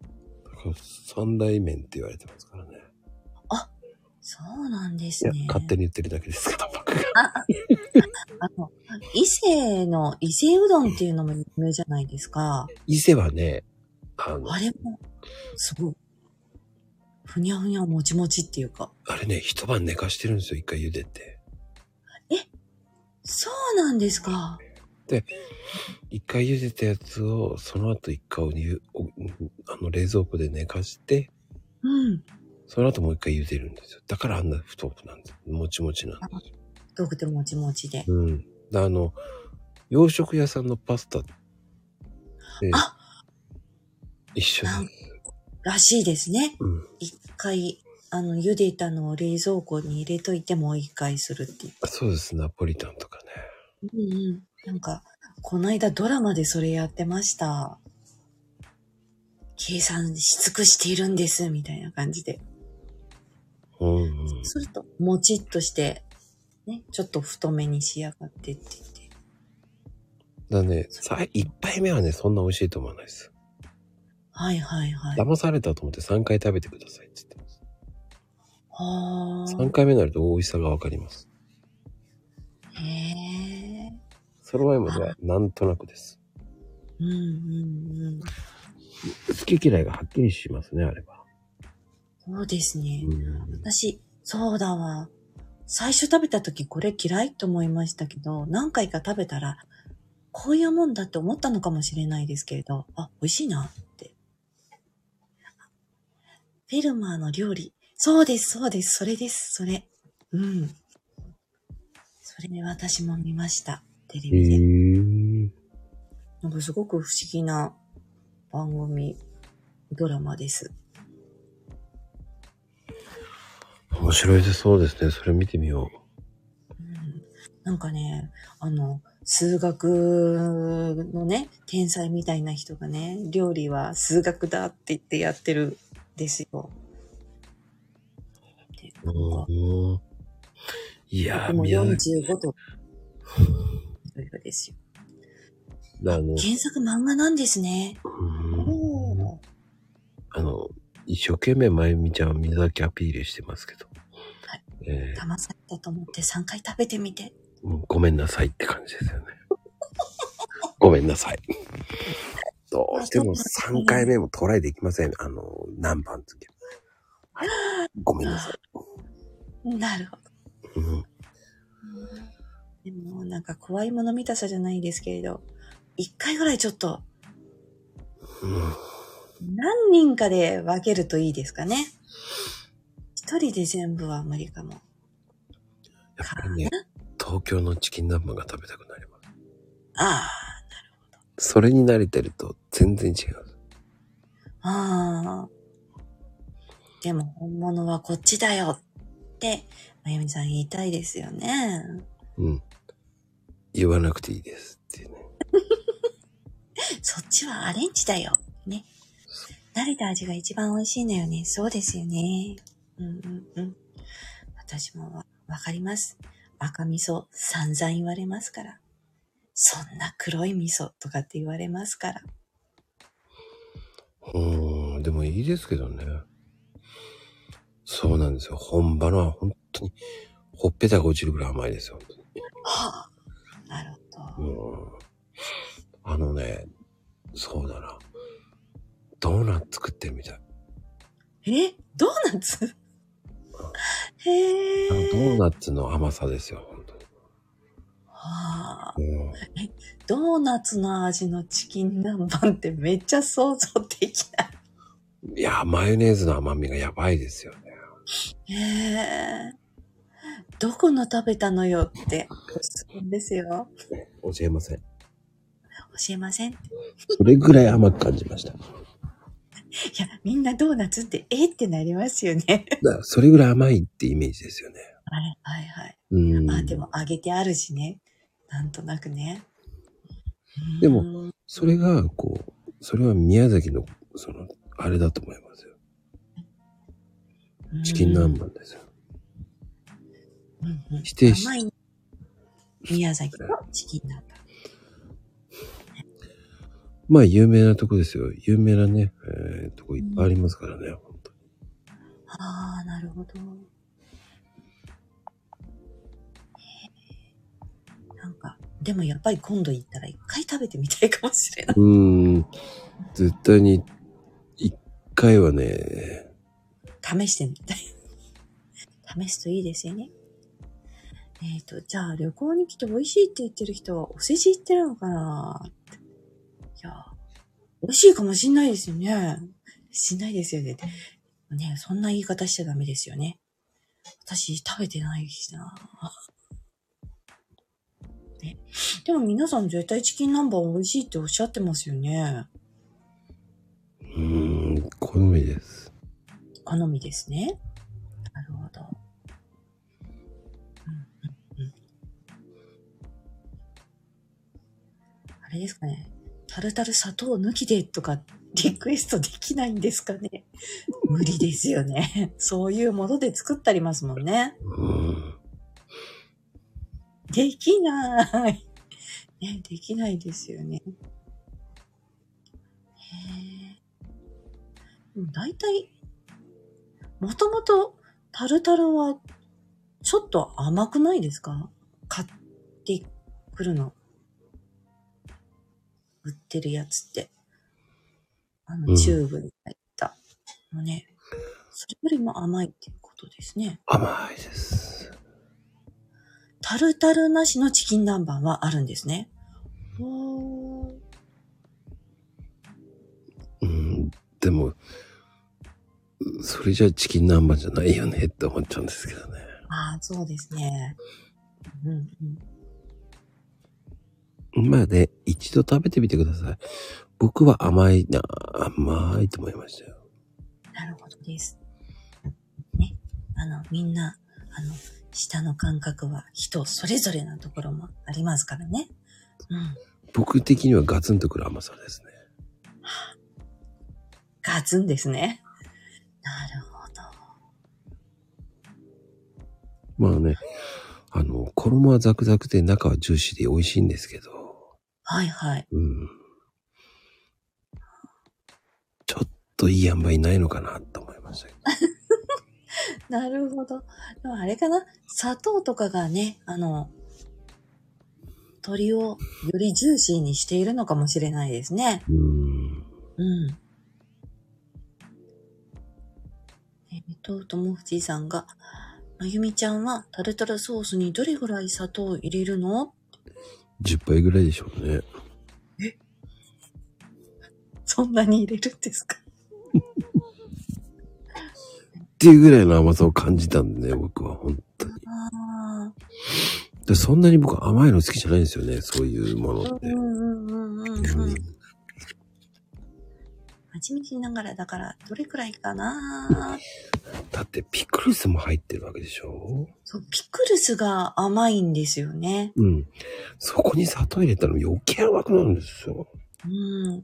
だから三大麺って言われてますからね。 あ、そうなんですね。 いや、勝手に言ってるだけですけど、僕が。 あ、あの、伊勢の伊勢うどんっていうのも有名じゃないですか。 伊勢はね、あの、 あれも、すごい。ふにゃふにゃもちもちっていうか。 あれね、一晩寝かしてるんですよ、一回茹でて。 え、そうなんですか。 で、一回茹でたやつを、その後一回お湯、あの、冷蔵庫で寝かして、 うん。 その後もう一回茹でるんですよ。だからあんな太くなんです。もちもちなんです。 太くてもちもちで。 うん。であの、洋食屋さんのパスタって、 あ一緒です。 らしいですね。 うん。 一回、あの、茹でたのを冷蔵庫に入れといてもう一回するっていう。 そうです。ナポリタンとかね。 うんうん。なんか、この間ドラマでそれやってました。計算し尽くしているんです、みたいな感じで。 うんうん。 そうすると、もちっとして、ね、ちょっと太めに仕上がってって言って。 だね、さ、一杯目はね、そんな美味しいと思わないです。 はいはいはい。 騙されたと思ってさんかい食べてくださいって言ってます。 はさんかいめになると美味しさがわかります。 ー。へー。 その前まではなんとなくです。 うんうんうん。 好き嫌いがはっきりしますね、あれば。 そうですね。 うん、 私、そうだわ。最初食べた時これ嫌いと思いましたけど、何回か食べたら、こういうもんだって思ったのかもしれないですけれど、あ、美味しいなって。フェルマーの料理。そうです、そうです、それです、それ。うん。それね、私も見ました。テレビで。 へー。 なんかすごく不思議な番組、ドラマです。 面白いです。そうですね。それ見てみよう。 うん、なんかね、あの、数学のね、天才みたいな人がね、料理は数学だって言ってやってるんですよ。で、なんか、 うん、いやー、 もう宮崎。 よんじゅうごと、そういうですよ。あ、 あの、 原作漫画なんですね。おー。 あの、一生懸命まゆみちゃんは宮崎アピールしてますけど。 はい。 え騙されたと思ってさんかい食べてみて。 ー、もうごめんなさいって感じですよね。ごめんなさい。どうしてもさんかいめもトライできません。あの、何番の時は。はい。ごめんなさい。 なるほど。 うん、 でも、なんか怖いもの見たさじゃないですけれど、いっかいぐらいちょっと、 うん、 何人かで分けるといいですかね。一人で全部は無理かも。 やっぱりね、東京のチキン南蛮が食べたくなります。 ああ、なるほど。 それに慣れてると全然違う。 ああ。でも本物はこっちだよって、まゆみさん言いたいですよね。 うん。言わなくていいですっていうね。 そっちはアレンジだよ。ね。慣れた味が一番美味しいのよね。そうですよね。うんうんうん。私もわ、わかります。赤味噌散々言われますから。そんな黒い味噌とかって言われますから。 うーん、でもいいですけどね。そうなんですよ。本場のは本当に、ほっぺたが落ちるぐらい甘いですよ。本当に。 はあ、なるほど。 うん。あのね、そうだな。ドーナツ作ってるみたい。 えドーナツへあのドーー。 ナツの甘さですよ、本当に。 はあ。 うん、 え、ドーナツの味のチキン南蛮ってめっちゃ想像できない。 いや、マヨネーズの甘みがやばいですよね。 へえ。どこの食べたのよって質問ですよ。 教えません。 教えません。いそれぐらい甘く感じました。 や、みんなドーナツってえってなりますよね。 だからそれぐらい甘いってイメージですよね。 はいはいはい。 うん。 あ、でも揚げてあるしね。なんとなくね。 でも、それが、こう、それは宮崎の、その、あれだと思いますよ。チキン南蛮ですよ。 うんうん、 否定し、 甘い宮崎のチキン南蛮。 まあ、有名なとこですよ。有名なね、えー、とこいっぱいありますからね、うん、本当に。 ああ、なるほど。なんか、でもやっぱり今度行ったら一回食べてみたいかもしれない。 うーん。絶対に、一回はね、 試してみたい。試すといいですよね。えっと、じゃあ旅行に来て美味しいって言ってる人はお世辞言ってるのかな？いや、美味しいかもしんないですよね。しないですよね。 ね、そんな言い方しちゃダメですよね。私食べてないしな。ね、でも皆さん絶対チキン南蛮美味しいっておっしゃってますよね。 うーん、好みです。 好みですね。なるほど。うんうんうん、あれですかね。タルタル砂糖抜きでとかリクエストできないんですかね。無理ですよね。そういうもので作ってありますもんね。 うん、 できない。ね、できないですよね。へぇ。だいたい、もともとタルタルはちょっと甘くないですか？買ってくるの。売ってるやつって。あの、チューブに入ったのね。それよりも甘いっていうことですね。 甘いです。 タルタルなしのチキン南蛮はあるんですね。おー。 うん、でも、それじゃチキン南蛮じゃないよねって思っちゃうんですけどね。 ああ、そうですね。うんうん。まあね、一度食べてみてください。僕は甘いな、甘いと思いましたよ。 なるほどです。ね。あの、みんな、あの、舌の感覚は人それぞれなところもありますからね。うん。 僕的にはガツンとくる甘さですね。 ガツンですね。なるほど。 まあね、あの、衣はザクザクで中はジューシーで美味しいんですけど。 はいはい。 うん。ちょっといい塩梅ないのかなと思いましたけど。 なるほど。でもあれかな、砂糖とかがね、あの、鶏をよりジューシーにしているのかもしれないですね。 うーん。 うん。えっと、ともふじさんが、まゆみちゃんはタルタルソースにどれぐらい砂糖を入れるの？ じゅっぱいぐらいでしょうね。 え？そんなに入れるんですか？ っていうぐらいの甘さを感じたんでね、僕は本当に。 ああ。 でそんなに僕甘いの好きじゃないんですよね、そういうものって。 うんうんうんうんうん。 うん、 味見しながらだからどれくらいかな。 だってピクルスも入ってるわけでしょ？ そう、ピクルスが甘いんですよね。 うん。そこに砂糖入れたら余計甘くなるんですよ。 うん。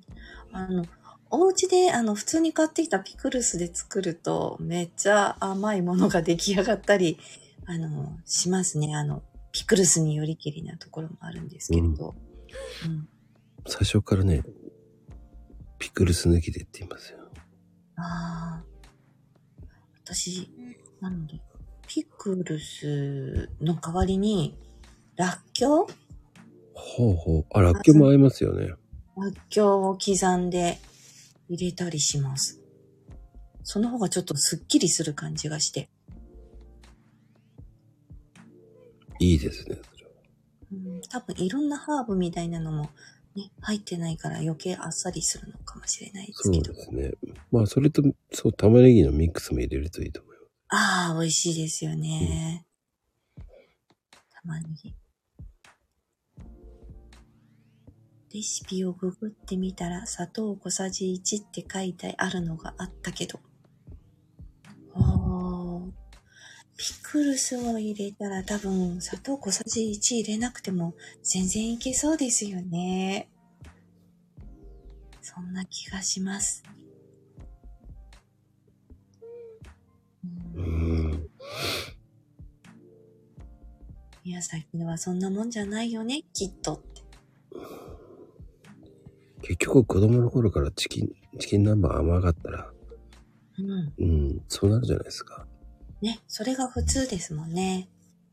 あの、お家であの普通に買ってきたピクルスで作るとめっちゃ甘いものが出来上がったり、あの、しますね。あの、ピクルスによりけりなところもあるんですけれど。うん。うん、 最初からね、ピクルス抜きでって言いますよ。 ああ。私、なので、ピクルスの代わりに、らっきょう？ ほうほう。あ、らっきょうも合いますよね。 らっきょうを刻んで入れたりします。その方がちょっとスッキリする感じがして。 いいですね、それは。 うん、多分いろんなハーブみたいなのもね、入ってないから余計あっさりするのかもしれないですけど。 そうですね。まあ、それと、そう、玉ねぎのミックスも入れるといいと思います。 ああ、美味しいですよね。うん、玉ねぎ。レシピをググってみたら砂糖小さじいちって書いてあるのがあったけど。おー、ピクルスを入れたら多分砂糖小さじいち入れなくても全然いけそうですよね。そんな気がします。 うーん。 宮崎のはそんなもんじゃないよね、きっとって。 結局子供の頃からチキン、チキン南蛮甘かったら、 うん。 うん、そうなるじゃないですか。 ね、それが普通ですもんね。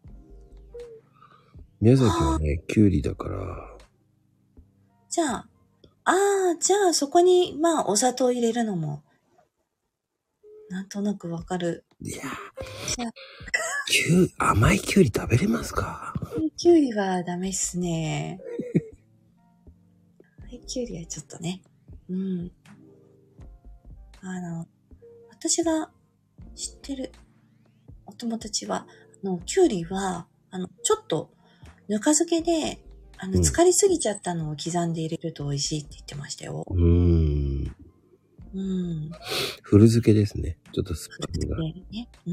宮崎はね、キュウリだから。 じゃあ、ああ、じゃあそこに、まあお砂糖入れるのも、なんとなくわかる。 いやじゃあ、 キュウ、甘いキュウリ食べれますか？ キュウリはダメっすね。キュウリはちょっとね。うん。あの、私が知ってるお友達は、あの、キュウリは、あの、ちょっと、ぬか漬けで、あの、 うん浸かりすぎちゃったのを刻んで入れると美味しいって言ってましたよ。 うーん。 うん。 古漬けですね。ちょっと酸っぱみが。 ね。うん。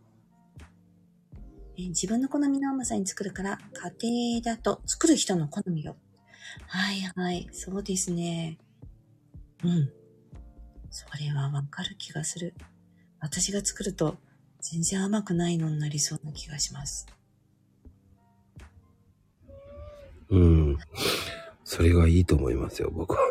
え自分の好みの甘さに作るから、家庭だと作る人の好みよ。はいはい。そうですね。うん。それはわかる気がする。私が作ると全然甘くないのになりそうな気がします。 うん。それがいいと思いますよ、僕は。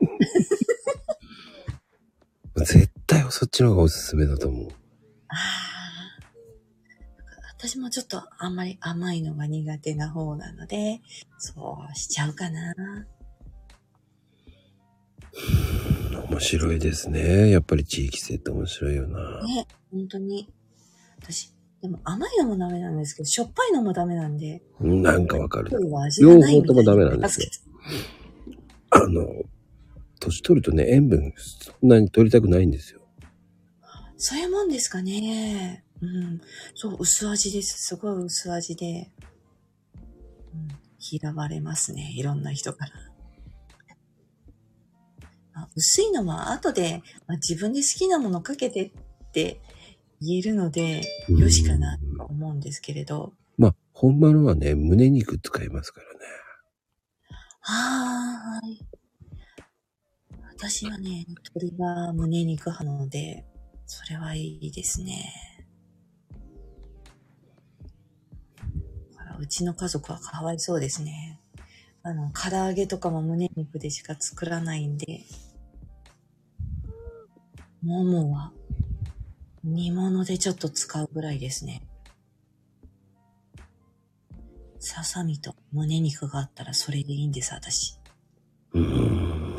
絶対そっちの方がおすすめだと思う。 ああ。私もちょっとあんまり甘いのが苦手な方なので、そうしちゃうかな。 面白いですね。やっぱり地域性って面白いよな。 ね、本当に。私、でも甘いのもダメなんですけど、しょっぱいのもダメなんで。 なんかわかる。 両方ともダメなんですよ。あの、年取るとね、塩分そんなに取りたくないんですよ。 そういうもんですかね。うん。そう、薄味です。すごい薄味で。うん、嫌われますね。いろんな人から。まあ、薄いのは後で、まあ、自分で好きなものかけてって言えるので、よしかなと思うんですけれど。 まあ、本丸はね、胸肉使いますからね。 はーい。私はね、鶏は胸肉派なので、それはいいですね。うちの家族はかわいそうですね。あの、唐揚げとかも胸肉でしか作らないんで、ももは煮物でちょっと使うぐらいですね。ささみと胸肉があったらそれでいいんです、私。 うーん。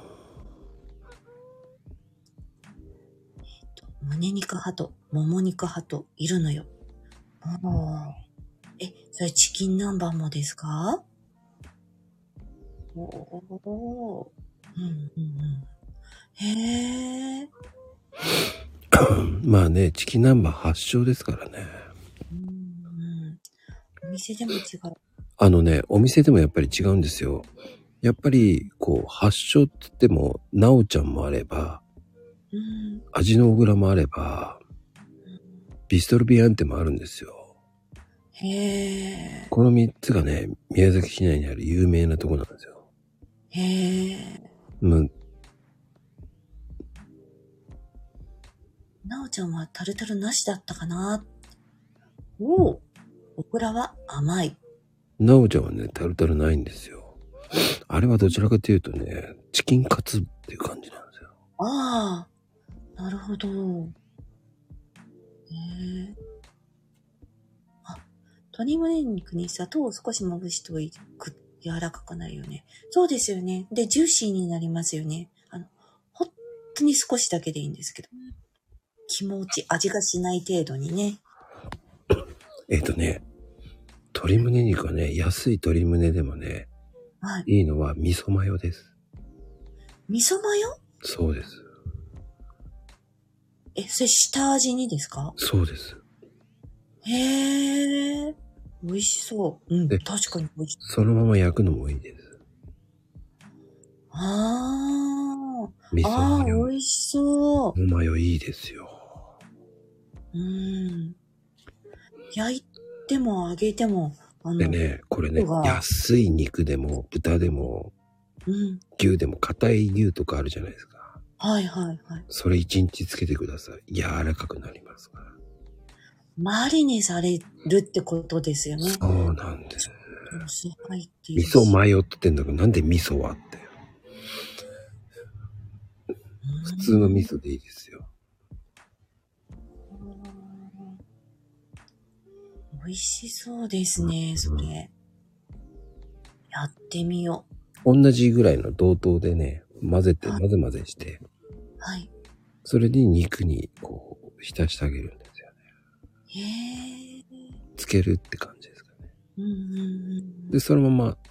えっと、胸肉派ともも肉派といるのよ。もう。え、それチキン南蛮もですか？おお、うんうんうん。へえ。 まあね、チキン南蛮発祥ですからね。 うんうん。お店でも違う。 あのね、お店でもやっぱり違うんですよ。やっぱり、こう、発祥って言っても、なおちゃんもあれば、 うん、 味の小倉もあれば、ビストロビアンテもあるんですよ。 へえ。 この三つがね、宮崎市内にある有名なとこなんですよ。 へえ。 うん。 なおちゃんはタルタルなしだったかな？おお。オクラは甘い。 なおちゃんはね、タルタルないんですよ。あれはどちらかというとね、チキンカツっていう感じなんですよ。 ああ、なるほど。へえ。あ、鶏胸肉に砂糖を少しまぶしておくと柔らかくなるよね。そうですよね。で、ジューシーになりますよね。あの、ほんとに少しだけでいいんですけど。気持ち、味がしない程度にね。 えっとね、鶏胸肉はね、安い鶏胸でもね、 はい。 いいのは味噌マヨです。 味噌マヨ？ そうです。 え、それ下味にですか？ そうです。 へえ、美味しそう。うん、確かに美味しそのまま焼くのもいいです。 あ味あ、ああ、 噌マヨ。 美味しそう。 味噌マヨいいですよ。 うん。焼いても揚げても、あの、 でね、これね、安い肉でも豚でも、 うん、 牛でも硬い牛とかあるじゃないですか。 はいはいはい。それ一日つけてください。柔らかくなりますから。 マリネされるってことですよね。 そうなんです。 味噌マヨって言ってんだけど、なんで味噌はって。普通の味噌でいいですよ。 美味しそうですね、それ。やってみよう。同じぐらいの同等でね、混ぜて、混ぜ混ぜして。 はい。 それに肉にこう、浸してあげるんですよね。へえ。 つけるって感じですかね。 うんうんうん。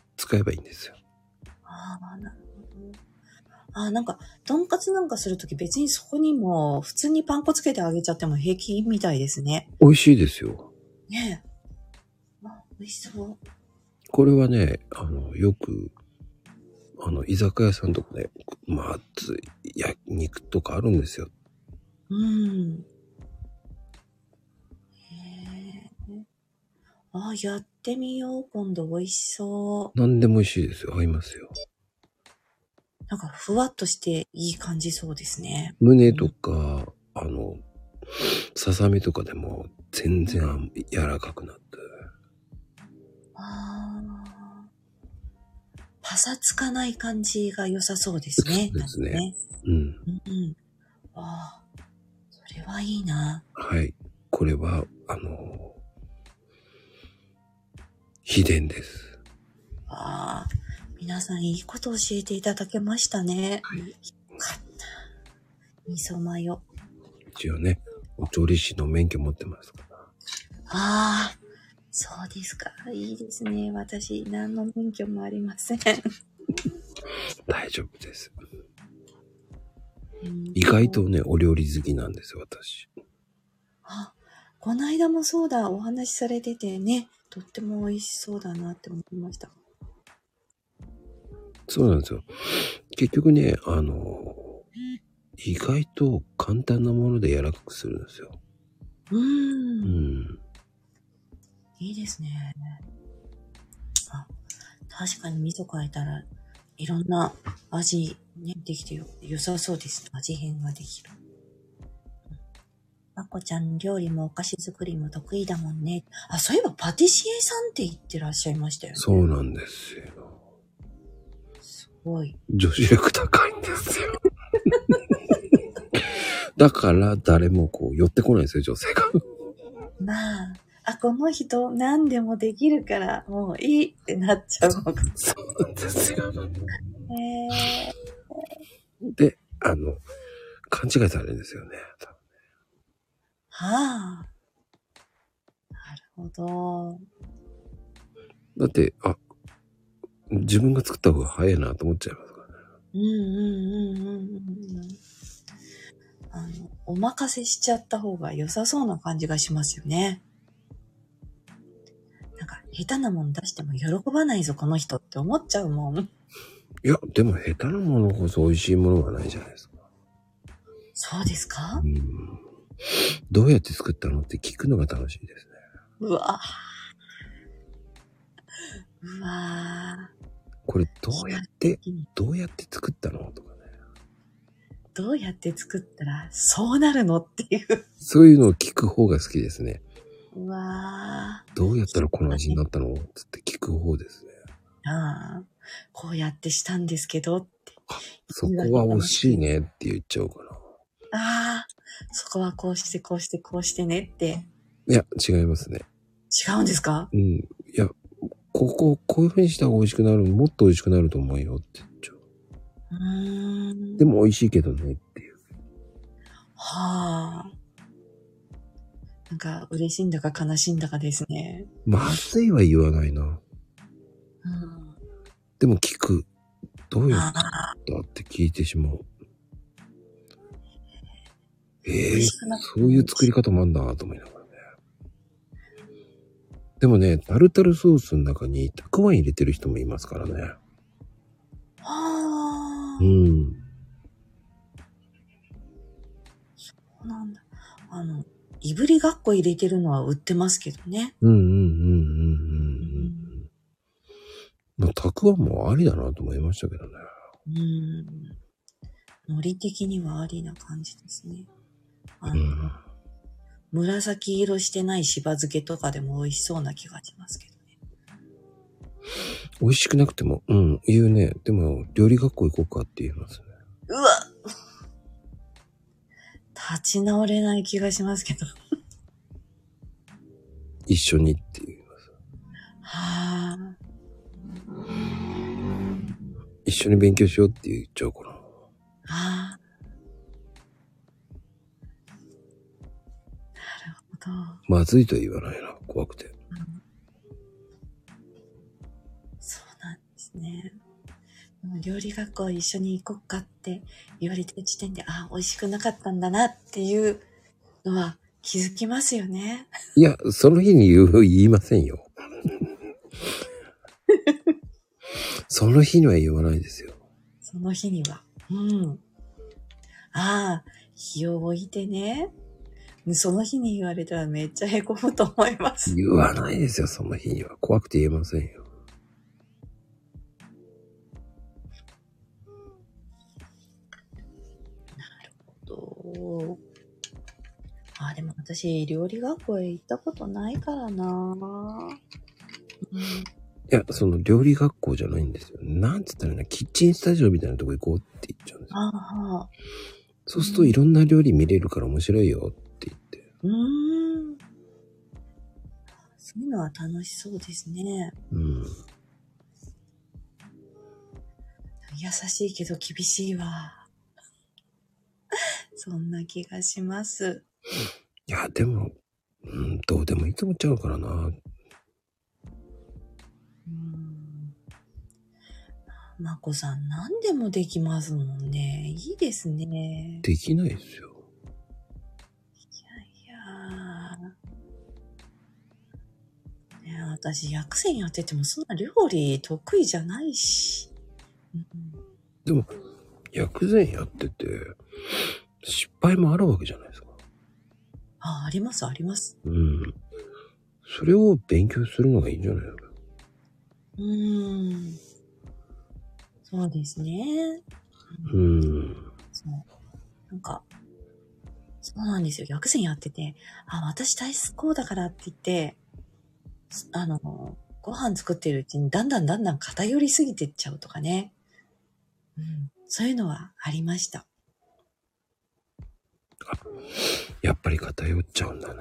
で、そのまま使えばいいんですよ。 ああ、なるほど。 あ、なんか、とんかつなんかするとき別にそこにも普通にパン粉つけてあげちゃっても平気みたいですね。 美味しいですよ。 ねえ。あ、美味しそう。 これはね、あの、よく、あの、居酒屋さんとかね、まあ、熱い焼肉とかあるんですよ。 うん。へえ。あ、やってみよう。今度美味しそう。 何でも美味しいですよ。合いますよ。 なんか、ふわっとしていい感じそうですね。 胸とか、あの、ささみとかでも全然柔らかくなって。 ああ。パサつかない感じが良さそうですね。 そうですね。 ねうん。 うんうん。ああ。それはいいな。 はい。これは、あの、秘伝です。 ああ。皆さんいいこと教えていただけましたね。 はい。 よかった。味噌マヨ。 一応ね、お調理師の免許持ってますから。 ああ。そうですか。いいですね。私、何の免許もありません。 大丈夫です。意外とね、お料理好きなんですよ、私。 あ、この間もそうだ、お話しされててね、とっても美味しそうだなって思いました。 そうなんですよ。結局ね、あの、意外と簡単なもので柔らかくするんですよ。 うーん。 うん。 いいですね。あ、確かに味噌変えたら、いろんな味ね、できてよ、良さそうです。味変ができる。まこちゃん、料理もお菓子作りも得意だもんね。あ、そういえばパティシエさんって言ってらっしゃいましたよね。 そうなんですよ。 すごい。 女子力高いんですよ。だから誰もこう寄ってこないんですよ、女性が。 まあ、あ、この人何でもできるからもういいってなっちゃうのか。 そうなんですよ。 へー。 で、あの、勘違いされるんですよね。 はあ。なるほど。 だって、あ、自分が作った方が早いなと思っちゃいますからね。 うんうんうんうんうんうん。あの、お任せしちゃった方が良さそうな感じがしますよね。なんか、下手なもん出しても喜ばないぞ、この人って思っちゃうもん。 いや、でも下手なものこそ美味しいものがないじゃないですか。 そうですか？ うん。どうやって作ったのって聞くのが楽しいですね。 うわうわこれどうやって、どうやって作ったのとかね。 どうやって作ったらそうなるのっていう。 そういうのを聞く方が好きですね。 うわどうやったらこの味になったのつって聞く方ですね。 ああ、こうやってしたんですけどって。 そこは惜しいねって言っちゃおうかな。 ああ、そこはこうしてこうしてこうしてねって。 いや、違いますね。 違うんですか？ うん。いや、ここ、こういう風にした方が美味しくなる、もっと美味しくなると思うよって言っちゃう。 うーん。 でも美味しいけどねっていう。 はあ。なんか嬉しいんだか悲しいんだかですね。 まずいは言わないな。 うん。 でも聞く。どうやって作ああ、 ったって聞いてしまう。ええー、 美味しくなくてそういう作り方もあんだと思いながらね。でもね、タルタルソースの中にたくあん入れてる人もいますからね。 はあ。 うん。 そうなんだ。あの、いぶりがっこ入れてるのは売ってますけどね。 うんうんうんうんうん。 うんうんまあ、たくあんもありだなと思いましたけどね。 うん。海苔的にはありな感じですね。あの、 うん、 紫色してないしば漬けとかでも美味しそうな気がしますけどね。 美味しくなくても、うん、言うね。でも、料理学校行こうかって言いますね。 うわ立ち直れない気がしますけど。 一緒にって言います。 はあ。 一緒に勉強しようって言っちゃうかな。 はあ。なるほど。 まずいとは言わないな、怖くて。 うん、そうなんですね。 料理学校一緒に行こっかって言われた時点で、あ、美味しくなかったんだなっていうのは気づきますよね。 いや、その日に言う、言いませんよ。その日には言わないですよ。 その日には。うん。ああ、日を置いてね。その日に言われたらめっちゃへこむと思います。 言わないですよ、その日には。怖くて言えませんよ。 とあ、でも私、料理学校へ行ったことないからな、うん、 いや、その料理学校じゃないんですよ。なんつったらいいの、キッチンスタジオみたいなとこ行こうって言っちゃうんですよ。 ああ、 そうするといろんな料理見れるから面白いよって言って。 うーん。そういうのは楽しそうですね。 うん。 優しいけど厳しいわ。そんな気がします。 いや、でも、うん、どうでもいいと思っちゃうからな。 うーん。まこさん、何でもできますもんね。いいですね。 できないですよ。 いやいや、ね、私、薬膳やっててもそんな料理得意じゃないし。うん、 でも、薬膳やってて、失敗もあるわけじゃないですか。 あ、あります、あります。 うん。それを勉強するのがいいんじゃないの？ うーん。そうですね。 うん。 そう。なんか、そうなんですよ。薬膳やってて、あ、私体質こうだからって言って、あの、ご飯作ってるうちにだんだんだんだん偏りすぎてっちゃうとかね。うん。そういうのはありました。 あ、やっぱり偏っちゃうんだね。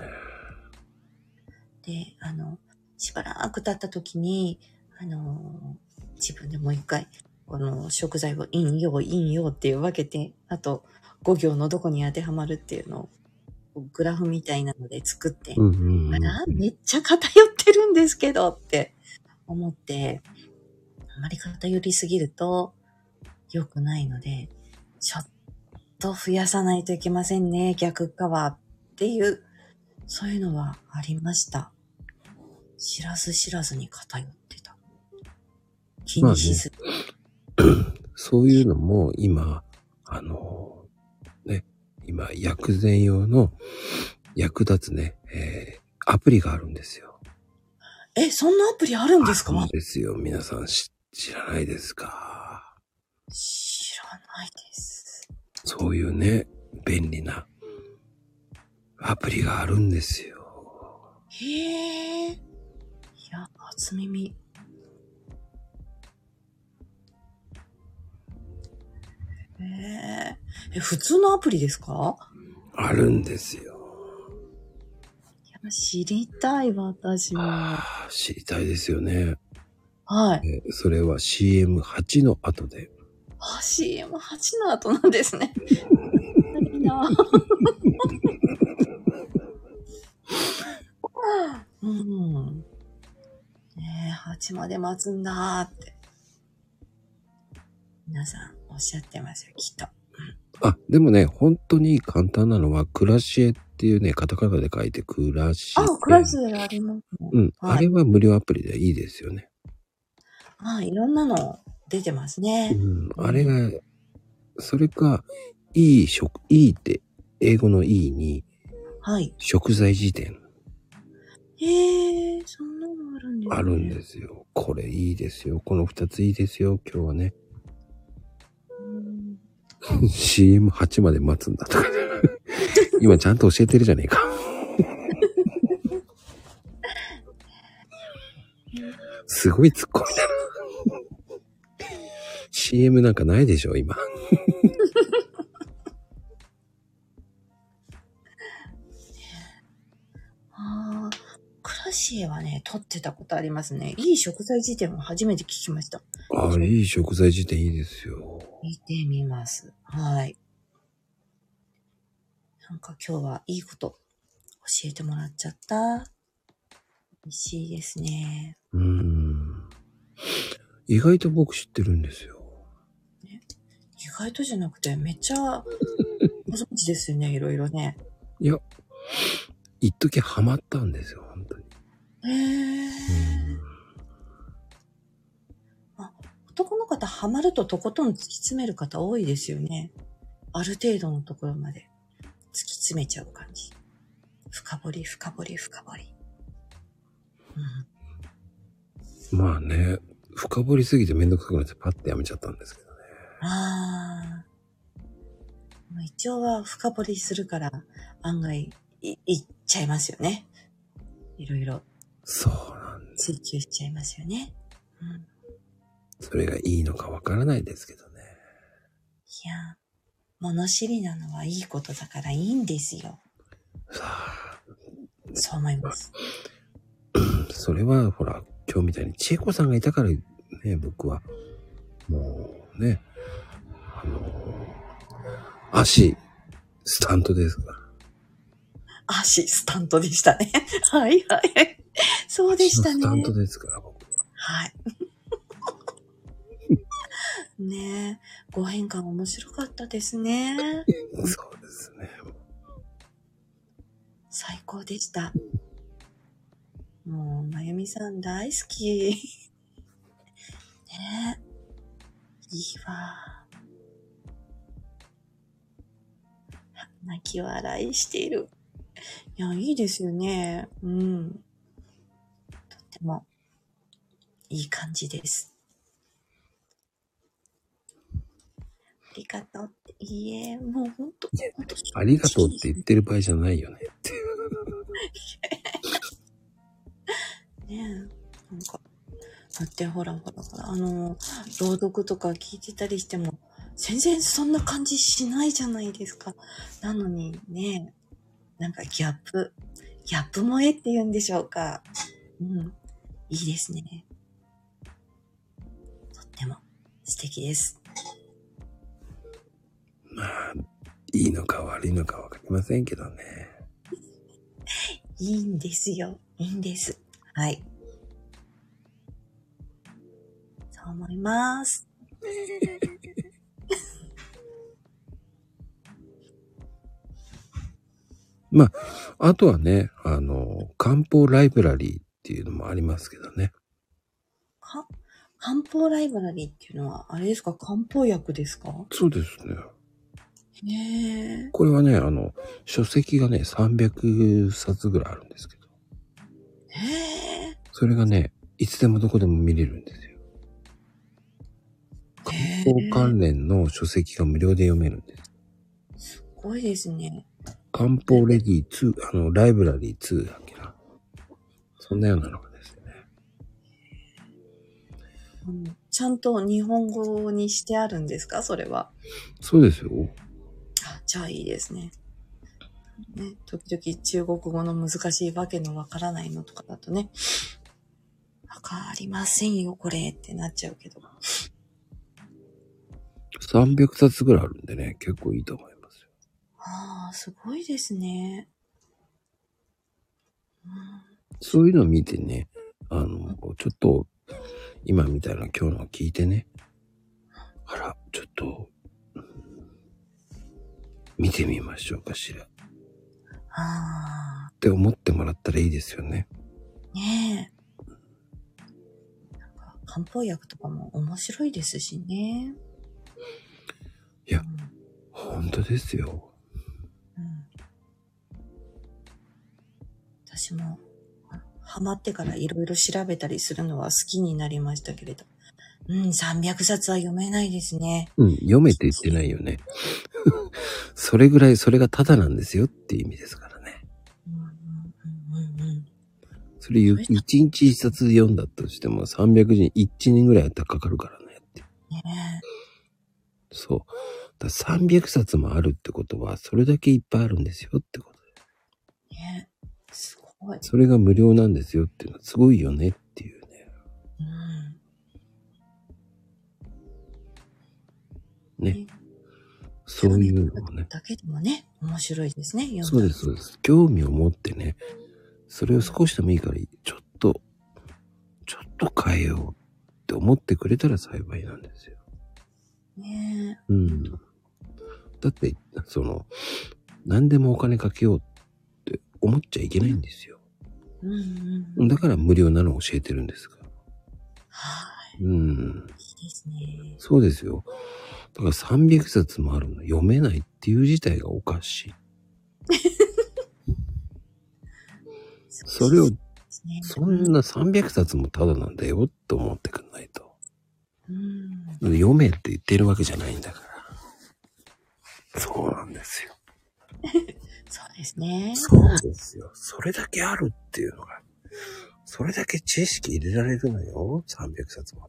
で、あの、しばらく経った時に、あの、自分でもう一回、この食材を陰陽陰陽っていう分けて、あとご行のどこに当てはまるっていうのをグラフみたいなので作って、 うんうんうん、 あら、めっちゃ偏ってるんですけどって思って、あまり偏りすぎると良くないので、ちょっと増やさないといけませんね、逆側っていう、そういうのはありました。知らず知らずに偏ってた。気にしず、 まあね、そういうのも今、あの、ね、今、薬膳用の役立つね、えー、アプリがあるんですよ。 え、そんなアプリあるんですか？ あるんですよ。皆さん知らないですか？ 知らないです。 そういうね、便利なアプリがあるんですよ。 へえ。いや、初耳。へえ。え、普通のアプリですか？ あるんですよ。 いや、知りたい、私も。 はあ、知りたいですよね。 はい。 えー、それは シーエムはち の後で。 あ、シーエムはち の後なんですね。いいな。うん。ねえ、はちまで待つんだーって。皆さんおっしゃってますよ、きっと。 うん、あ、でもね、本当に簡単なのは、クラシエっていうね、カタカナで書いてクラシエ。 あ、クラシエありますね。 うん、はい、あれは無料アプリでいいですよね。 あ、いろんなの出てますね。 うん、あれが、それか、いい食、いいって、英語のいいに、 はい。 食材辞典。 へえ、そんなのあるんですね。 あるんですよ。これいいですよ。この二ついいですよ、今日はね。シーエムはち まで待つんだとか。今ちゃんと教えてるじゃねえか。すごいツッコミだな。シーエム なんかないでしょ、今。 ああ、クラシエはね、撮ってたことありますね。いい食材辞典を初めて聞きました。 ああ、いい食材辞典いいですよ。 見てみます。はい。なんか今日はいいこと教えてもらっちゃった。嬉しいですね。 うーん。意外と僕知ってるんですよ。 意外とじゃなくて、めっちゃご存知ですよね、いろいろね。 いや、一時ハマったんですよ、本当に。 へー。あ、男の方ハマるととことん突き詰める方多いですよね。ある程度のところまで突き詰めちゃう感じ。深掘り、深掘り、深掘り。 うん、まあね、深掘りすぎてめんどくさくなってパッてやめちゃったんですけどね。 ああ。一応は深掘りするから案外い、いっちゃいますよね。いろいろ。 そうなんです。 追求しちゃいますよね。うん。 それがいいのかわからないですけどね。 いや、物知りなのはいいことだからいいんですよ。 さあ。 そう思います。 それはほら、今日みたいに千恵子さんがいたからね、僕はもうね、あのー、足スタントですから。 足スタントでしたね。はいはい。そうでしたね。 スタントですから僕は。 はい。ねえ、ご変換面白かったですね。 そうですね。 最高でした。もう、まゆみさん大好き。ねえ。いいわ。泣き笑いしている。いや、いいですよね。うん。とっても、いい感じです。ありがとうって、いいえ、もうほんと、ほんとありがとうって言ってる場合じゃないよねっていう。 ねえ、なんか、だってほらほらほら、あの、朗読とか聞いてたりしても、全然そんな感じしないじゃないですか。なのにね、なんかギャップ、ギャップ萌えって言うんでしょうか。うん、いいですね。とっても素敵です。 まあ、いいのか悪いのかわかりませんけどね。 いいんですよ。いいんです。はい。そう思います。 まあ、あとはね、あの、漢方ライブラリーっていうのもありますけどね。 か、漢方ライブラリーっていうのは、あれですか？漢方薬ですか？ そうですね。 へえ。 これはね、あの、書籍がね、さんびゃくさつぐらいあるんですけど。 へえ。 それがね、いつでもどこでも見れるんですよ。漢方関連の書籍が無料で読めるんです。 すごいですね。 漢方レディツー、あの、ライブラリーツーだっけな。そんなようなのがですよね。 うん、ちゃんと日本語にしてあるんですか？それは。 そうですよ。 あ、じゃあいいですね。ね、時々中国語の難しいわけのわからないのとかだとね、わかりませんよ、これってなっちゃうけど。 さんびゃくさつぐらいあるんでね、結構いいと思いますよ。 ああ、すごいですね。うん、 そういうのを見てね、あの、ちょっと、今みたいな今日のを聞いてね、あら、ちょっと、見てみましょうかしら。 ああ。 って思ってもらったらいいですよね。 ねえ。なんか漢方薬とかも面白いですしね。 いや、 うん、 本当ですよ。 うん、私もハマってからいろいろ調べたりするのは好きになりましたけれど。うん、さんびゃくさつは読めないですね。 うん、読めって言ってないよね。それぐらい、それがタダなんですよっていう意味ですからね。 うんうんうんうん、 それいちにちいっさつ読んだとしてもさんびゃくじんいちねんぐらいやったらかかるからねって。 ねえ。 そう。ださんびゃくさつもあるってことは、それだけいっぱいあるんですよってことで。 ねえ。すごい。 それが無料なんですよっていうのはすごいよねっていうね。うん。ね。ね、そういうのもね。 だけでもね、面白いですね。 そうです、そうです。興味を持ってね、それを少しでもいいから、ちょっと、ちょっと変えようって思ってくれたら幸いなんですよ。 ねうん。だって、その、何でもお金かけようって思っちゃいけないんですよ。 うんうんうん、 だから無料なのを教えてるんですから。 はい。 うん。 いいですね。 そうですよ。だからさんびゃくさつもあるの読めないっていう自体がおかしい。それを、 ね、 そんなさんびゃくさつもただなんだよと思ってくんないと。うん、読めって言ってるわけじゃないんだから。そうなんですよ。 そうですね。 そうですよ。それだけあるっていうのが、それだけ知識入れられるのよ。さんびゃくさつも。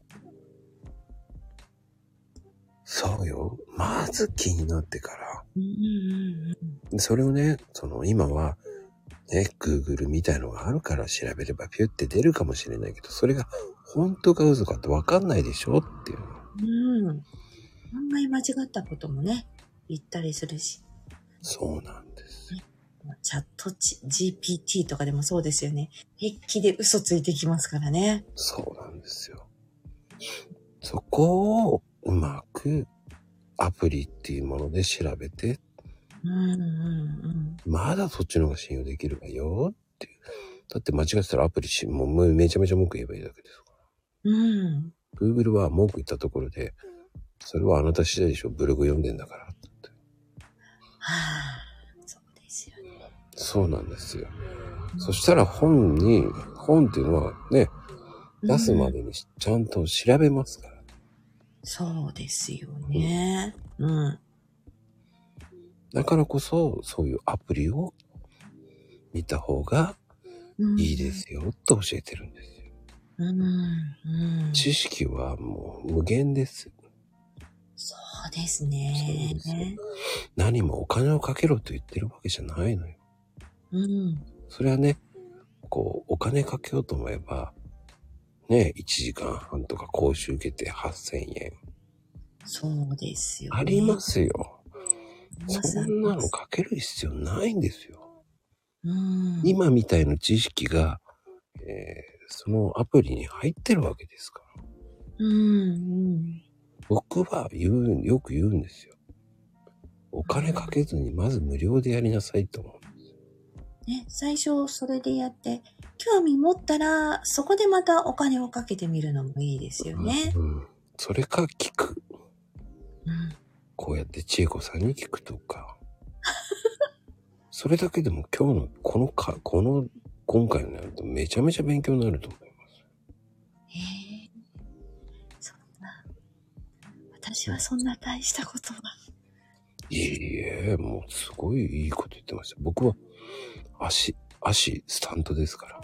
そうよ。まず気になってから。うんうんうん、それをね、その今は、ね、Google みたいのがあるから調べればピュって出るかもしれないけど、それが本当か嘘かって分かんないでしょっていう。 うん。案外間違ったこともね、言ったりするし。 そうなんです。 チャット ジーピーティー とかでもそうですよね。平気で嘘ついてきますからね。 そうなんですよ。そこをうまくアプリっていうもので調べて、うんうんうん、まだそっちの方が信用できるわよっていう。だって間違ってたらアプリし、もうめちゃめちゃ文句言えばいいだけですから。うん。Google は文句言ったところで、それはあなた次第でしょ。ブログ読んでんだからって。はあ、そうですよね。そうなんですよ。うん、そしたら本に、本っていうのはね、出すまでにちゃんと調べますから。うん、 そうですよね。うん。うんだからこそ、そういうアプリを見た方がいいですよ、と教えてるんですよ。うんうん、知識はもう無限です。 そうですね。 そうですよ。何もお金をかけろと言ってるわけじゃないのよ。うん。それはね、こう、お金かけようと思えば、ね、いちじかんはんとか講習受けてはっせんえん。 そうですよ、ね。 ありますよ。そんなのかける必要ないんですよ。うん、今みたいな知識が、えー、そのアプリに入ってるわけですから。うんうん、僕は言う、よく言うんですよ。お金かけずにまず無料でやりなさいと思うんですよ。 ね、最初それでやって、興味持ったら、そこでまたお金をかけてみるのもいいですよね。 うんうん、それか聞く。うん、こうやって千恵子さんに聞くとか。それだけでも今日のこのか、この今回のやるとめちゃめちゃ勉強になると思います。へえ、 そんな。私はそんな大したことは。 いえいえ、もうすごいいいこと言ってました。僕は足、足、スタントですから。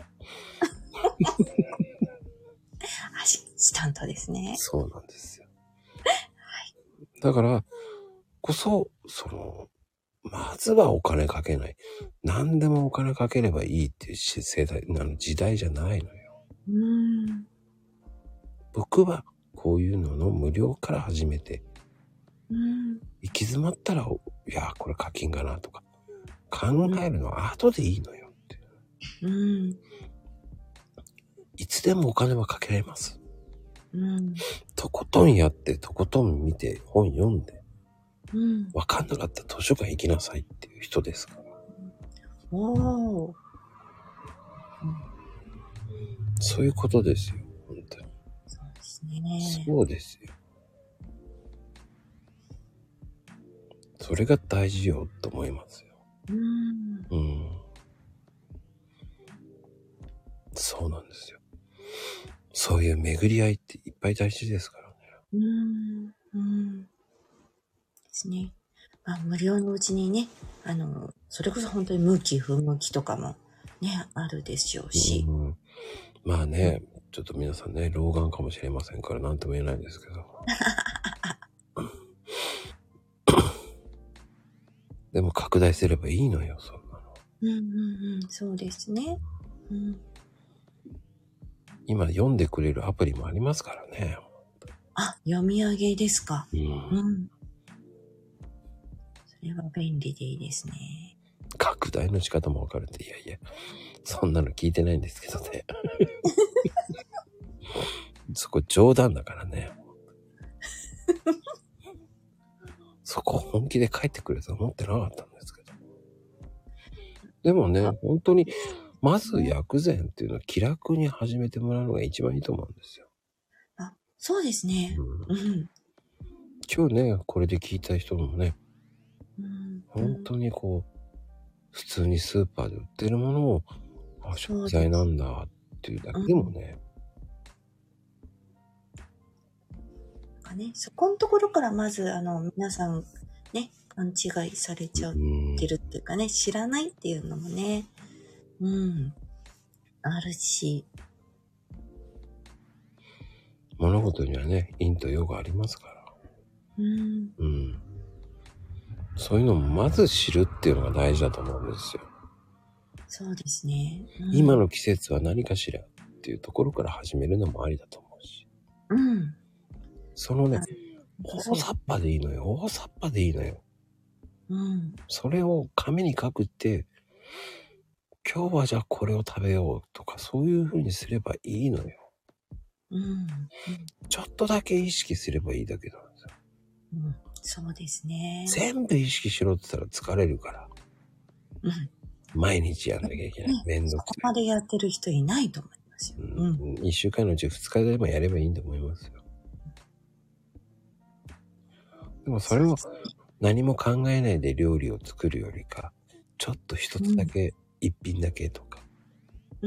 足、スタントですね。 そうなんですよ。はい。だから、こそ、その、まずはお金かけない。何でもお金かければいいっていう世代、あの時代じゃないのよ。うーん。僕はこういうのの無料から始めて、うん、行き詰まったら、いや、これ課金かなとか、考えるのは後でいいのよって。うん。いつでもお金はかけられます。うん。とことんやって、とことん見て、本読んで、うん。わかんなかったら図書館行きなさいっていう人ですから。おー。うん、そういうことですよ、本当に。そうですね。そうですよ。それが大事よと思いますよ。うん。うん。そうなんですよ。そういう巡り合いっていっぱい大事ですからね。うん。うん。ですね。まあ、無料のうちにね、あの、それこそ本当に向き不向きとかもね、あるでしょうし。うん、まあね、うん、ちょっと皆さんね、老眼かもしれませんから何とも言えないんですけど。でも拡大すればいいのよ、そんなの。うんうんうん、そうですね。うん、今読んでくれるアプリもありますからね。あ、読み上げですか。うん。うん、それは便利でいいですね。拡大の仕方もわかるって、いやいや、そんなの聞いてないんですけどね。そこ冗談だからね。 そこ本気で帰ってくると思ってなかったんですけど。でもね、本当に、まず薬膳っていうのは気楽に始めてもらうのが一番いいと思うんですよ。 あ、そうですね。うん。うん、 今日ね、これで聞いた人もね、 うん、 本当にこう、普通にスーパーで売ってるものを、あ、食材なんだっていうだけでもね。 うん、かね、そこのところからまず、あの、皆さん、ね、勘違いされちゃってるっていうかね、知らないっていうのもね、うん、あるし。 物事にはね、陰と陽がありますから。 うん。 うん。そういうのもまず知るっていうのが大事だと思うんですよ。 そうですね。 うん、今の季節は何かしらっていうところから始めるのもありだと思うし。 うん。 そのね、大雑把でいいのよ。大雑把でいいのよ。 うん。 それを紙に書くって、今日はじゃあこれを食べようとか、そういう風にすればいいのよ。 うん。 ちょっとだけ意識すればいいだけなんですよ。 うん、そうですね。 全部意識しろって言ったら疲れるから。うん。毎日やんなきゃいけない。めんどくさい。 そこまでやってる人いないと思いますよ。 うん。一、うん、週間のうち二日でもやればいいと思いますよ。でもそれを何も考えないで料理を作るよりか、ちょっと一つだけ、一品だけとか、うん、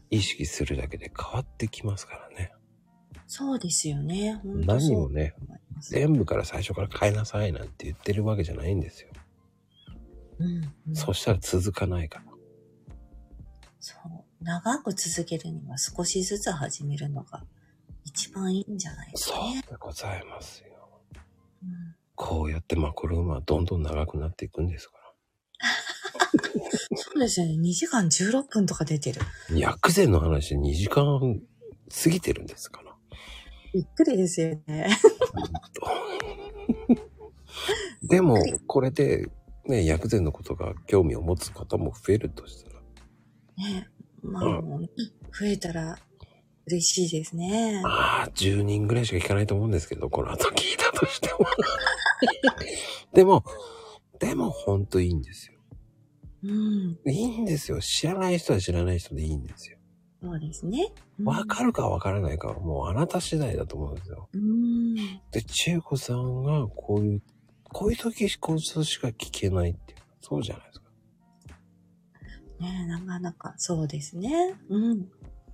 意識するだけで変わってきますからね。 そうですよね。本当そう。 何もね、全部から最初から変えなさいなんて言ってるわけじゃないんですよ。うんうん、そしたら続かないから。 そう。長く続けるには少しずつ始めるのが一番いいんじゃないですかね。 そうでございますよ。うん、こうやってマコルームはどんどん長くなっていくんですから。 そうですよね。にじかんじゅうろっぷんとか出てる。 薬膳の話でにじかん過ぎてるんですから。 びっくりですよね。 でも、これで、ね、薬膳のことが興味を持つ方も増えるとしたら。 ね、まあ、うん、増えたら嬉しいですね。 ああ、じゅうにんぐらいしか聞かないと思うんですけど、この後聞いたとしても。でも、でもほんといいんですよ。うん。いいんですよ。知らない人は知らない人でいいんですよ。 そうですね。 わ、うん、かるかわからないかはもうあなた次第だと思うんですよ。うん。で、千恵子さんがこういう、こういう時こそしか聞けないっていう。そうじゃないですか。 ねえ、なかなかそうですね。うん。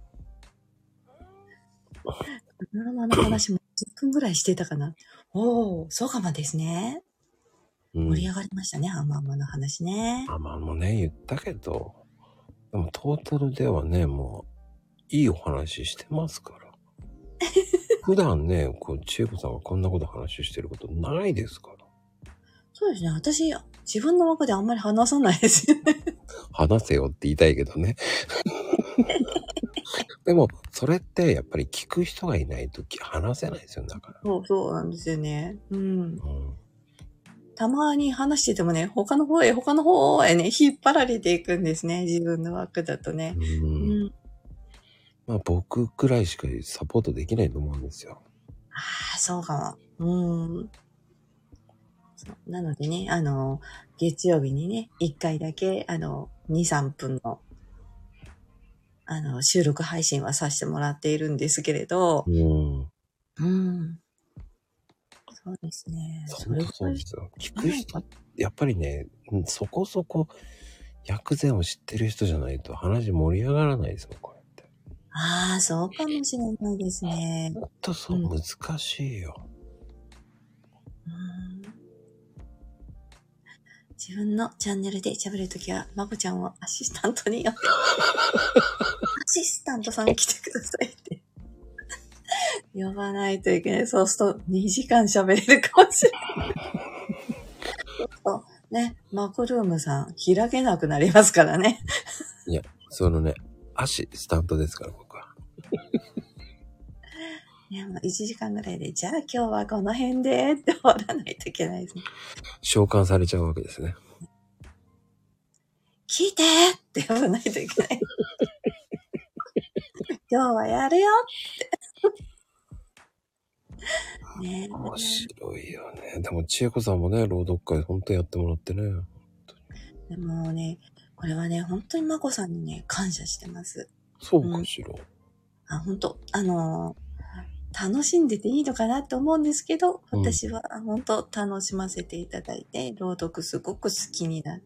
ドラマの話もじゅっぷんぐらいしてたかな。おー、そうかもですね。うん、盛り上がりましたね、アマンマの話ね。 アマンもね、言ったけど、でもトータルではね、もう、いいお話してますから。普段ね、こう、千恵子さんはこんなこと話してることないですから。 そうですね。私、自分の枠であんまり話さないですよね。 話せよって言いたいけどね。でも、それってやっぱり聞く人がいないと話せないですよ、だから。 そう、そうなんですよね。うん。うん、たまに話しててもね、他の方へ、他の方へね、引っ張られていくんですね。自分の枠だとね。うん。うん、 まあ、僕くらいしかサポートできないと思うんですよ。 ああ、そうかも。うん。そうなのでね、あの、月曜日にね、いっかいだけ、あの、に、さんぷんの、あの、収録配信はさせてもらっているんですけれど、うん。うん。そうですね。 それそうですよ。聞く人、やっぱりね、そこそこ薬膳を知ってる人じゃないと話盛り上がらないですもん、これって。 ああ、そうかもしれないですね。 ほんとそう、うん、難しいよ。 うん、自分のチャンネルで喋るときは、まこちゃんをアシスタントに呼んで、アシスタントさん来てくださいって呼ばないといけない。そうするとにじかん喋れるかもしれない。そうね、マコルームさん開けなくなりますからね。 いや、そのね、アシスタントですから、僕は。 いや、もういちじかんぐらいで、じゃあ今日はこの辺でって終わらないといけないですね。 召喚されちゃうわけですね。 聞いてって呼ばないといけない。今日はやるよって。 ね。 面白いよね。でも、千恵子さんもね、朗読会本当やってもらってね。 でもね、これはね、本当にまこさんにね、感謝してます。 そうかしら。うん、 あ、本当あのー、楽しんでていいのかなって思うんですけど、私は本当楽しませていただいて、朗読すごく好きになって、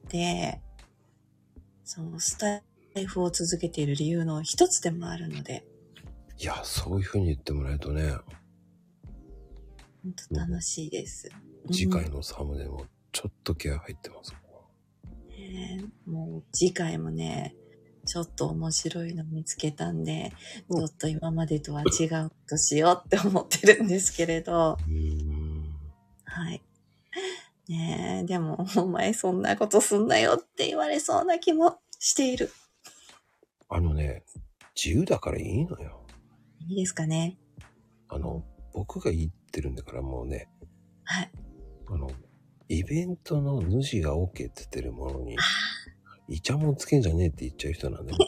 そのスタイフを続けている理由の一つでもあるので。 いや、そういう風に言ってもらえるとね。 本当楽しいです。 次回のサムネもちょっと気合入ってます。 ね、もう次回もね、ちょっと面白いの見つけたんで、ちょっと今までとは違うとしようって思ってるんですけれど。 うーん、 はい。ねえ、でも、お前そんなことすんなよって言われそうな気もしている。 あのね、自由だからいいのよ。 いいですかね。 あの、僕が言ってるんだからもうね、 はい。 あの、イベントの主が OK って言ってるものに、イチャモンつけんじゃねえって言っちゃう人なんで。よ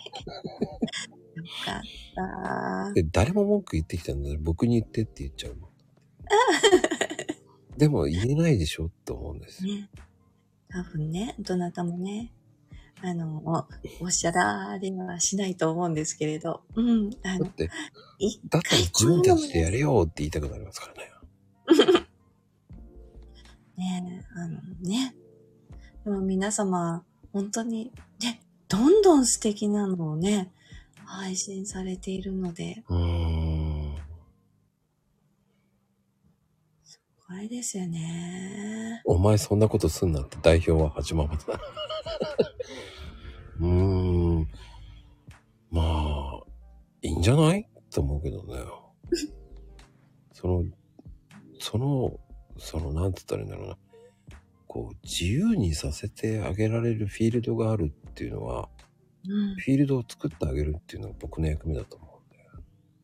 かった。 で、誰も文句言ってきたんだから僕に言ってって言っちゃうもん。でも言えないでしょって思うんですよ。 ね。多分ね、どなたもね、あの、おっしゃられはしないと思うんですけれど、うん、あの、 だって、だったら自分たちでやれよって言いたくなりますからね。 ねえ、あのね。でも皆様、本当にね、どんどん素敵なのをね、配信されているので。 うーん。 すごいですよね。 お前そんなことすんなって代表は始まった。うーん。まあ、いいんじゃないと思うけどね。その、その、その、なんて言ったらいいんだろうな。こう、自由にさせてあげられるフィールドがあるっていうのは、うん、フィールドを作ってあげるっていうのが僕の役目だと思うんだよ。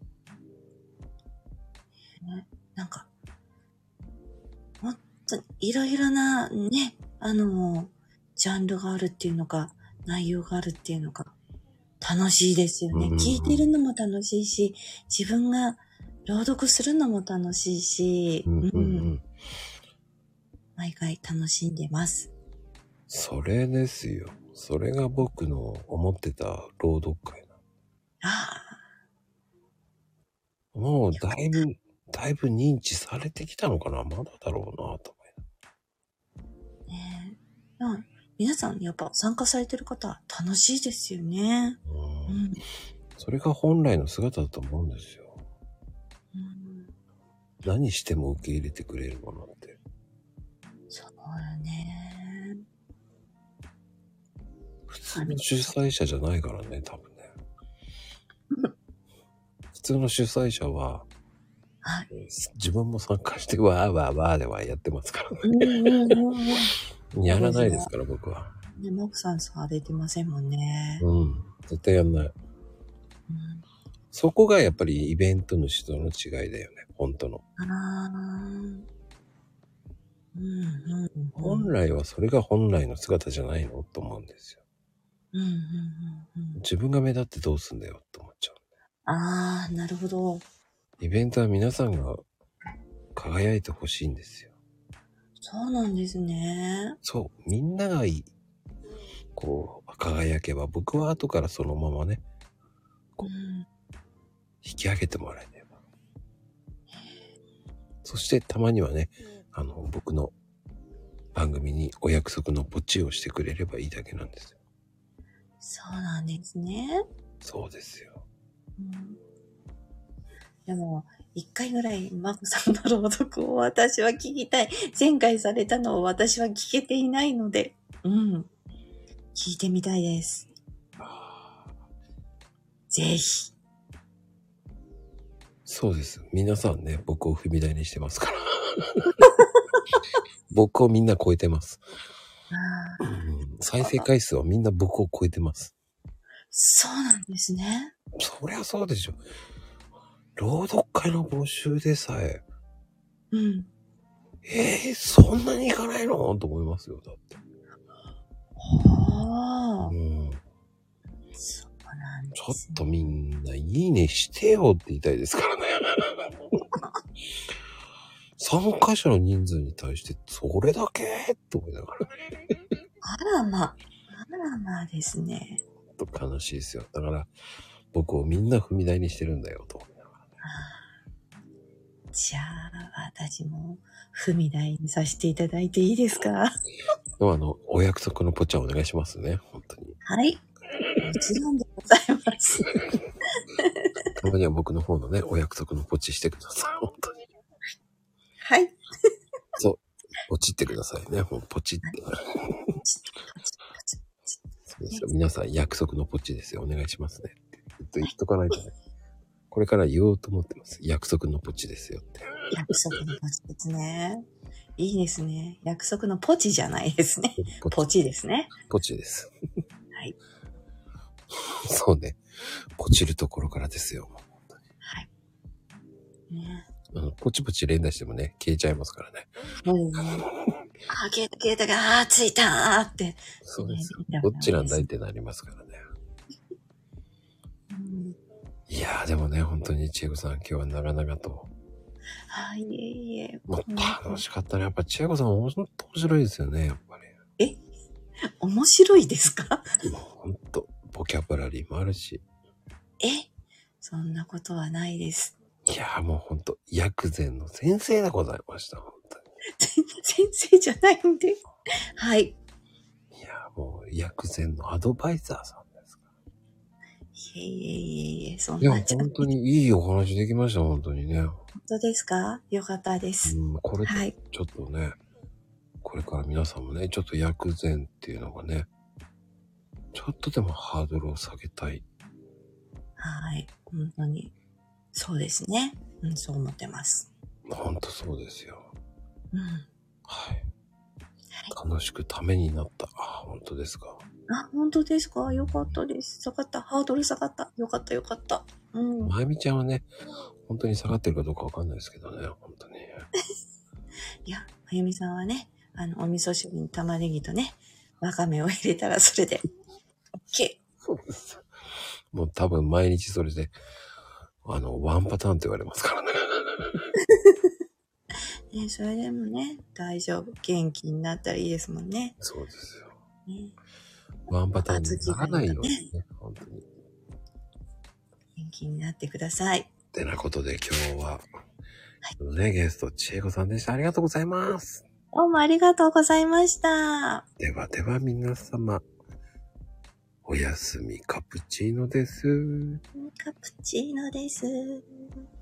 ね、なんか、もっといろいろなね、あの、ジャンルがあるっていうのか、内容があるっていうのか、楽しいですよね。うん、聞いてるのも楽しいし、自分が朗読するのも楽しいし、うんうんうん、毎回楽しんでます。 それですよ。それが僕の思ってた朗読会な。 ああ。もうだいぶ、だいぶ認知されてきたのかな。まだだろうなと思いな。ねえ。うん。皆さんやっぱ参加されてる方楽しいですよね。 うん。うん、それが本来の姿だと思うんですよ。うん、何しても受け入れてくれるものって。 そうよね。 普通の主催者じゃないからね、多分ね。普通の主催者は、 はい、 自分も参加してわーわーわーではやってますからね。うんうんうん、やらないですから、僕は。 ね、マクさんさ、出てませんもんね。 うん。絶対やんない。うん、そこがやっぱりイベントの人の違いだよね、本当の。あー、うんうんうん、本来はそれが本来の姿じゃないのと思うんですよ。うんうんうんうん、自分が目立ってどうすんだよって思っちゃう。 ああ、なるほど。 イベントは皆さんが輝いてほしいんですよ。 そうなんですね。 そう、みんながいい。こう、輝けば、僕は後からそのままね、こう、うん、引き上げてもらえれば。そしてたまにはね、あの、僕の番組にお約束のポチをしてくれればいいだけなんですよ。 そうなんですね。 そうですよ。うん、 でも、一回ぐらいマコさんの朗読を私は聞きたい。前回されたのを私は聞けていないので、うん。聞いてみたいです。ぜひ。 そうです。皆さんね、僕を踏み台にしてますから。僕をみんな超えてます、うん。再生回数はみんな僕を超えてます。 そうなんですね。 そりゃそうでしょ。朗読会の募集でさえ。 うん。 えー、そんなにいかないのと思いますよ、だって。はあ。うん。そうなんですね。ちょっとみんな、いいねしてよって言いたいですからね。 参加者の人数に対して、それだけと思いながら。 あらま、あらまですね。 と悲しいですよ。だから、僕をみんな踏み台にしてるんだよ、と思いながらね。 じゃあ、私も踏み台にさせていただいていいですか？ でもあの、お約束のポチャお願いしますね、本当に。 はい。もちろんでございます。 たまには僕の方のね、お約束のポチしてください、本当に。 はい。 そう。ポチってくださいね、もうポチって。はい、そうですよ。皆さん約束のポチですよ。お願いしますね。ずっと言っとかないとね。これから言おうと思ってます。約束のポチですよって。 約束のポチですね。いいですね。約束のポチじゃないですね。ポチ、ポチですね。 ポチです。 はい。 そうね。ポチるところからですよ。 はい。ね、 あのポチポチ連打してもね、消えちゃいますからね。 そうですね。あー、消えた消えたが、あー、ついたーって。 そうですよ。どっちなんだいってなりますからね。うん、いやーでもね、本当に千恵子さん、今日は長々と。 はい、いえいえ。 もう楽しかったね。やっぱ千恵子さん、本当面白いですよね、やっぱり。え面白いですか？ 本当ボキャブラリーもあるし。 えそんなことはないです。 いやーもう本当薬膳の先生でございました、本当に。 先生じゃないんで。はい。 いやーもう薬膳のアドバイザーさんですか。 いえいえいえいえ、そんな。 いや、本当にいいお話できました、本当にね。 本当ですか？よかったです。 うん、これでちょっとね、はい、これから皆さんもね、ちょっと薬膳っていうのがね、ちょっとでもハードルを下げたい。 はい、本当に。そうですね。うん、そう思ってます。 本当そうですよ。 うん。 はい。楽しくためになった。あ、本当ですか。 あ、本当ですか。よかったです。下がった。ハードル下がった。よかったよかった。うん。 まゆみちゃんはね、本当に下がってるかどうかわかんないですけどね、本当に。 いや、まゆみさんはね、あの、お味噌汁に玉ねぎとね、わかめを入れたらそれで、OK。 そうです。もう多分毎日それで、あの、ワンパターンって言われますからね。 ね、それでもね、大丈夫。元気になったらいいですもんね。 そうですよ。 ね、 ワンパターンにならないようにね、本当に。 元気になってください。 ってなことで今日は、はい、ね、ゲスト、千恵子さんでした。ありがとうございます。 どうもありがとうございました。 ではでは皆様、おやすみカプチーノです。 カプチーノです。